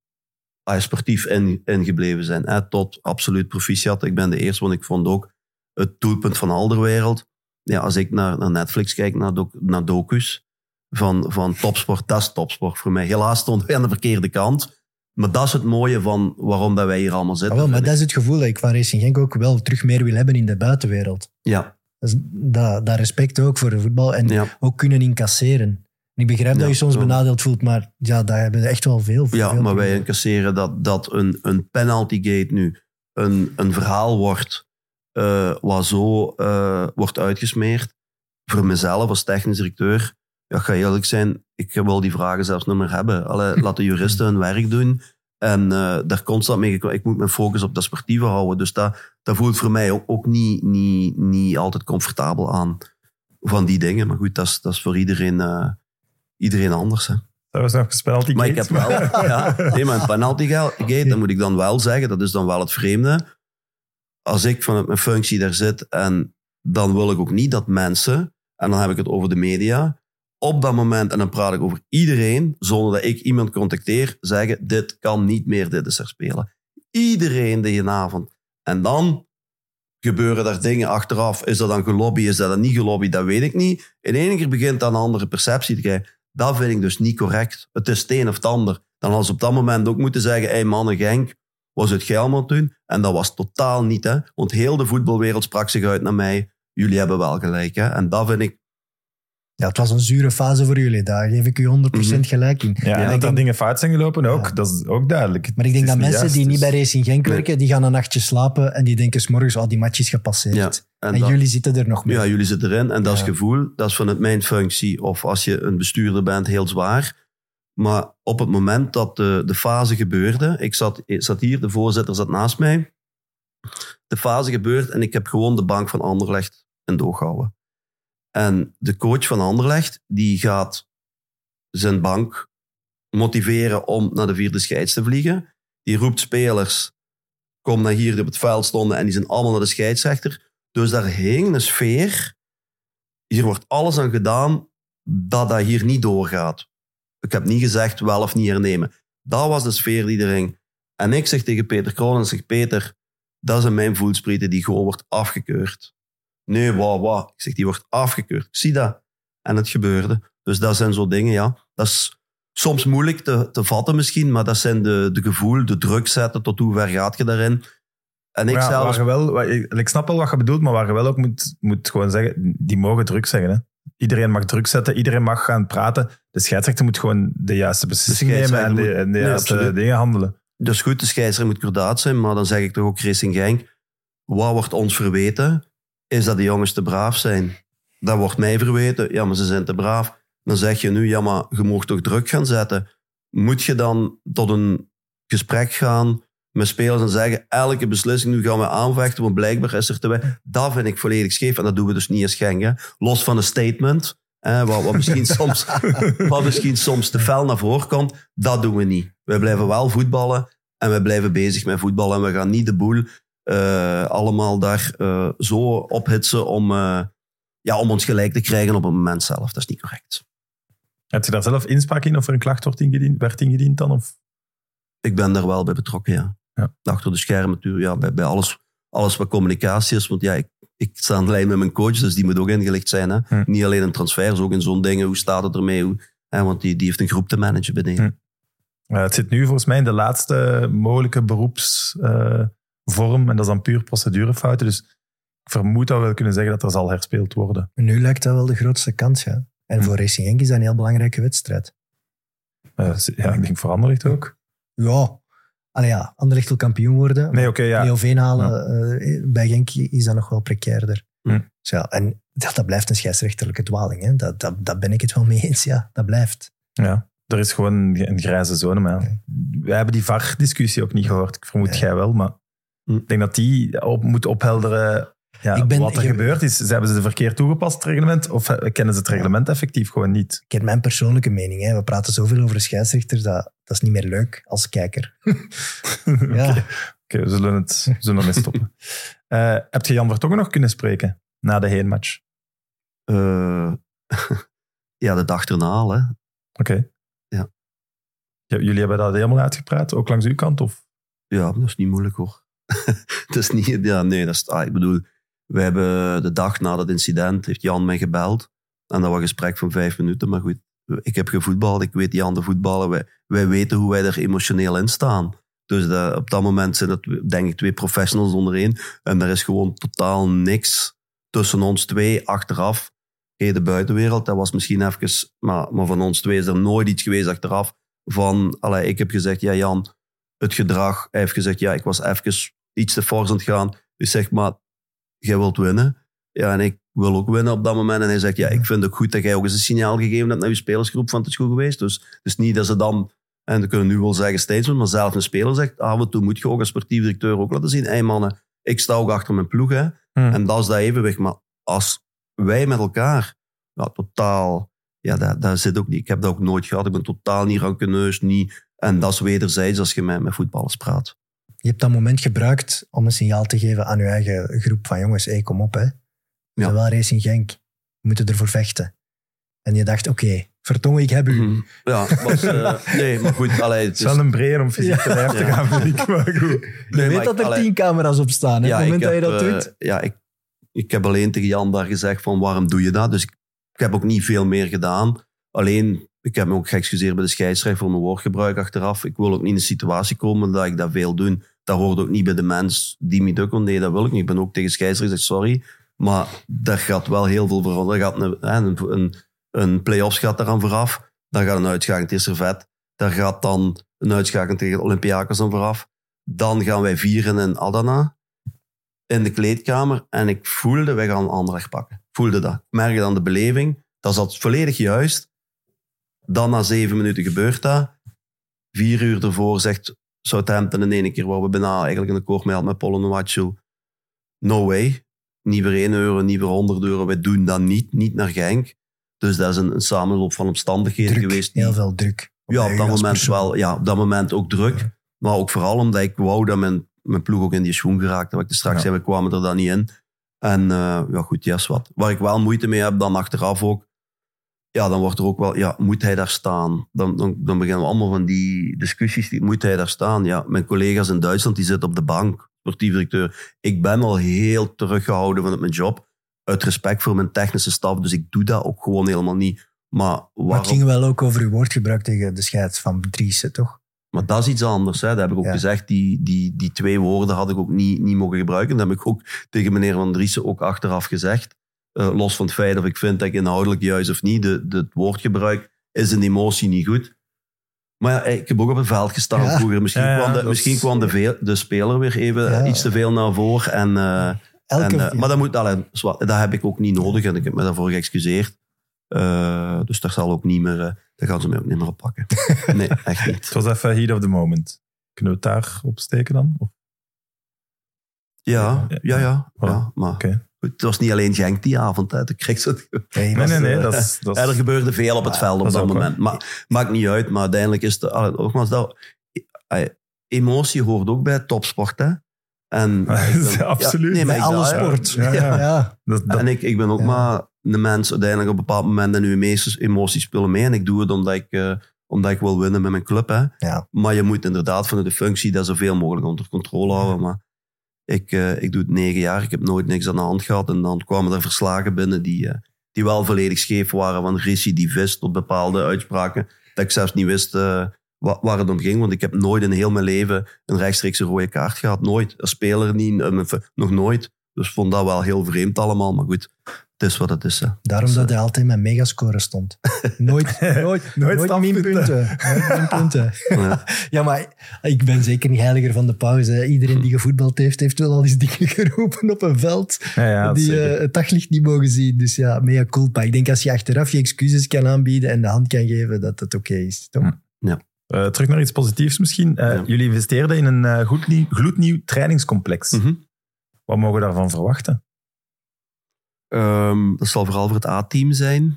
sportief in, ingebleven zijn. Hè, tot absoluut proficiat. Ik ben de eerste, want ik vond ook het doelpunt van Alderweireld. Ja, als ik naar, naar Netflix kijk, naar, doc, naar docus van, van topsport, dat is topsport voor mij. Helaas stond wij aan de verkeerde kant. Maar dat is het mooie van waarom dat wij hier allemaal zitten. Ah, wel, maar dat is het gevoel dat ik van Racing Genk ook wel terug meer wil hebben in de buitenwereld. Ja. Dus dat, dat respect ook voor de voetbal en ja. ook kunnen incasseren. Ik begrijp ja, dat je soms ja. benadeeld voelt, maar ja, daar hebben we echt wel veel. Ja, veel maar wij incasseren dat, dat een, een penaltygate nu een, een verhaal wordt uh, wat zo uh, wordt uitgesmeerd. Voor mezelf als technisch directeur, ja, ik ga eerlijk zijn, ik wil die vragen zelfs niet meer hebben. Allee, laat de juristen hun werk doen en uh, daar constant mee. Ik moet mijn focus op dat sportieve houden, dus dat, dat voelt voor mij ook, ook niet, niet, niet altijd comfortabel aan van die dingen. Maar goed, dat is, dat is voor iedereen... Uh, Iedereen anders, hè. Dat was nog een penalty Maar ik heb wel... ja, nee, maar een penalty gate, dat moet ik dan wel zeggen. Dat is dan wel het vreemde. Als ik vanuit mijn functie daar zit en dan wil ik ook niet dat mensen, en dan heb ik het over de media, op dat moment, en dan praat ik over iedereen, zonder dat ik iemand contacteer, zeggen, dit kan niet meer, dit is er spelen. Iedereen die avond. En dan gebeuren daar dingen achteraf. Is dat dan gelobby, is dat dan niet gelobby, dat weet ik niet. In één keer begint dan een andere perceptie te krijgen. Dat vind ik dus niet correct. Het is het een of het ander. Dan als ze op dat moment ook moeten zeggen, hey mannen, Genk, was het Gelman toen? En dat was totaal niet, hè. Want heel de voetbalwereld sprak zich uit naar mij. Jullie hebben wel gelijk, hè. En dat vind ik... Ja, het was een zure fase voor jullie. Daar geef ik u honderd procent mm-hmm. gelijk in. Ja, en ja, dat denk... er dingen fout zijn gelopen ook, ja. dat is ook duidelijk. Maar ik denk dat mensen juist, die dus... niet bij Racing Genk werken, nee. die gaan een nachtje slapen en die denken 's morgens, oh, die match is gepasseerd. Ja, en en dat... jullie zitten er nog mee. Ja, jullie zitten erin. En dat ja. is gevoel, dat is vanuit mijn functie, of als je een bestuurder bent, heel zwaar. Maar op het moment dat de, de fase gebeurde, ik zat, ik zat hier, de voorzitter zat naast mij, de fase gebeurt en ik heb gewoon de bank van Anderlecht in doog gehouden. En de coach van Anderlecht, die gaat zijn bank motiveren om naar de vierde scheids te vliegen. Die roept spelers, kom naar hier die op het veld stonden en die zijn allemaal naar de scheidsrechter. Dus daar hing een sfeer. Hier wordt alles aan gedaan dat dat hier niet doorgaat. Ik heb niet gezegd wel of niet hernemen. Dat was de sfeer die er hing. En ik zeg tegen Peter Kroon, en zeg Peter, dat zijn mijn voelsprieten die gewoon wordt afgekeurd. Nee, wat, wat. Ik zeg, die wordt afgekeurd. Ik zie dat. En het gebeurde. Dus dat zijn zo dingen, ja. Dat is soms moeilijk te, te vatten misschien, maar dat zijn de, de gevoel, de druk zetten, tot hoe ver gaat je daarin. En ik ja, zelf... waar je wel, ik, ik snap wel wat je bedoelt, maar waar je wel ook moet, moet gewoon zeggen, die mogen druk zeggen. Hè. Iedereen mag druk zetten, iedereen mag gaan praten. De scheidsrechter moet gewoon de juiste beslissing de nemen en de, moet, en de nee, juiste absoluut. dingen handelen. Dus goed, de scheidsrechter moet kordaat zijn, maar dan zeg ik toch ook Racing Genk, wat wordt ons verweten? Is dat de jongens te braaf zijn? Dat wordt mij verweten. Ja, maar ze zijn te braaf. Dan zeg je nu, ja, maar je mag toch druk gaan zetten. Moet je dan tot een gesprek gaan met spelers en zeggen, elke beslissing nu gaan we aanvechten, want blijkbaar is er te weinig. Dat vind ik volledig scheef en dat doen we dus niet als Genk. Hè. Los van een statement, hè, wat, wat, misschien soms, wat misschien soms te fel naar voren komt, dat doen we niet. We blijven wel voetballen en we blijven bezig met voetballen en we gaan niet de boel uh, allemaal daar uh, zo ophitsen om, uh, ja, om ons gelijk te krijgen op het moment zelf. Dat is niet correct. Heb je daar zelf inspraak in of er een klacht wordt ingediend, werd ingediend dan? Of? Ik ben daar wel bij betrokken, ja. ja. Achter de schermen natuurlijk, ja, bij, bij alles, alles wat communicatie is. Want ja, ik, ik sta aan de lijn met mijn coach, dus die moet ook ingelicht zijn. Hè? Hm. Niet alleen in transfers, ook in zo'n dingen. Hoe staat het ermee? Hoe, hè, want die, die heeft een groep te managen beneden. Hm. Uh, het zit nu volgens mij in de laatste mogelijke beroepsvorm. Uh, en dat is dan puur procedurefouten. Dus ik vermoed dat we kunnen zeggen dat er zal herspeeld worden. Nu lijkt dat wel de grootste kans, ja. En hm. voor Racing Genk is dat een heel belangrijke wedstrijd. Uh, ja, ik denk voor Anderlecht ook. Ja. Allee ja, Anderlecht wil kampioen worden. Nee, okay, ja. Leo Veen halen ja. uh, bij Genk is dat nog wel precairder. Hm. Dus ja, en dat, dat blijft een scheidsrechterlijke dwaling. Hè. Dat, dat, dat ben ik het wel mee eens, ja. Dat blijft. Ja, er is gewoon een grijze zone. Maar ja. Wij hebben die V A R-discussie ook niet gehoord. Ik vermoed nee. jij wel, maar hm. ik denk dat die op, moet ophelderen ja, ik ben, wat er ik, gebeurd is. Hebben ze de verkeerd toegepast, het reglement? Of kennen ze het reglement ja. effectief gewoon niet? Ik heb mijn persoonlijke mening. Hè. We praten zoveel over scheidsrechters, dat, dat is niet meer leuk als kijker. ja. Oké, okay. okay, we zullen het we zullen ermee stoppen. uh, heb je Jan Vertongen nog kunnen spreken na de heenmatch? Uh, ja, de dag erna, hè. Oké. Okay. Ja. ja. Jullie hebben dat helemaal uitgepraat, ook langs uw kant? Of? Ja, dat is niet moeilijk, hoor. dat is niet... Ja, nee, dat is... Ah, ik bedoel... We hebben de dag na dat incident, heeft Jan mij gebeld. En dat was een gesprek van vijf minuten. Maar goed, ik heb gevoetbald, ik weet Jan de voetballen. Wij, wij weten hoe wij er emotioneel in staan. Dus dat, op dat moment zijn het, denk ik, twee professionals onder één. En er is gewoon totaal niks tussen ons twee achteraf. Hey, de buitenwereld, dat was misschien even... Maar, maar van ons twee is er nooit iets geweest achteraf. Van, allee, ik heb gezegd, ja Jan, het gedrag. Hij heeft gezegd, ja, ik was even iets te fors aan het gaan. Dus zeg maar... Jij wilt winnen. Ja, en ik wil ook winnen op dat moment. En hij zegt, ja, ik vind het ook goed dat jij ook eens een signaal gegeven hebt naar je spelersgroep van het is goed geweest. Dus, dus niet dat ze dan, en dat kunnen we nu wel zeggen steeds, maar zelf een speler zegt, af en toe moet je ook als sportief directeur ook laten zien, hé hey mannen, ik sta ook achter mijn ploeg. Hè. Hmm. En dat is dat evenwicht. Maar als wij met elkaar, ja, totaal, ja, dat, dat zit ook niet. Ik heb dat ook nooit gehad. Ik ben totaal niet rankeneus, niet. En dat is wederzijds als je met, met voetballers praat. Je hebt dat moment gebruikt om een signaal te geven aan je eigen groep van jongens, hey, kom op, hè. We zijn ja. wel Racing Genk. We moeten ervoor vechten. En je dacht, oké, okay, Vertongen, ik heb u. Mm-hmm. Ja, was, uh, nee, maar goed. Allee, het is wel een breer om fysiek ja. te lijf te gaan, vind ik. Maar goed. Je nee, weet maar dat ik, er allee, tien camera's op staan, hè, ja, op het moment dat heb, je dat uh, doet. Ja, ik, ik heb alleen tegen Jan daar gezegd van, waarom doe je dat? Dus ik, ik heb ook niet veel meer gedaan. Alleen, ik heb me ook geëxcuseerd bij de scheidsrechter voor mijn woordgebruik achteraf. Ik wil ook niet in een situatie komen dat ik dat veel doe. Dat hoort ook niet bij de mens die me dukken. Nee, dat wil ik niet. Ik ben ook tegen scheidsrechter gezegd, sorry. Maar daar gaat wel heel veel veranderen. Er gaat een, een, een, een play-offs gaat eraan vooraf. Dan gaat een uitschakeling tegen Servet. Daar gaat dan een uitschakeling tegen Olympiakos aan vooraf. Dan gaan wij vieren in Adana. In de kleedkamer. En ik voelde, wij gaan Anderlecht pakken. Ik voelde dat. Ik merkte dan de beleving. Dat zat volledig juist. Dan na zeven minuten gebeurt dat. Vier uur ervoor zegt Southampton in één keer, waar we bijna eigenlijk een akkoord mee hadden met Polonwachu. No way. Niet voor één euro, niet voor honderd euro. Wij doen dat niet. Niet naar Genk. Dus dat is een, een samenloop van omstandigheden druk, geweest. Heel veel druk. Ja, op dat moment wel. Ja, op dat moment ook druk. Ja. Maar ook vooral omdat ik wou dat mijn, mijn ploeg ook in die schoen geraakte. Wat ik straks ja. zei, we kwamen er dan niet in. En uh, ja, goed, yes, wat. Waar ik wel moeite mee heb, dan achteraf ook. Ja, dan wordt er ook wel, ja, moet hij daar staan? Dan, dan, dan beginnen we allemaal van die discussies. Die, moet hij daar staan? Ja, mijn collega's in Duitsland, die zitten op de bank. Sportief directeur. Ik ben al heel teruggehouden van mijn job. Uit respect voor mijn technische staf. Dus ik doe dat ook gewoon helemaal niet. Maar, waarom... maar het ging wel ook over uw woordgebruik tegen de scheids van Driessen, toch? Maar dat is iets anders. Hè. Dat heb ik ook ja. gezegd. Die, die, die twee woorden had ik ook niet, niet mogen gebruiken. Dat heb ik ook tegen meneer Van Driessen ook achteraf gezegd. Uh, los van het feit of ik vind dat ik inhoudelijk juist of niet. De, de, het woordgebruik is een emotie niet goed. Maar ja, ik heb ook op het veld gestaan ja. vroeger. Misschien, ja, ja, kwam, de, misschien is... kwam de, veel, de speler weer even ja. iets te veel naar voren. En, uh, Elke, en, uh, maar dat, moet, allee, dat heb ik ook niet nodig. En ik heb me daarvoor geëxcuseerd. Uh, dus daar zal ook niet meer... Uh, daar gaan ze mij ook niet meer op pakken. Nee, echt niet. Het was even heat of the moment. Kunnen we het daar op steken dan? Of? Ja, ja, ja. ja, oh, ja maar... Okay. Het was niet alleen Genk die avond. Hè. Ik kreeg zo... Nee, nee, nee. nee dat is, dat is... Er gebeurde veel op het veld op dat, dat moment. Wel. Maar maakt niet uit. Maar uiteindelijk is het... Nogmaals, dat, emotie hoort ook bij topsport. Hè. En, ben, absoluut. Ja, nee, bij ik alle ben, sport. Ja, ja. Ja. Dat, dat, En ik, ik ben ook Ja. maar een mens uiteindelijk op een bepaald moment en uw emoties, emoties spelen mee. En ik doe het omdat ik, uh, omdat ik wil winnen met mijn club. Hè. Ja. Maar je moet inderdaad vanuit de functie dat zoveel mogelijk onder controle houden. Maar ik, uh, ik doe het negen jaar, ik heb nooit niks aan de hand gehad. En dan kwamen er verslagen binnen die, uh, die wel volledig scheef waren. Van recidivist tot bepaalde uitspraken. Dat ik zelfs niet wist uh, waar, waar het om ging. Want ik heb nooit in heel mijn leven een rechtstreekse rode kaart gehad. Nooit. Als speler niet, uh, nog nooit. Dus ik vond dat wel heel vreemd allemaal. Maar goed, het is wat het is. Hè. Daarom dus, dat hij altijd met megascore stond. Nooit, nooit, nooit, nooit minpunten. Nooit minpunten. Ja. Ja, maar ik ben zeker niet heiliger van de pauze. Iedereen die gevoetbald heeft, heeft wel al eens dingen geroepen op een veld ja, ja, die uh, het daglicht niet mogen zien. Dus ja, mea culpa. Ik denk als je achteraf je excuses kan aanbieden en de hand kan geven, dat het oké okay is. Toch? Ja. Uh, terug naar iets positiefs misschien. Uh, ja. Jullie investeerden in een uh, goed nieuw, gloednieuw trainingscomplex. Mm-hmm. Wat mogen we daarvan verwachten? Um, dat zal vooral voor het A-team zijn.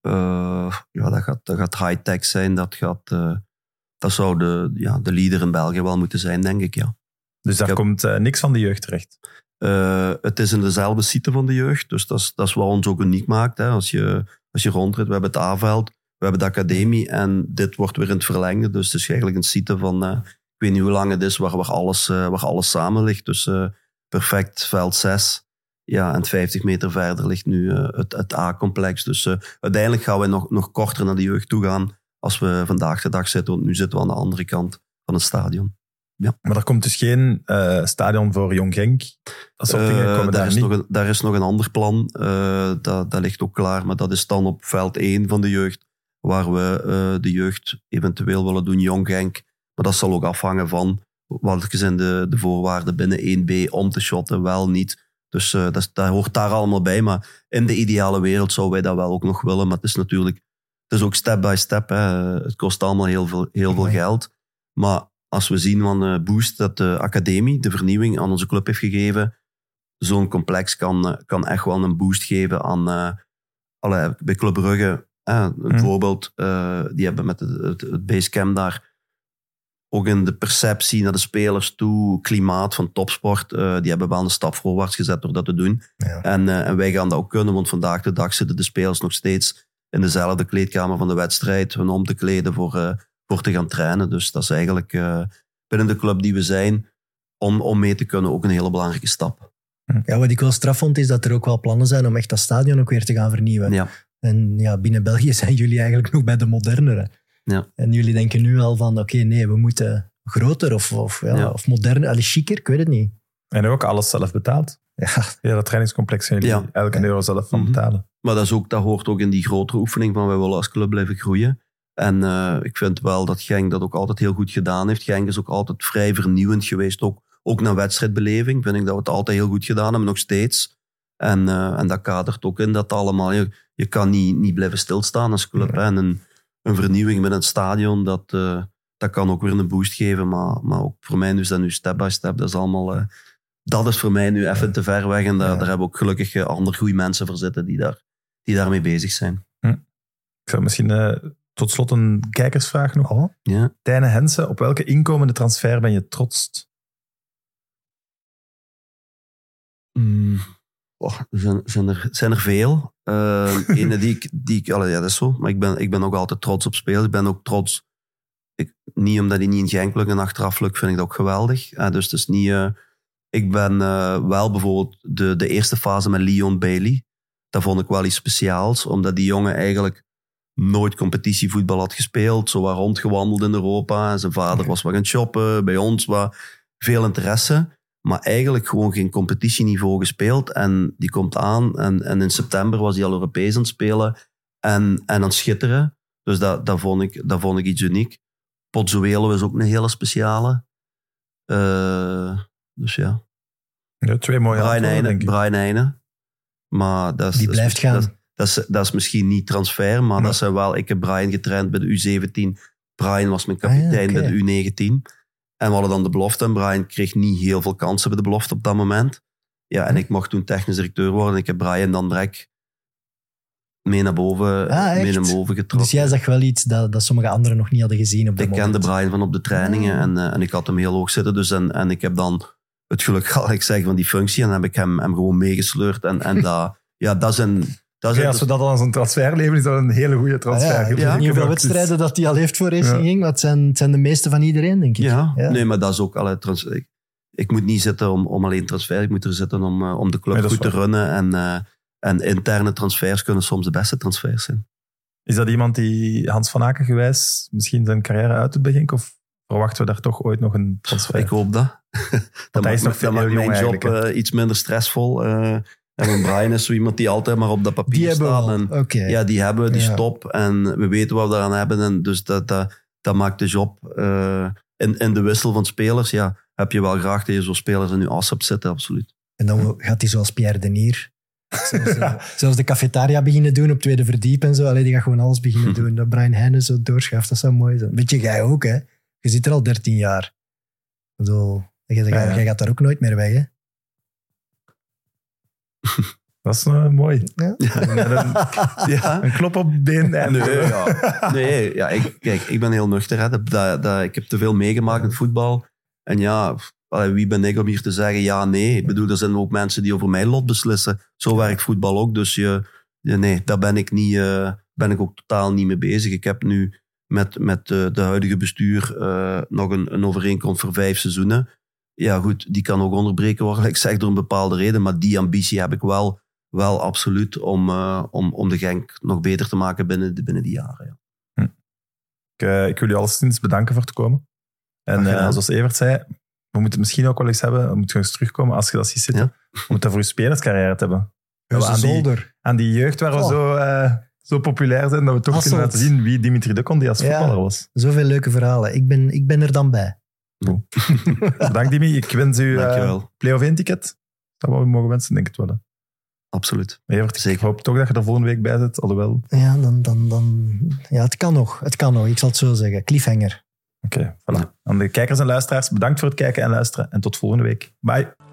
Uh, ja, dat gaat, dat gaat high-tech zijn. Dat, gaat, uh, dat zou de, ja, de leader in België wel moeten zijn, denk ik, ja. Dus daar heb, komt uh, niks van de jeugd terecht? Uh, het is in dezelfde site van de jeugd. Dus dat is, dat is wat ons ook uniek maakt. Hè. Als je, als je rondrijdt, we hebben het A-veld, we hebben de academie en dit wordt weer in het verlengde. Dus het is eigenlijk een site van, uh, ik weet niet hoe lang het is, waar, waar, alles, uh, waar alles samen ligt. Dus uh, perfect veld zes. Ja, en vijftig meter verder ligt nu uh, het, het A-complex. Dus uh, uiteindelijk gaan we nog, nog korter naar de jeugd toe gaan als we vandaag de dag zitten. Want nu zitten we aan de andere kant van het stadion. Ja. Maar er komt dus geen uh, stadion voor Jong Genk? Dat soort dingen komen uh, daar, daar is niet? Nog een, daar is nog een ander plan. Uh, dat, dat ligt ook klaar. Maar dat is dan op veld één van de jeugd. Waar we uh, de jeugd eventueel willen doen, Jong Genk. Maar dat zal ook afhangen van welke zijn de, de voorwaarden binnen één B om te shotten, wel niet. Dus uh, dat, dat hoort daar allemaal bij. Maar in de ideale wereld zouden wij dat wel ook nog willen. Maar het is natuurlijk, het is ook step by step. Hè. Het kost allemaal heel veel, heel veel geld. Maar als we zien van uh, Boost dat de academie de vernieuwing aan onze club heeft gegeven, zo'n complex kan, uh, kan echt wel een boost geven aan uh, allee, bij Club Brugge. Eh, een hmm. voorbeeld, uh, die hebben met het, het, het basecamp daar ook in de perceptie naar de spelers toe, klimaat van topsport, uh, die hebben wel een stap voorwaarts gezet door dat te doen. Ja. En, uh, en wij gaan dat ook kunnen, want vandaag de dag zitten de spelers nog steeds in dezelfde kleedkamer van de wedstrijd, hun om te kleden voor, uh, voor te gaan trainen. Dus dat is eigenlijk uh, binnen de club die we zijn, om, om mee te kunnen, ook een hele belangrijke stap. Ja, wat ik wel straf vond, is dat er ook wel plannen zijn om echt dat stadion ook weer te gaan vernieuwen. Ja. En ja, binnen België zijn jullie eigenlijk nog bij de modernere. Ja. En jullie denken nu al van, oké, okay, nee, we moeten groter of, of, ja, ja. of moderner, allee, chiquer, ik weet het niet. En ook alles zelf betaald. Ja, ja dat trainingscomplex zijn jullie ja. elke euro zelf van betalen. Mm-hmm. Maar dat, is ook, dat hoort ook in die grotere oefening van wij willen als club blijven groeien. En uh, ik vind wel dat Genk dat ook altijd heel goed gedaan heeft. Genk is ook altijd vrij vernieuwend geweest, ook, ook naar wedstrijdbeleving. Vind ik dat we het altijd heel goed gedaan hebben, nog steeds. En, uh, en dat kadert ook in dat allemaal. Je, je kan niet, niet blijven stilstaan als club. Ja. En een, een vernieuwing met het stadion, dat, uh, dat kan ook weer een boost geven. Maar, maar ook voor mij is dat nu step by step. Dat is allemaal... Uh, dat is voor mij nu even te ver weg. En daar, ja. daar hebben ook gelukkig uh, andere goede mensen voor zitten die, daar, die daarmee bezig zijn. Hm. Ik zou misschien uh, tot slot een kijkersvraag nog. Oh. Ja. Tijne Hensen, op welke inkomende transfer ben je trotst? Mm. Oh, er zijn, zijn, er, zijn er veel. Uh, ene die ik... Die ik allee, ja, dat is zo. Maar ik ben, ik ben ook altijd trots op spelers. Ik ben ook trots... Ik, niet omdat hij niet in Genk lukt en achteraf lukt, vind ik dat ook geweldig. Uh, dus het is niet... Uh, ik ben uh, wel bijvoorbeeld de, de eerste fase met Leon Bailey. Dat vond ik wel iets speciaals. Omdat die jongen eigenlijk nooit competitievoetbal had gespeeld. Zo wat rondgewandeld in Europa. En zijn vader was wat gaan shoppen. Bij ons wat veel interesse. Maar eigenlijk gewoon geen competitieniveau gespeeld. En die komt aan. En, en in september was hij al Europees aan het spelen. En, en aan het schitteren. Dus dat, dat, vond ik, dat vond ik iets uniek. Pozzuelo is ook een hele speciale. Uh, dus ja. ja twee mooie Brian antwoorden, Heine, denk ik. Brian Heine. Maar dat is, die dat blijft is, gaan. Dat, dat, is, dat is misschien niet transfer. Maar nee. dat zijn wel... Ik heb Brian getraind bij de U zeventien. Brian was mijn kapitein ah, ja, okay. bij de U negentien. En we hadden dan de belofte. En Brian kreeg niet heel veel kansen bij de belofte op dat moment. Ja, en ik mocht toen technisch directeur worden. Ik heb Brian dan direct mee naar boven, ah, mee naar boven getrokken. Dus jij zag wel iets dat, dat sommige anderen nog niet hadden gezien op dat ik moment? Ik kende Brian van op de trainingen. Ah. En, uh, en ik had hem heel hoog zitten. Dus en, en ik heb dan het geluk gehad, ik zeg, van die functie. En dan heb ik hem, hem gewoon meegesleurd. En, en dat, ja, dat is een... Dat is Okay, een, als we dat dan als een transfer leven, is dat een hele goede transfer. Ah, ja, ik Ja, weet niet hoeveel wedstrijden dat hij al heeft voor Racing Ja. Genk, maar het zijn, het zijn de meeste van iedereen, denk ik. Ja, Ja. nee, maar dat is ook... Allee, trans, ik, ik moet niet zitten om, om alleen transfer. Ik moet er zitten om, uh, om de club Nee, dat is goed te waar. runnen. En, uh, en interne transfers kunnen soms de beste transfers zijn. Is dat iemand die Hans van Aken gewijs misschien zijn carrière uit het begin? Of verwachten we daar toch ooit nog een transfer? Ik hoop dat. dat hij is nog maakt, veel dat maakt jong mijn job eigenlijk, uh, iets minder stressvol. Uh, en Brian is zo iemand die altijd maar op dat papier Die hebben we staat. al. En, Oké. Ja, die hebben we, die Ja. stop. En we weten wat we eraan hebben. En dus dat, dat, dat maakt de job. Uh, in, in de wissel van spelers, ja, heb je wel graag dat je zo'n spelers in je as hebt zitten, absoluut. En dan gaat hij zoals Pierre Denier. Zelfs, uh, zelfs de cafetaria beginnen doen op tweede verdiep en zo. Allee, die gaat gewoon alles beginnen doen. Dat Brian Heijnen zo doorschuift, dat zou mooi zijn. Weet je, jij ook, hè? Je zit er al dertien jaar. Ik bedoel, jij, jij, Ja, ja. jij gaat daar ook nooit meer weg, hè? Dat is uh, mooi. Ja. Met een, Ja. een klop op het been. En Nee, ja. nee ja, ik, kijk, ik ben heel nuchter. Hè. Dat, dat, dat, ik heb te veel meegemaakt in het voetbal. En ja, allee, wie ben ik om hier te zeggen ja, nee. Ik bedoel, er zijn ook mensen die over mijn lot beslissen. Zo werkt voetbal ook. Dus je, ja, nee, daar ben ik, niet, uh, ben ik ook totaal niet mee bezig. Ik heb nu met, met uh, de huidige bestuur uh, nog een, een overeenkomst voor vijf seizoenen. Ja goed, die kan ook onderbreken worden, ik zeg door een bepaalde reden. Maar die ambitie heb ik wel, wel absoluut om, uh, om, om de Genk nog beter te maken binnen, de, binnen die jaren. Ja. Hm. Ik, uh, ik wil je alleszins bedanken voor te komen. En uh, zoals Evert zei, we moeten het misschien ook wel eens hebben, we moeten eens terugkomen als je dat ziet zitten, ja. om het voor je spelerscarrière te hebben. Ja, aan, die, zolder. aan die jeugd waar we oh. zo, uh, zo populair zijn, dat we toch Hasselt. kunnen laten zien wie Dimitri Ducon die als Ja. voetballer was. Zoveel leuke verhalen. Ik ben, ik ben er dan bij. Bedankt Dimi, ik wens u uh, play-off één ticket. Dat we mogen wensen, denk ik het wel. Hè. Absoluut. Evert, ik hoop toch dat je er volgende week bij zit, alhoewel. Ja, dan, dan, dan, ja, het kan nog. Het kan nog, ik zal het zo zeggen. Cliffhanger. Oké, okay, voilà. Aan de kijkers en luisteraars, bedankt voor het kijken en luisteren en tot volgende week. Bye.